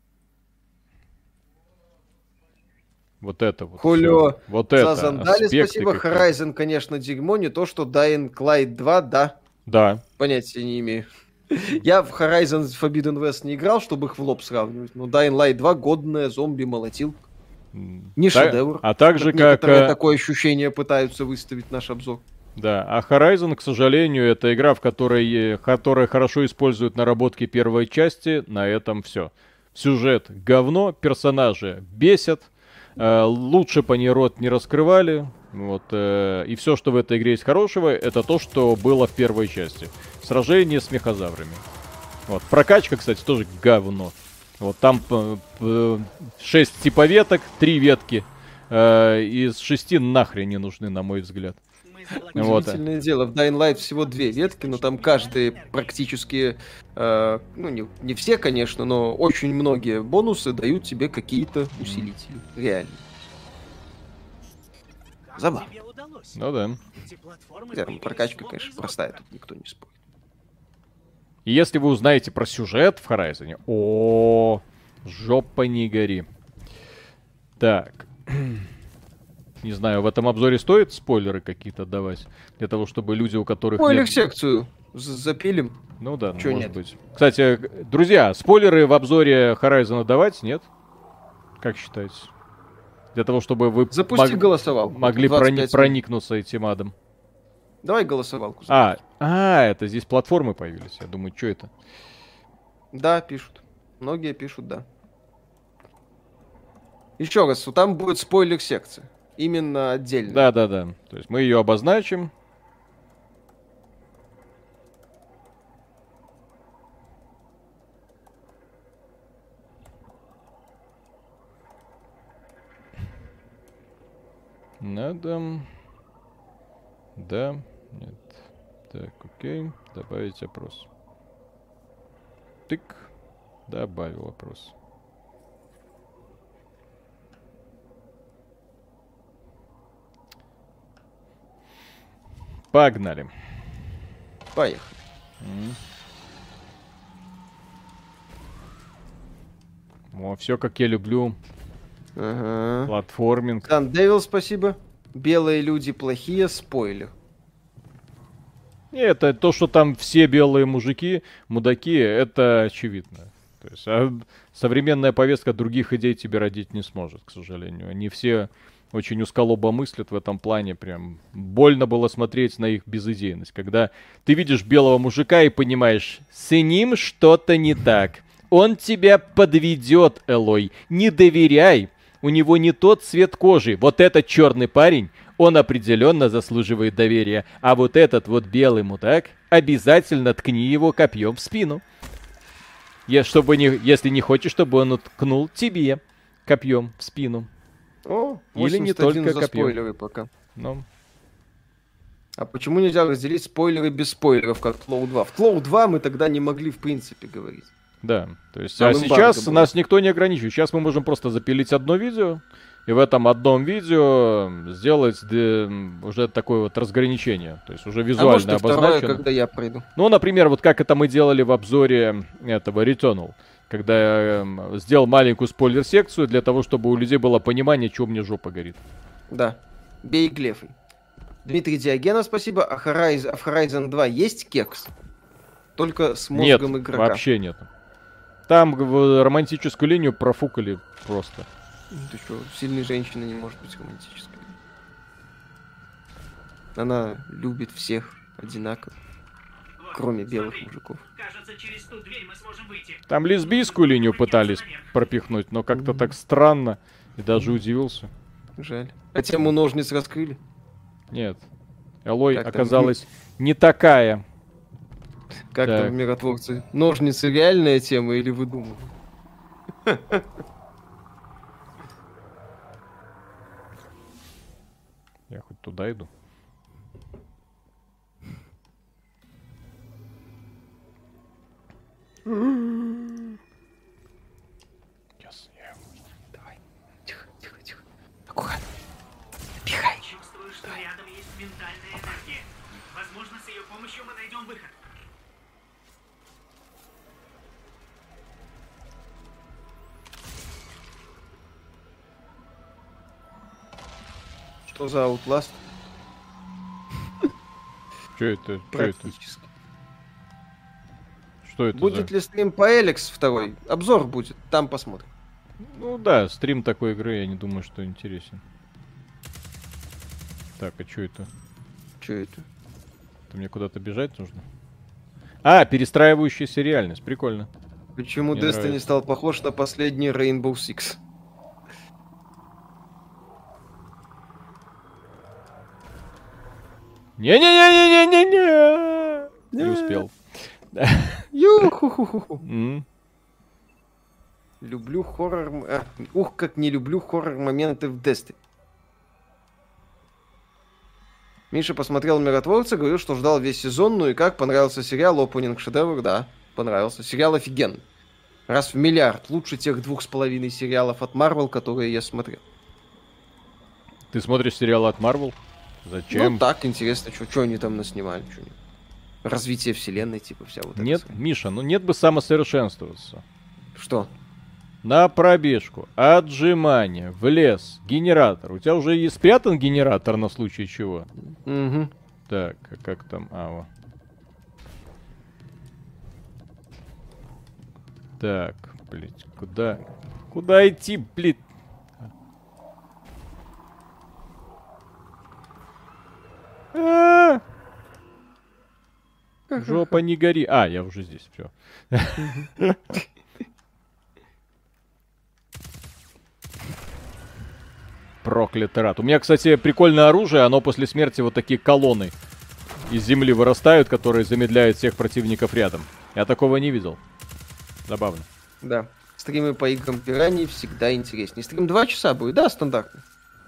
Вот это вот. Хулио. Вот это. Зазандали, спасибо. Horizon, конечно, дерьмо. Не то, что Dying Light 2, да. Да. Понятия не имею. Я в Horizon Forbidden West не играл, чтобы их в лоб сравнивать. Но Dying Light 2 годная зомби-молотилка. Не шедевр. А также как... Некоторые такое ощущение пытаются выставить наш обзор. Да, а Horizon, к сожалению, это игра, которая хорошо использует наработки первой части. На этом все. Сюжет говно, персонажи бесят. Лучше по ней рот не раскрывали. Вот, и все, что в этой игре есть хорошего, это то, что было в первой части. Сражение с мехозаврами. Вот. Прокачка, кстати, тоже говно. Вот там 6 типа веток, 3 ветки из 6 нахрен не нужны, на мой взгляд. Вот. Удивительное дело, в Dying Light всего 2 ветки, но там каждый практически, ну не все, конечно, но очень многие бонусы дают тебе какие-то усилители. Реально. Забавно. Ну да. Хотя там прокачка, конечно, простая, тут никто не спорит. И если вы узнаете про сюжет в Horizon, жопа не гори. Так. Не знаю, в этом обзоре стоит спойлеры какие-то давать? Для того, чтобы люди, у которых Спойлер нет... секцию запилим. Ну да, Чё может нет? быть. Кстати, друзья, спойлеры в обзоре Horizon давать, нет? Как считаете? Для того, чтобы вы Запусти голосовалку. могли 25 минут. проникнуться этим адом. Давай голосовалку. Это здесь платформы появились. Я думаю, что это? Да, пишут. Многие пишут, да. Еще раз, вот там будет спойлер секция. Именно отдельно. Да. То есть мы ее обозначим. Надо. Да. Нет. Так, окей. Добавить опрос. Тык. Добавил опрос. Погнали. Поехали. Все как я люблю. Ага. Платформинг. Дан Девил, спасибо. Белые люди плохие, спойлер. Это то, что там все белые мужики, мудаки, это очевидно. То есть, современная повестка других идей тебе родить не сможет, к сожалению. Они все очень узколобо мыслят в этом плане. Прям больно было смотреть на их безыдейность. Когда ты видишь белого мужика и понимаешь, с ним что-то не так. Он тебя подведет, Элой. Не доверяй. У него не тот цвет кожи. Вот этот черный парень, он определенно заслуживает доверия. А вот этот вот белый мудак, обязательно ткни его копьем в спину. Если не хочешь, чтобы он ткнул тебе копьем в спину. Или не только за спойлеры пока. Ну. А почему нельзя разделить спойлеры без спойлеров, как Тлоу 2? В Тлоу 2 мы тогда не могли в принципе говорить. Да, то есть, Там сейчас было. нас никто не ограничивает. Сейчас мы можем просто запилить одно видео, и в этом одном видео сделать уже такое вот разграничение. То есть уже визуально может, и обозначено. второе, когда я приду. Ну, например, вот как это мы делали в обзоре этого Returnal. Когда я сделал маленькую спойлер-секцию для того, чтобы у людей было понимание, чего мне жопа горит. Да. Бей глефой. Дмитрий Диогенов, спасибо. А в Horizon 2 есть кекс? Только с мозгом Нет, игрока. вообще нет. Там романтическую линию профукали просто. Ты что, сильная женщина не может быть романтической. Она любит всех одинаково. Кроме белых мужиков. Кажется, через ту дверь мы сможем выйти. Там лесбийскую линию пытались пропихнуть, но как-то так странно. И даже удивился. Жаль. А тему ножниц раскрыли? Нет. Элой Как там? оказалась не такая. Как Так. там в Миротворце? Ножницы реальная тема или выдумываешь? Я хоть туда иду. Давай. Тихо, тихо, тихо. Аккуратно. Пихай. Чувствую, что рядом есть ментальная энергия. Возможно, с ее помощью мы найдем выход. Что за Outlast? Что это? Что это? Практически. Что это Будет за... ли стрим по Эликс второй? Обзор будет, там посмотрим. Ну да, стрим такой игры, я не думаю, что интересен. Так, а что это? Что это? Это мне куда-то бежать нужно? А, перестраивающаяся реальность. Прикольно. Почему Мне Destiny нравится. стал похож на последний Rainbow Six? Не-не-не-не-не-не-не! Не успел. Ю-ху-ху-ху. М. Люблю хоррор... Ух, как не люблю хоррор-моменты в Destiny. Миша посмотрел «Миротворца», говорил, что ждал весь сезон. Ну и как? Понравился сериал? Опенинг шедевр? Да, понравился. Сериал офигенный. Раз в миллиард. Лучше тех 2,5 сериалов от Marvel, которые я смотрел. Ты смотришь сериалы от Marvel? Зачем? Ну так, интересно, что они там наснимали. Развитие вселенной, типа, вся вот эта Нет, схема. Миша, ну нет бы самосовершенствоваться. Что? На пробежку, отжимания, в лес, генератор. У тебя уже и спрятан генератор на случай чего? Угу. Так, а как там? Во. Так, блядь, куда? Куда идти, блядь? А! Жопа не гори. А, я уже здесь, все. Проклятый рад. У меня, кстати, прикольное оружие. Оно после смерти вот такие колонны из земли вырастают, которые замедляют всех противников рядом. Я такого не видел. Забавно. Да. Стримы по играм Пираний всегда интереснее. Стрим 2 часа будет, да, стандартно.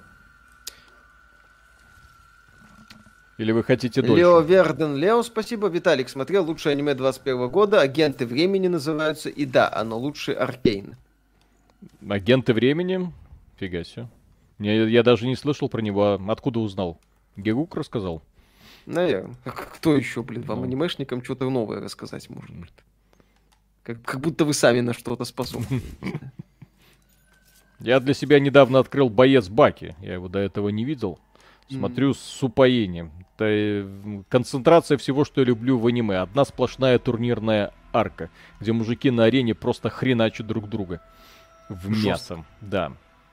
Или вы хотите дольше? Лео Верден, Лео, спасибо. Виталик смотрел лучшее аниме 21 года. Агенты времени называются. И да, оно лучше Аркейн. Агенты времени? Фига себе. Я даже не слышал про него. Откуда узнал? Гегук рассказал? Наверное. Кто еще, блин, вам Ну. анимешникам что-то новое рассказать может, блин? Как будто вы сами на что-то способны. Я для себя недавно открыл «Боец Баки». Я его до этого не видел. Смотрю с упоением. Это концентрация всего, что я люблю в аниме. Одна сплошная турнирная арка, где мужики на арене просто хреначат друг друга. В Жестко. мясо. Да.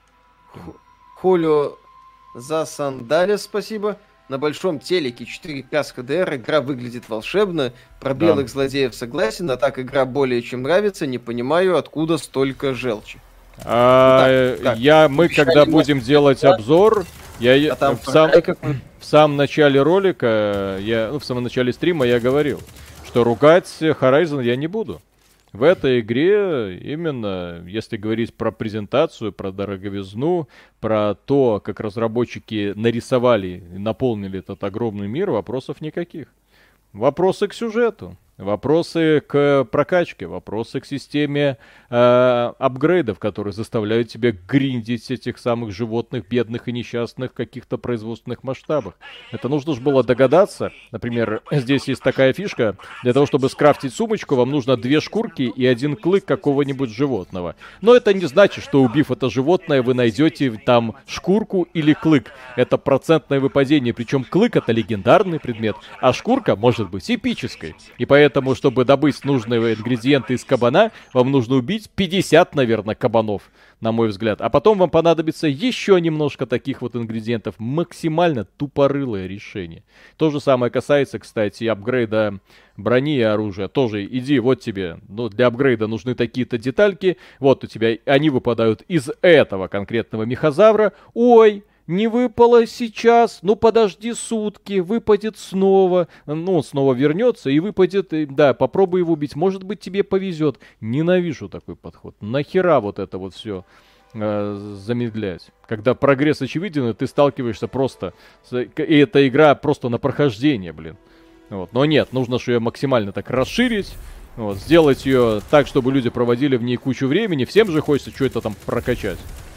Холио за сандали, спасибо. На большом телеке 4К с HDR игра выглядит волшебно. Про Да. белых злодеев согласен, а так игра более чем нравится. Не понимаю, откуда столько желчи. так, Мы обещали когда мы- будем делать обзор, А там в самом начале ролика, в самом начале стрима я говорил, что ругать Horizon я не буду. В этой игре именно, если говорить про презентацию, про дороговизну, про то, как разработчики нарисовали и наполнили этот огромный мир, вопросов никаких. Вопросы к сюжету, вопросы к прокачке, вопросы к системе апгрейдов, которые заставляют тебя гриндить этих самых животных, бедных и несчастных в каких-то производственных масштабах. Это нужно же было догадаться. Например, здесь есть такая фишка. Для того, чтобы скрафтить сумочку, вам нужно 2 шкурки и 1 клык какого-нибудь животного. Но это не значит, что убив это животное, вы найдете там шкурку или клык. Это процентное выпадение. Причем клык это легендарный предмет, а шкурка может быть эпической. И поэтому, чтобы добыть нужные ингредиенты из кабана, вам нужно убить 50, наверное, кабанов, на мой взгляд. А потом вам понадобится еще немножко таких вот ингредиентов. Максимально тупорылое решение. То же самое касается, кстати, апгрейда брони и оружия. Тоже иди, вот тебе, для апгрейда нужны такие-то детальки. Вот у тебя, они выпадают из этого конкретного мехозавра. Ой, не выпало сейчас, ну подожди сутки, выпадет снова. Ну, он снова вернется и выпадет, и, да, попробуй его убить, может быть тебе повезет. Ненавижу такой подход. Нахера вот это вот все замедлять? Когда прогресс очевиден, и ты сталкиваешься просто, и эта игра просто на прохождение, блин. Вот. Но нет, нужно же ее максимально так расширить. Вот, сделать ее так, чтобы люди проводили в ней кучу времени. Всем же хочется что-то там прокачать.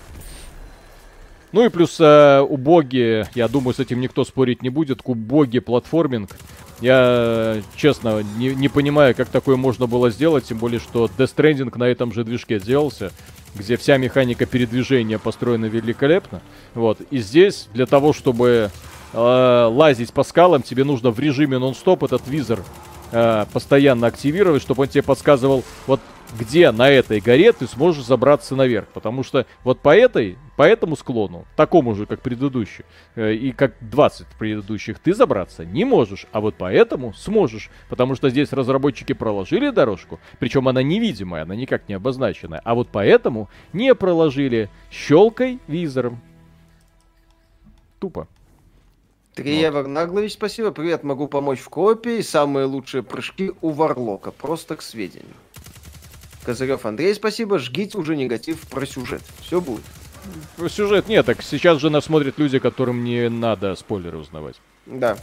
Ну и плюс убогий, я думаю, с этим никто спорить не будет, убогий платформинг. Я, честно, не понимаю, как такое можно было сделать, тем более, что Death Stranding на этом же движке делался, где вся механика передвижения построена великолепно. Вот, и здесь для того, чтобы лазить по скалам, тебе нужно в режиме нон-стоп этот визор постоянно активировать, чтобы он тебе подсказывал, вот где на этой горе ты сможешь забраться наверх. Потому что вот по этому склону, такому же, как предыдущий, и как 20 предыдущих, ты забраться не можешь. А вот по этому сможешь. Потому что здесь разработчики проложили дорожку. Причем она невидимая, она никак не обозначенная. А вот поэтому не проложили. Щелкай визором. Тупо. Триевер Наглович, спасибо. Привет, могу помочь в коопе. И самые лучшие прыжки у Варлока. Просто к сведению. Козырев Андрей, спасибо. Жгите уже негатив про сюжет. Все будет. Сюжет нет, так сейчас же нас смотрят люди, которым не надо спойлеры узнавать. Да.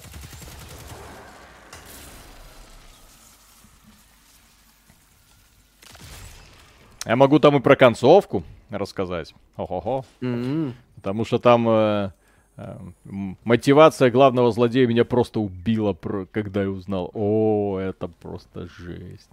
Я могу там и про концовку рассказать. Хо-хо-хо. М-м. Потому что там мотивация главного злодея меня просто убила, когда я узнал. О, это просто жесть.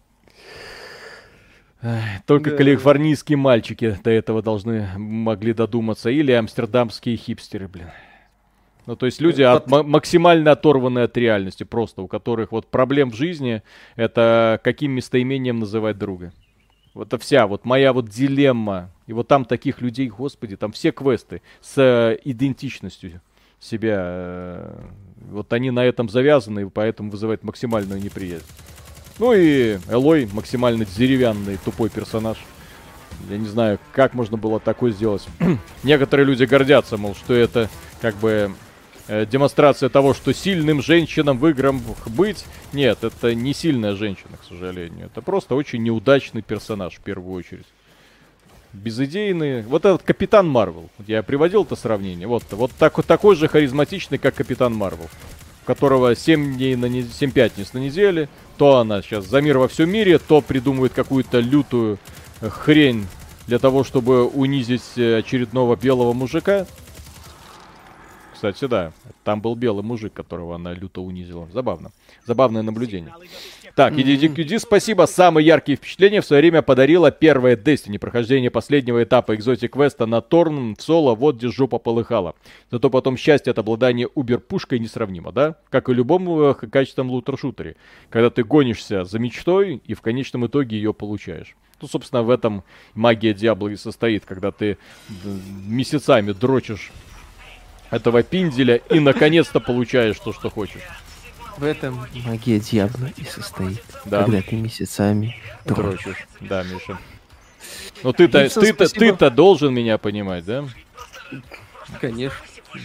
Только Да. калифорнийские мальчики до этого могли додуматься. Или амстердамские хипстеры, блин. Ну, то есть люди максимально оторванные от реальности, просто у которых вот проблем в жизни, это каким местоимением называть друга. Вот это вся вот моя вот дилемма. И вот там таких людей, господи, там все квесты с идентичностью себя. Вот они на этом завязаны, и поэтому вызывают максимальную неприязнь. Ну и Элой максимально деревянный, тупой персонаж. Я не знаю, как можно было такое сделать. Некоторые люди гордятся, мол, что это как бы демонстрация того, что сильным женщинам в играх быть. Нет, это не сильная женщина, к сожалению. Это просто очень неудачный персонаж в первую очередь. Безыдейный. Вот этот Капитан Марвел. Я приводил это сравнение. Вот такой же харизматичный, как Капитан Марвел. У которого 7 пятниц на неделе. То она сейчас за мир во всем мире, то придумывает какую-то лютую хрень для того, чтобы унизить очередного белого мужика. Кстати, да, там был белый мужик, которого она люто унизила. Забавно. Забавное наблюдение. Так, EDQD, спасибо. Самые яркие впечатления в свое время подарила первая Destiny. Прохождение последнего этапа Exotic Quest на Торн в соло, вот где жопа полыхала. Зато потом счастье от обладания убер-пушкой несравнимо, да? Как и любому качественном лутер-шутере. Когда ты гонишься за мечтой и в конечном итоге ее получаешь. Ну, собственно, в этом магия Диабло и состоит, когда ты месяцами дрочишь этого пинделя и наконец-то получаешь то, что хочешь. В этом магия Диабло и состоит. Да. Когда ты месяцами Дрочишь. Да, Миша. Ну ты-то должен меня понимать, да? Конечно.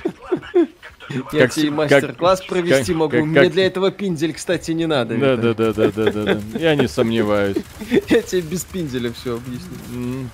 Я тебе мастер-класс провести могу. Мне для этого пиндель, кстати, не надо. Да. Я не сомневаюсь. Я тебе без пинделя все объясню.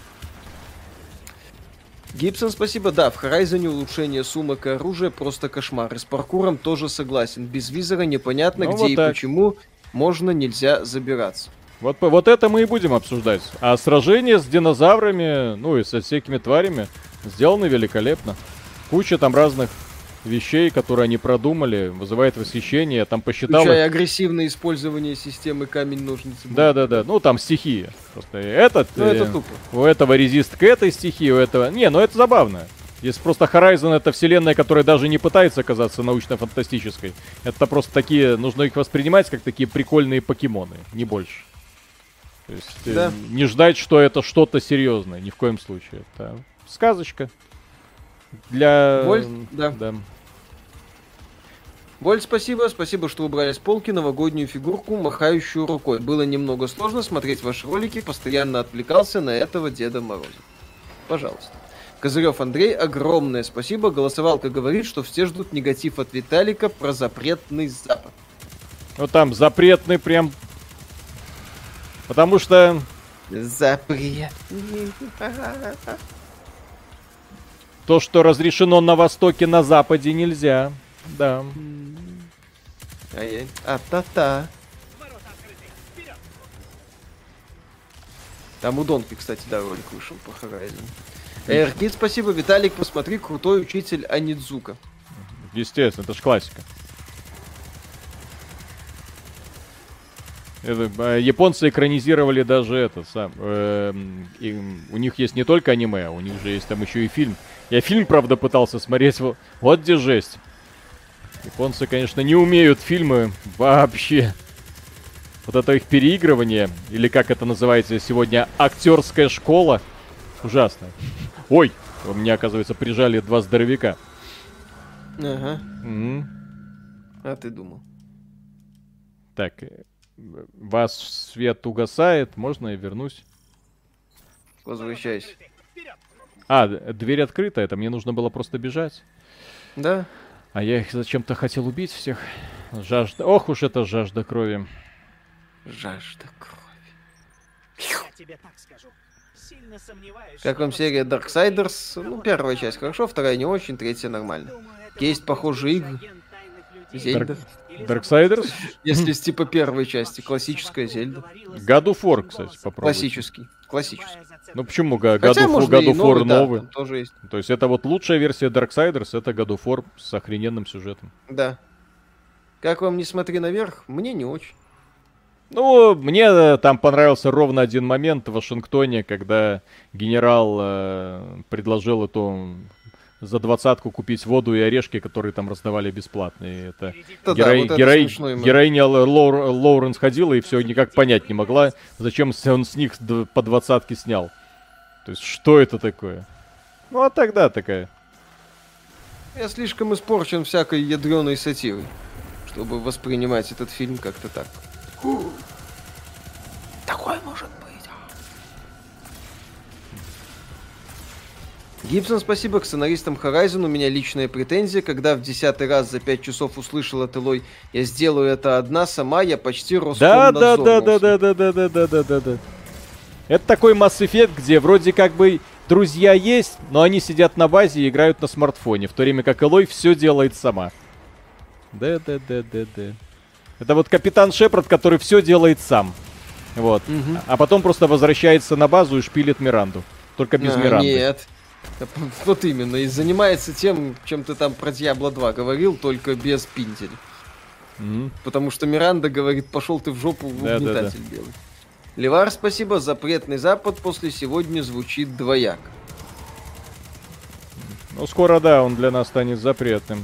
Гибсон, спасибо. Да, в Horizon улучшение сумок и оружия просто кошмар. И с паркуром тоже согласен. Без визора непонятно, Ну, где вот и так. почему можно, нельзя забираться. Вот это мы и будем обсуждать. А сражения с динозаврами, ну и со всякими тварями сделаны великолепно. Куча там разных вещей, которые они продумали, вызывает восхищение. Я там посчитал. Включая агрессивное использование системы камень-ножницы. Да. Ну там стихия. Просто это тупо. У этого резист к этой стихии, у этого. Не, ну это забавно. Если просто Horizon это вселенная, которая даже не пытается оказаться научно-фантастической. Это просто такие, нужно их воспринимать как такие прикольные покемоны, не больше. То есть Да. не ждать, что это что-то серьезное, ни в коем случае. Это сказочка. Для... Вольт, да. Да. Боль, спасибо. Спасибо, что убрали с полки новогоднюю фигурку, махающую рукой. Было немного сложно смотреть ваши ролики, постоянно отвлекался на этого Деда Мороза. Пожалуйста. Козырев Андрей, огромное спасибо. Голосовалка говорит, что все ждут негатив от Виталика про запретный Запад. Ну там запретный прям... Потому что... Запрет. То, что разрешено на Востоке, на Западе нельзя. Да. Ай-яй. А-та-та. Там у Донки, кстати, да, ролик вышел по Horizon. Эркит, спасибо. Виталик, посмотри, крутой учитель Анидзука. Естественно, это ж классика. Японцы экранизировали даже это сам. У них есть не только аниме, у них же есть там еще и фильм. Я фильм, правда, пытался смотреть. Вот где жесть. Японцы, конечно, не умеют фильмы вообще. Вот это их переигрывание, или как это называется сегодня, актерская школа, ужасно. Ой, у меня, оказывается, прижали два здоровяка. Ага. Мгм. А ты думал? Так, вас свет угасает, можно я вернусь? Возвращайся. А, дверь открыта, это мне нужно было просто бежать. Да? А я их зачем-то хотел убить всех. Жажда. Ох уж это жажда крови. Жажда крови. Я тебе так скажу. Сильно сомневаюсь, Как вам серия Darksiders? Ну, первая часть хорошо, вторая не очень, третья нормально. Есть похожие игры. Зельда. Darksiders? Если с типа первой части, классическая Зельда. God of War, кстати, попробуйте. Классический. Классический. Ну почему God Хотя of можно God и of War да, новый? там тоже есть. То есть это вот лучшая версия Darksiders, это God of War с охрененным сюжетом. Да. Как вам не смотри наверх? Мне не очень. Ну, мне там понравился ровно один момент в Вашингтоне, когда генерал предложил эту за 20-ку купить воду и орешки, которые там раздавали бесплатно. И это Да, вот это смешно именно. героиня Лоуренс ходила и все никак понять не могла, зачем он с них по 20-ке снял. То есть, что это такое? Ну, а тогда такая. Я слишком испорчен всякой ядреной сатирой, чтобы воспринимать этот фильм как-то так. Такое может быть. Гибсон, спасибо. К сценаристам Horizon у меня личная претензия. Когда в 10-й раз за 5 часов услышал от Элой, я сделаю это одна сама, я почти Роскомнадзор. Да. Это такой Mass Effect, где вроде как бы друзья есть, но они сидят на базе и играют на смартфоне, в то время как Элой все делает сама. Да. Это вот капитан Шепард, который все делает сам. Вот. А потом просто возвращается на базу и шпилит Миранду. Только без Миранды. Нет. Вот именно. И занимается тем, чем ты там про Diablo 2 говорил, только без пиндель. Потому что Миранда говорит, пошел ты в жопу, угнетатель делай. Левар, спасибо. Запретный Запад после сегодня звучит двояк. Ну, скоро, да, он для нас станет запретным.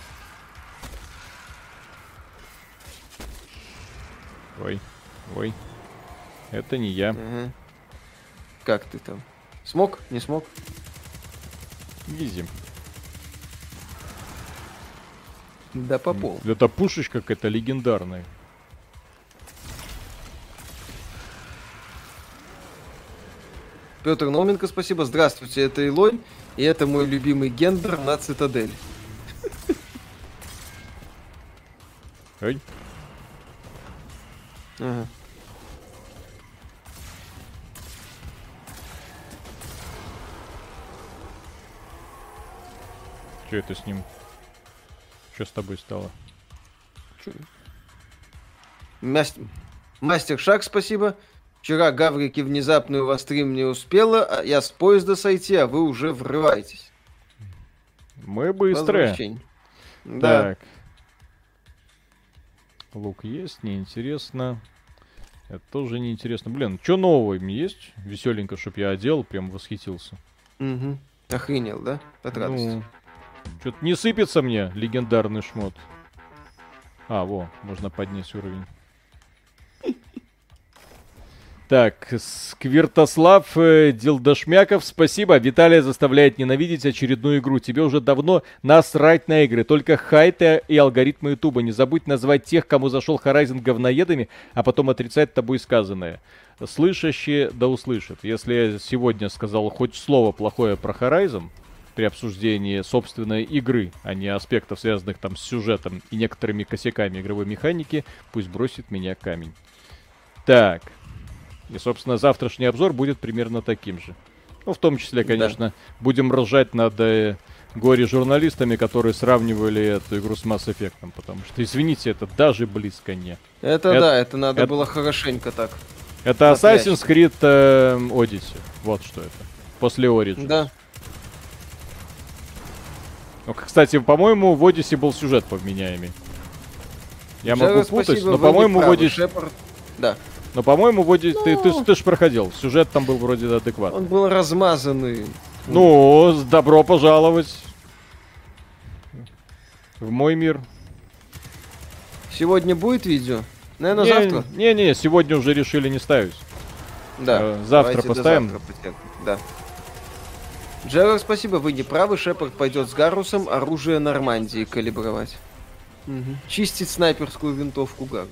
Ой. Это не я. Ага. Как ты там? Смог? Не смог? Изи. Да по полу. Это пушечка какая-то легендарная. Петр Науменко, спасибо. Здравствуйте, это Илой. И это мой любимый гендер на Цитадель. Ой. Ага. Что это с ним? Что с тобой стало? Мастер Шаг, спасибо. Вчера Гаврики внезапно у вас стрим не успела, а я с поезда сойти, а вы уже врываетесь. Мы быстрые. Возвращение. Да. Так. Лук есть, неинтересно. Это тоже неинтересно. Блин, что нового им есть? Веселенько, чтоб я одел, прям восхитился. Угу. Охренел, да? От радости. Ну, что-то не сыпется мне легендарный шмот. А, во, можно поднять уровень. Так, Сквиртослав Дилдашмяков, спасибо. Виталия заставляет ненавидеть очередную игру. Тебе уже давно насрать на игры. Только хайты и алгоритмы Ютуба. Не забудь назвать тех, кому зашел Horizon говноедами, а потом отрицать тобой сказанное. Слышащие да услышат. Если я сегодня сказал хоть слово плохое про Horizon при обсуждении собственной игры, а не аспектов, связанных там с сюжетом и некоторыми косяками игровой механики, пусть бросит меня камень. Так. И, собственно, завтрашний обзор будет примерно таким же. Ну, в том числе, конечно, будем ржать над горе-журналистами, которые сравнивали эту игру с Mass Effect. Потому что, извините, это даже близко не. Это надо было хорошенько так. Это Assassin's Creed Odyssey. Вот что это. После Origins. Да. Ну, кстати, по-моему, в Odyssey был сюжет повменяемый. Я могу путать, но, по-моему, в Odyssey... Да. Но, по-моему, ты ж проходил. Сюжет там был вроде адекватный. Он был размазанный. Ну, добро пожаловать в мой мир. Сегодня будет видео? Наверное, завтра? Не, сегодня уже решили не ставить. Да. Завтра Давайте до поставим. завтра потерпим. Да. Джерар, спасибо, вы не правы. Шепард пойдет с Гарусом оружие Нормандии калибровать. Чистить снайперскую винтовку Гарус.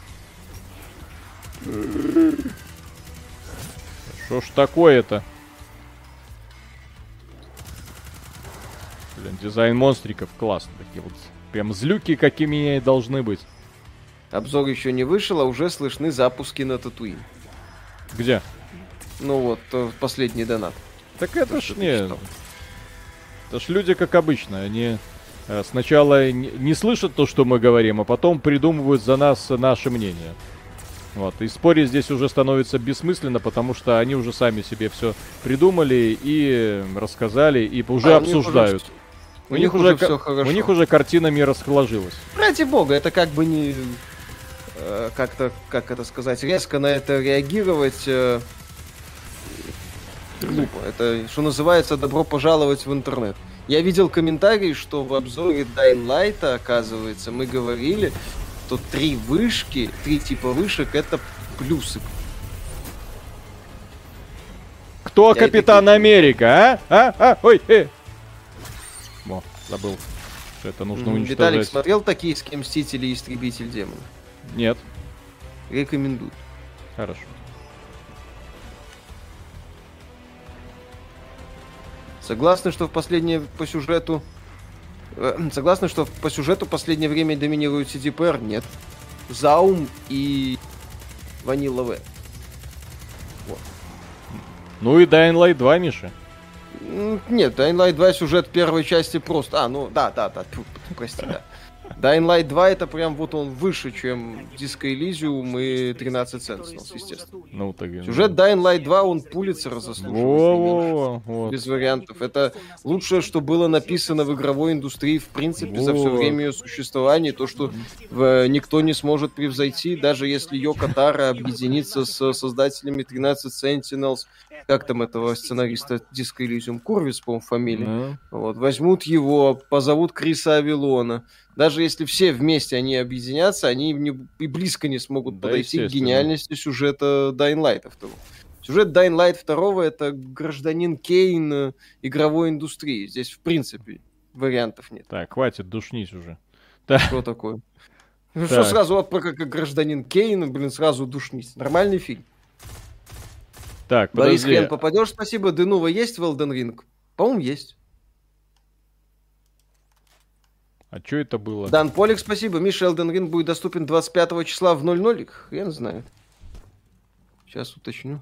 Что ж такое-то? Блин, дизайн монстриков классный. Такие вот прям злюки, какими они должны быть. Обзор еще не вышел, а уже слышны запуски на Татуин. Где? Ну вот, последний донат. Так это ж что ты не... читал. Это ж люди как обычно. Они сначала не слышат то, что мы говорим, а потом придумывают за нас наше мнение. Вот. И спорить здесь уже становится бессмысленно, потому что они уже сами себе все придумали и рассказали, и уже обсуждают. У них уже все хорошо. У них уже картина мира сложилась. Ради бога, это как бы не... как-то, как это сказать, резко на это реагировать глупо. Это, что называется, добро пожаловать в интернет. Я видел комментарий, что в обзоре Dying Light, оказывается, мы говорили, что 3 типа вышек, это плюсы. Кто Я Капитан Америка, а? Ой, О, забыл, что это нужно уничтожать. Виталик смотрел «Токийские мстители» и «Истребитель демонов»? Нет. Рекомендую. Хорошо. Согласны, что по сюжету в последнее время доминирует CDPR? Нет. Заум и Vanilla V. Вот. Ну и Dying Light 2, Миша. Нет, Dying Light 2 сюжет первой части просто... прости, да. Dying Light 2 это прям вот он выше, чем Disco Elysium и 13 Sentinels, естественно. Ну, так... Сюжет Dying Light 2, он Пулитцера заслуживает. Вот. Без вариантов. Это лучшее, что было написано в игровой индустрии, в принципе, за все время ее существования. То, что никто не сможет превзойти, даже если Йоко Таро объединится с создателями 13 Sentinels, как там этого сценариста Disco Elysium, Курвис, по-моему, фамилия. Вот, возьмут его, позовут Криса Авилона. Даже если все вместе они объединятся, они и близко не смогут подойти к гениальности сюжета Dying Light 2. Сюжет Dying Light 2 это гражданин Кейн игровой индустрии. Здесь, в принципе, вариантов нет. Так, хватит душнить уже. Что такое? Что сразу вот как гражданин Кейн, сразу душнить. Нормальный фильм. Так, Борис Хрен, попадешь, спасибо. Денува есть в Elden Ring? По-моему, есть. А что это было? Дан Полик, спасибо. Миша, Elden Ring будет доступен 25 числа в 00. Хрен знает. Сейчас уточню.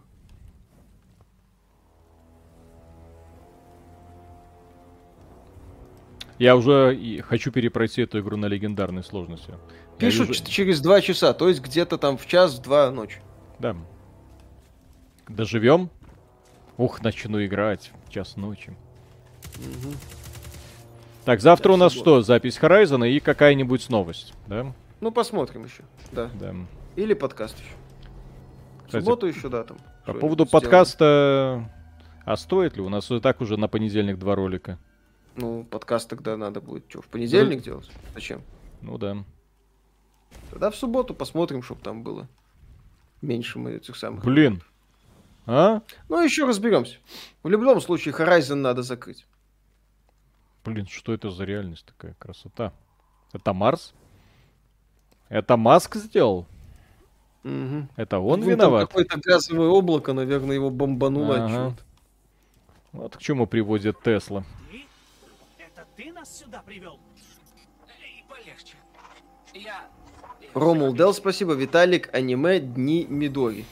Я уже хочу перепройти эту игру на легендарной сложности. Пишут через 2 часа, то есть где-то там в 1-2 ночи. Да. Доживем? Ух, начну играть в 1 ночи. Угу. Так, завтра у нас что? Запись Horizon и какая-нибудь новость, да? Ну, посмотрим еще, да. Или подкаст еще. Кстати, субботу еще, да, там. По поводу подкаста, а стоит ли? У нас и так уже на понедельник 2 ролика. Ну, подкаст тогда надо будет что, в понедельник делать? Зачем? Ну да. Тогда в субботу посмотрим, чтобы там было меньше мы этих самых... Блин. А? Ну, еще разберемся. В любом случае, Horizon надо закрыть. Блин, что это за реальность такая? Красота. Это Марс? Это Маск сделал? Угу. Это он виноват? Какое-то газовое облако, наверное, его бомбануло. Ага. Вот к чему приводит Тесла. Это ты нас сюда привел? И полегче. Ромул Дел, спасибо. Виталик, аниме Дни Мидори.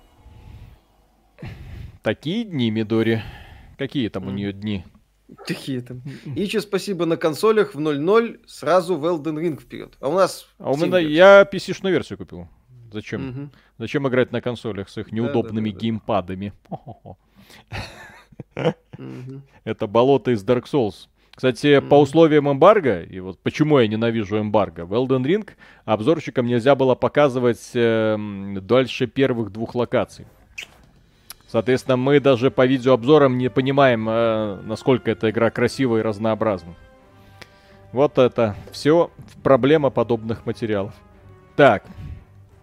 Такие дни Мидори? Какие там у нее дни? Такие там. Ичи, спасибо, на консолях в 0.0 сразу в Elden Ring вперед. А у нас... А у меня я PC-шную версию купил. Зачем? Зачем играть на консолях с их неудобными геймпадами? Это болото из Dark Souls. Кстати, по условиям эмбарго, и вот почему я ненавижу эмбарго, в Elden Ring обзорщикам нельзя было показывать дальше первых 2 локаций. Соответственно, мы даже по видеообзорам не понимаем, насколько эта игра красива и разнообразна. Вот это все проблема подобных материалов. Так.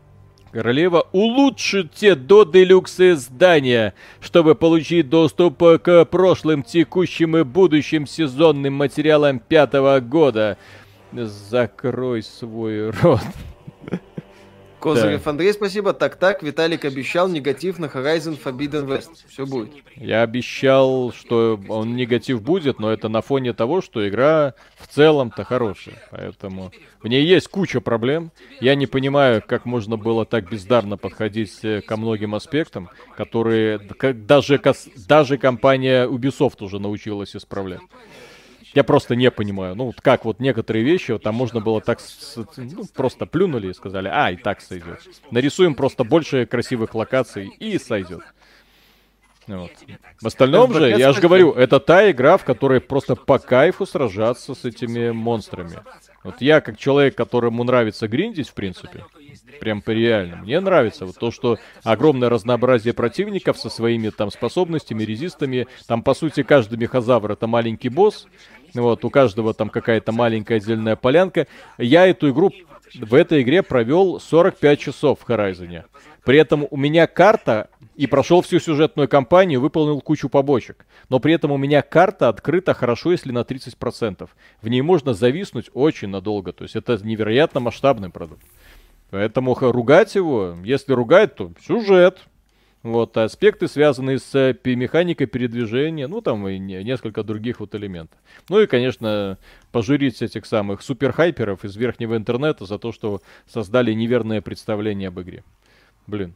Королева, улучшите до делюкс издания, чтобы получить доступ к прошлым, текущим и будущим сезонным материалам 5-го года. Закрой свой рот. Козырев Андрей, спасибо. Так, Виталик обещал негатив на Horizon Forbidden West. Все будет. Я обещал, что он негатив будет, но это на фоне того, что игра в целом-то хорошая. Поэтому в ней есть куча проблем. Я не понимаю, как можно было так бездарно подходить ко многим аспектам, которые даже компания Ubisoft уже научилась исправлять. Я просто не понимаю. Ну, вот как вот некоторые вещи, вот там можно было так просто плюнули и сказали, и так сойдет. Нарисуем просто больше красивых локаций и сойдет. Вот. В остальном же, я же говорю, это та игра, в которой просто по кайфу сражаться с этими монстрами. Вот я, как человек, которому нравится гриндить, в принципе, прям реально, мне нравится вот то, что огромное разнообразие противников со своими там способностями, резистами. Там, по сути, каждый мехозавр — это маленький босс. Вот, у каждого там какая-то маленькая отдельная полянка. Я эту игру в этой игре провел 45 часов в Horizon. При этом у меня карта, и прошел всю сюжетную кампанию, выполнил кучу побочек. Но при этом у меня карта открыта хорошо, если на 30%. В ней можно зависнуть очень надолго. То есть это невероятно масштабный продукт. Поэтому ругать его, если ругать, то сюжет. Вот, аспекты, связанные с механикой передвижения, ну, там и несколько других вот элементов. Ну и, конечно, пожурить этих самых суперхайперов из верхнего интернета за то, что создали неверное представление об игре. Блин.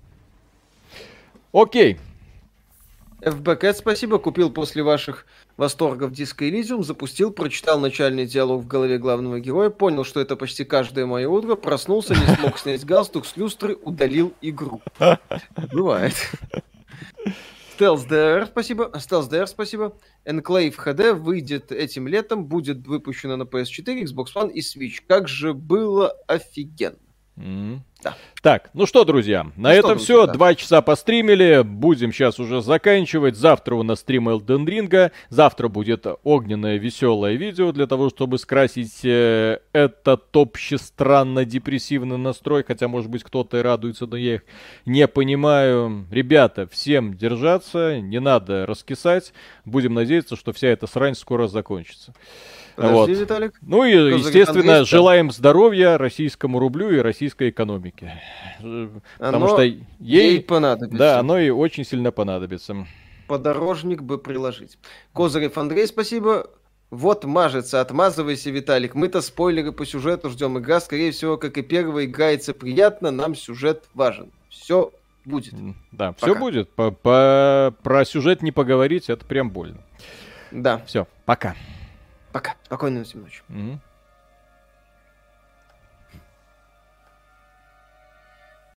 Окей. FBCat, спасибо. Купил после ваших восторгов Disco Elysium, запустил, прочитал начальный диалог в голове главного героя, понял, что это почти каждое мое утро, проснулся, не смог снять галстук с люстры, удалил игру. Бывает. StealthDR, спасибо. StealthDR, спасибо. Enclave HD выйдет этим летом, будет выпущено на PS4, Xbox One и Switch. Как же было офигенно. Да. Так, ну что, друзья, на этом все. 2 часа постримили. Будем сейчас уже заканчивать. Завтра у нас стрим Elden Ring. Завтра будет огненное, веселое видео для того, чтобы скрасить этот общий странно-депрессивный настрой. Хотя, может быть, кто-то и радуется, но я их не понимаю. Ребята, всем держаться, не надо раскисать. Будем надеяться, что вся эта срань скоро закончится. Подожди, вот. Виталик. Ну и, естественно, Андрей, желаем здоровья российскому рублю и российской экономике. Потому что ей понадобится. Да, оно и очень сильно понадобится. Подорожник бы приложить. Козырев Андрей, спасибо. Вот мажется, отмазывайся, Виталик. Мы-то спойлеры по сюжету ждем. Игра, скорее всего, как и первая, играется приятно. Нам сюжет важен. Все будет. Да, все будет. Про сюжет не поговорить, это прям больно. Да. Все, пока. Пока. Спокойной ночи.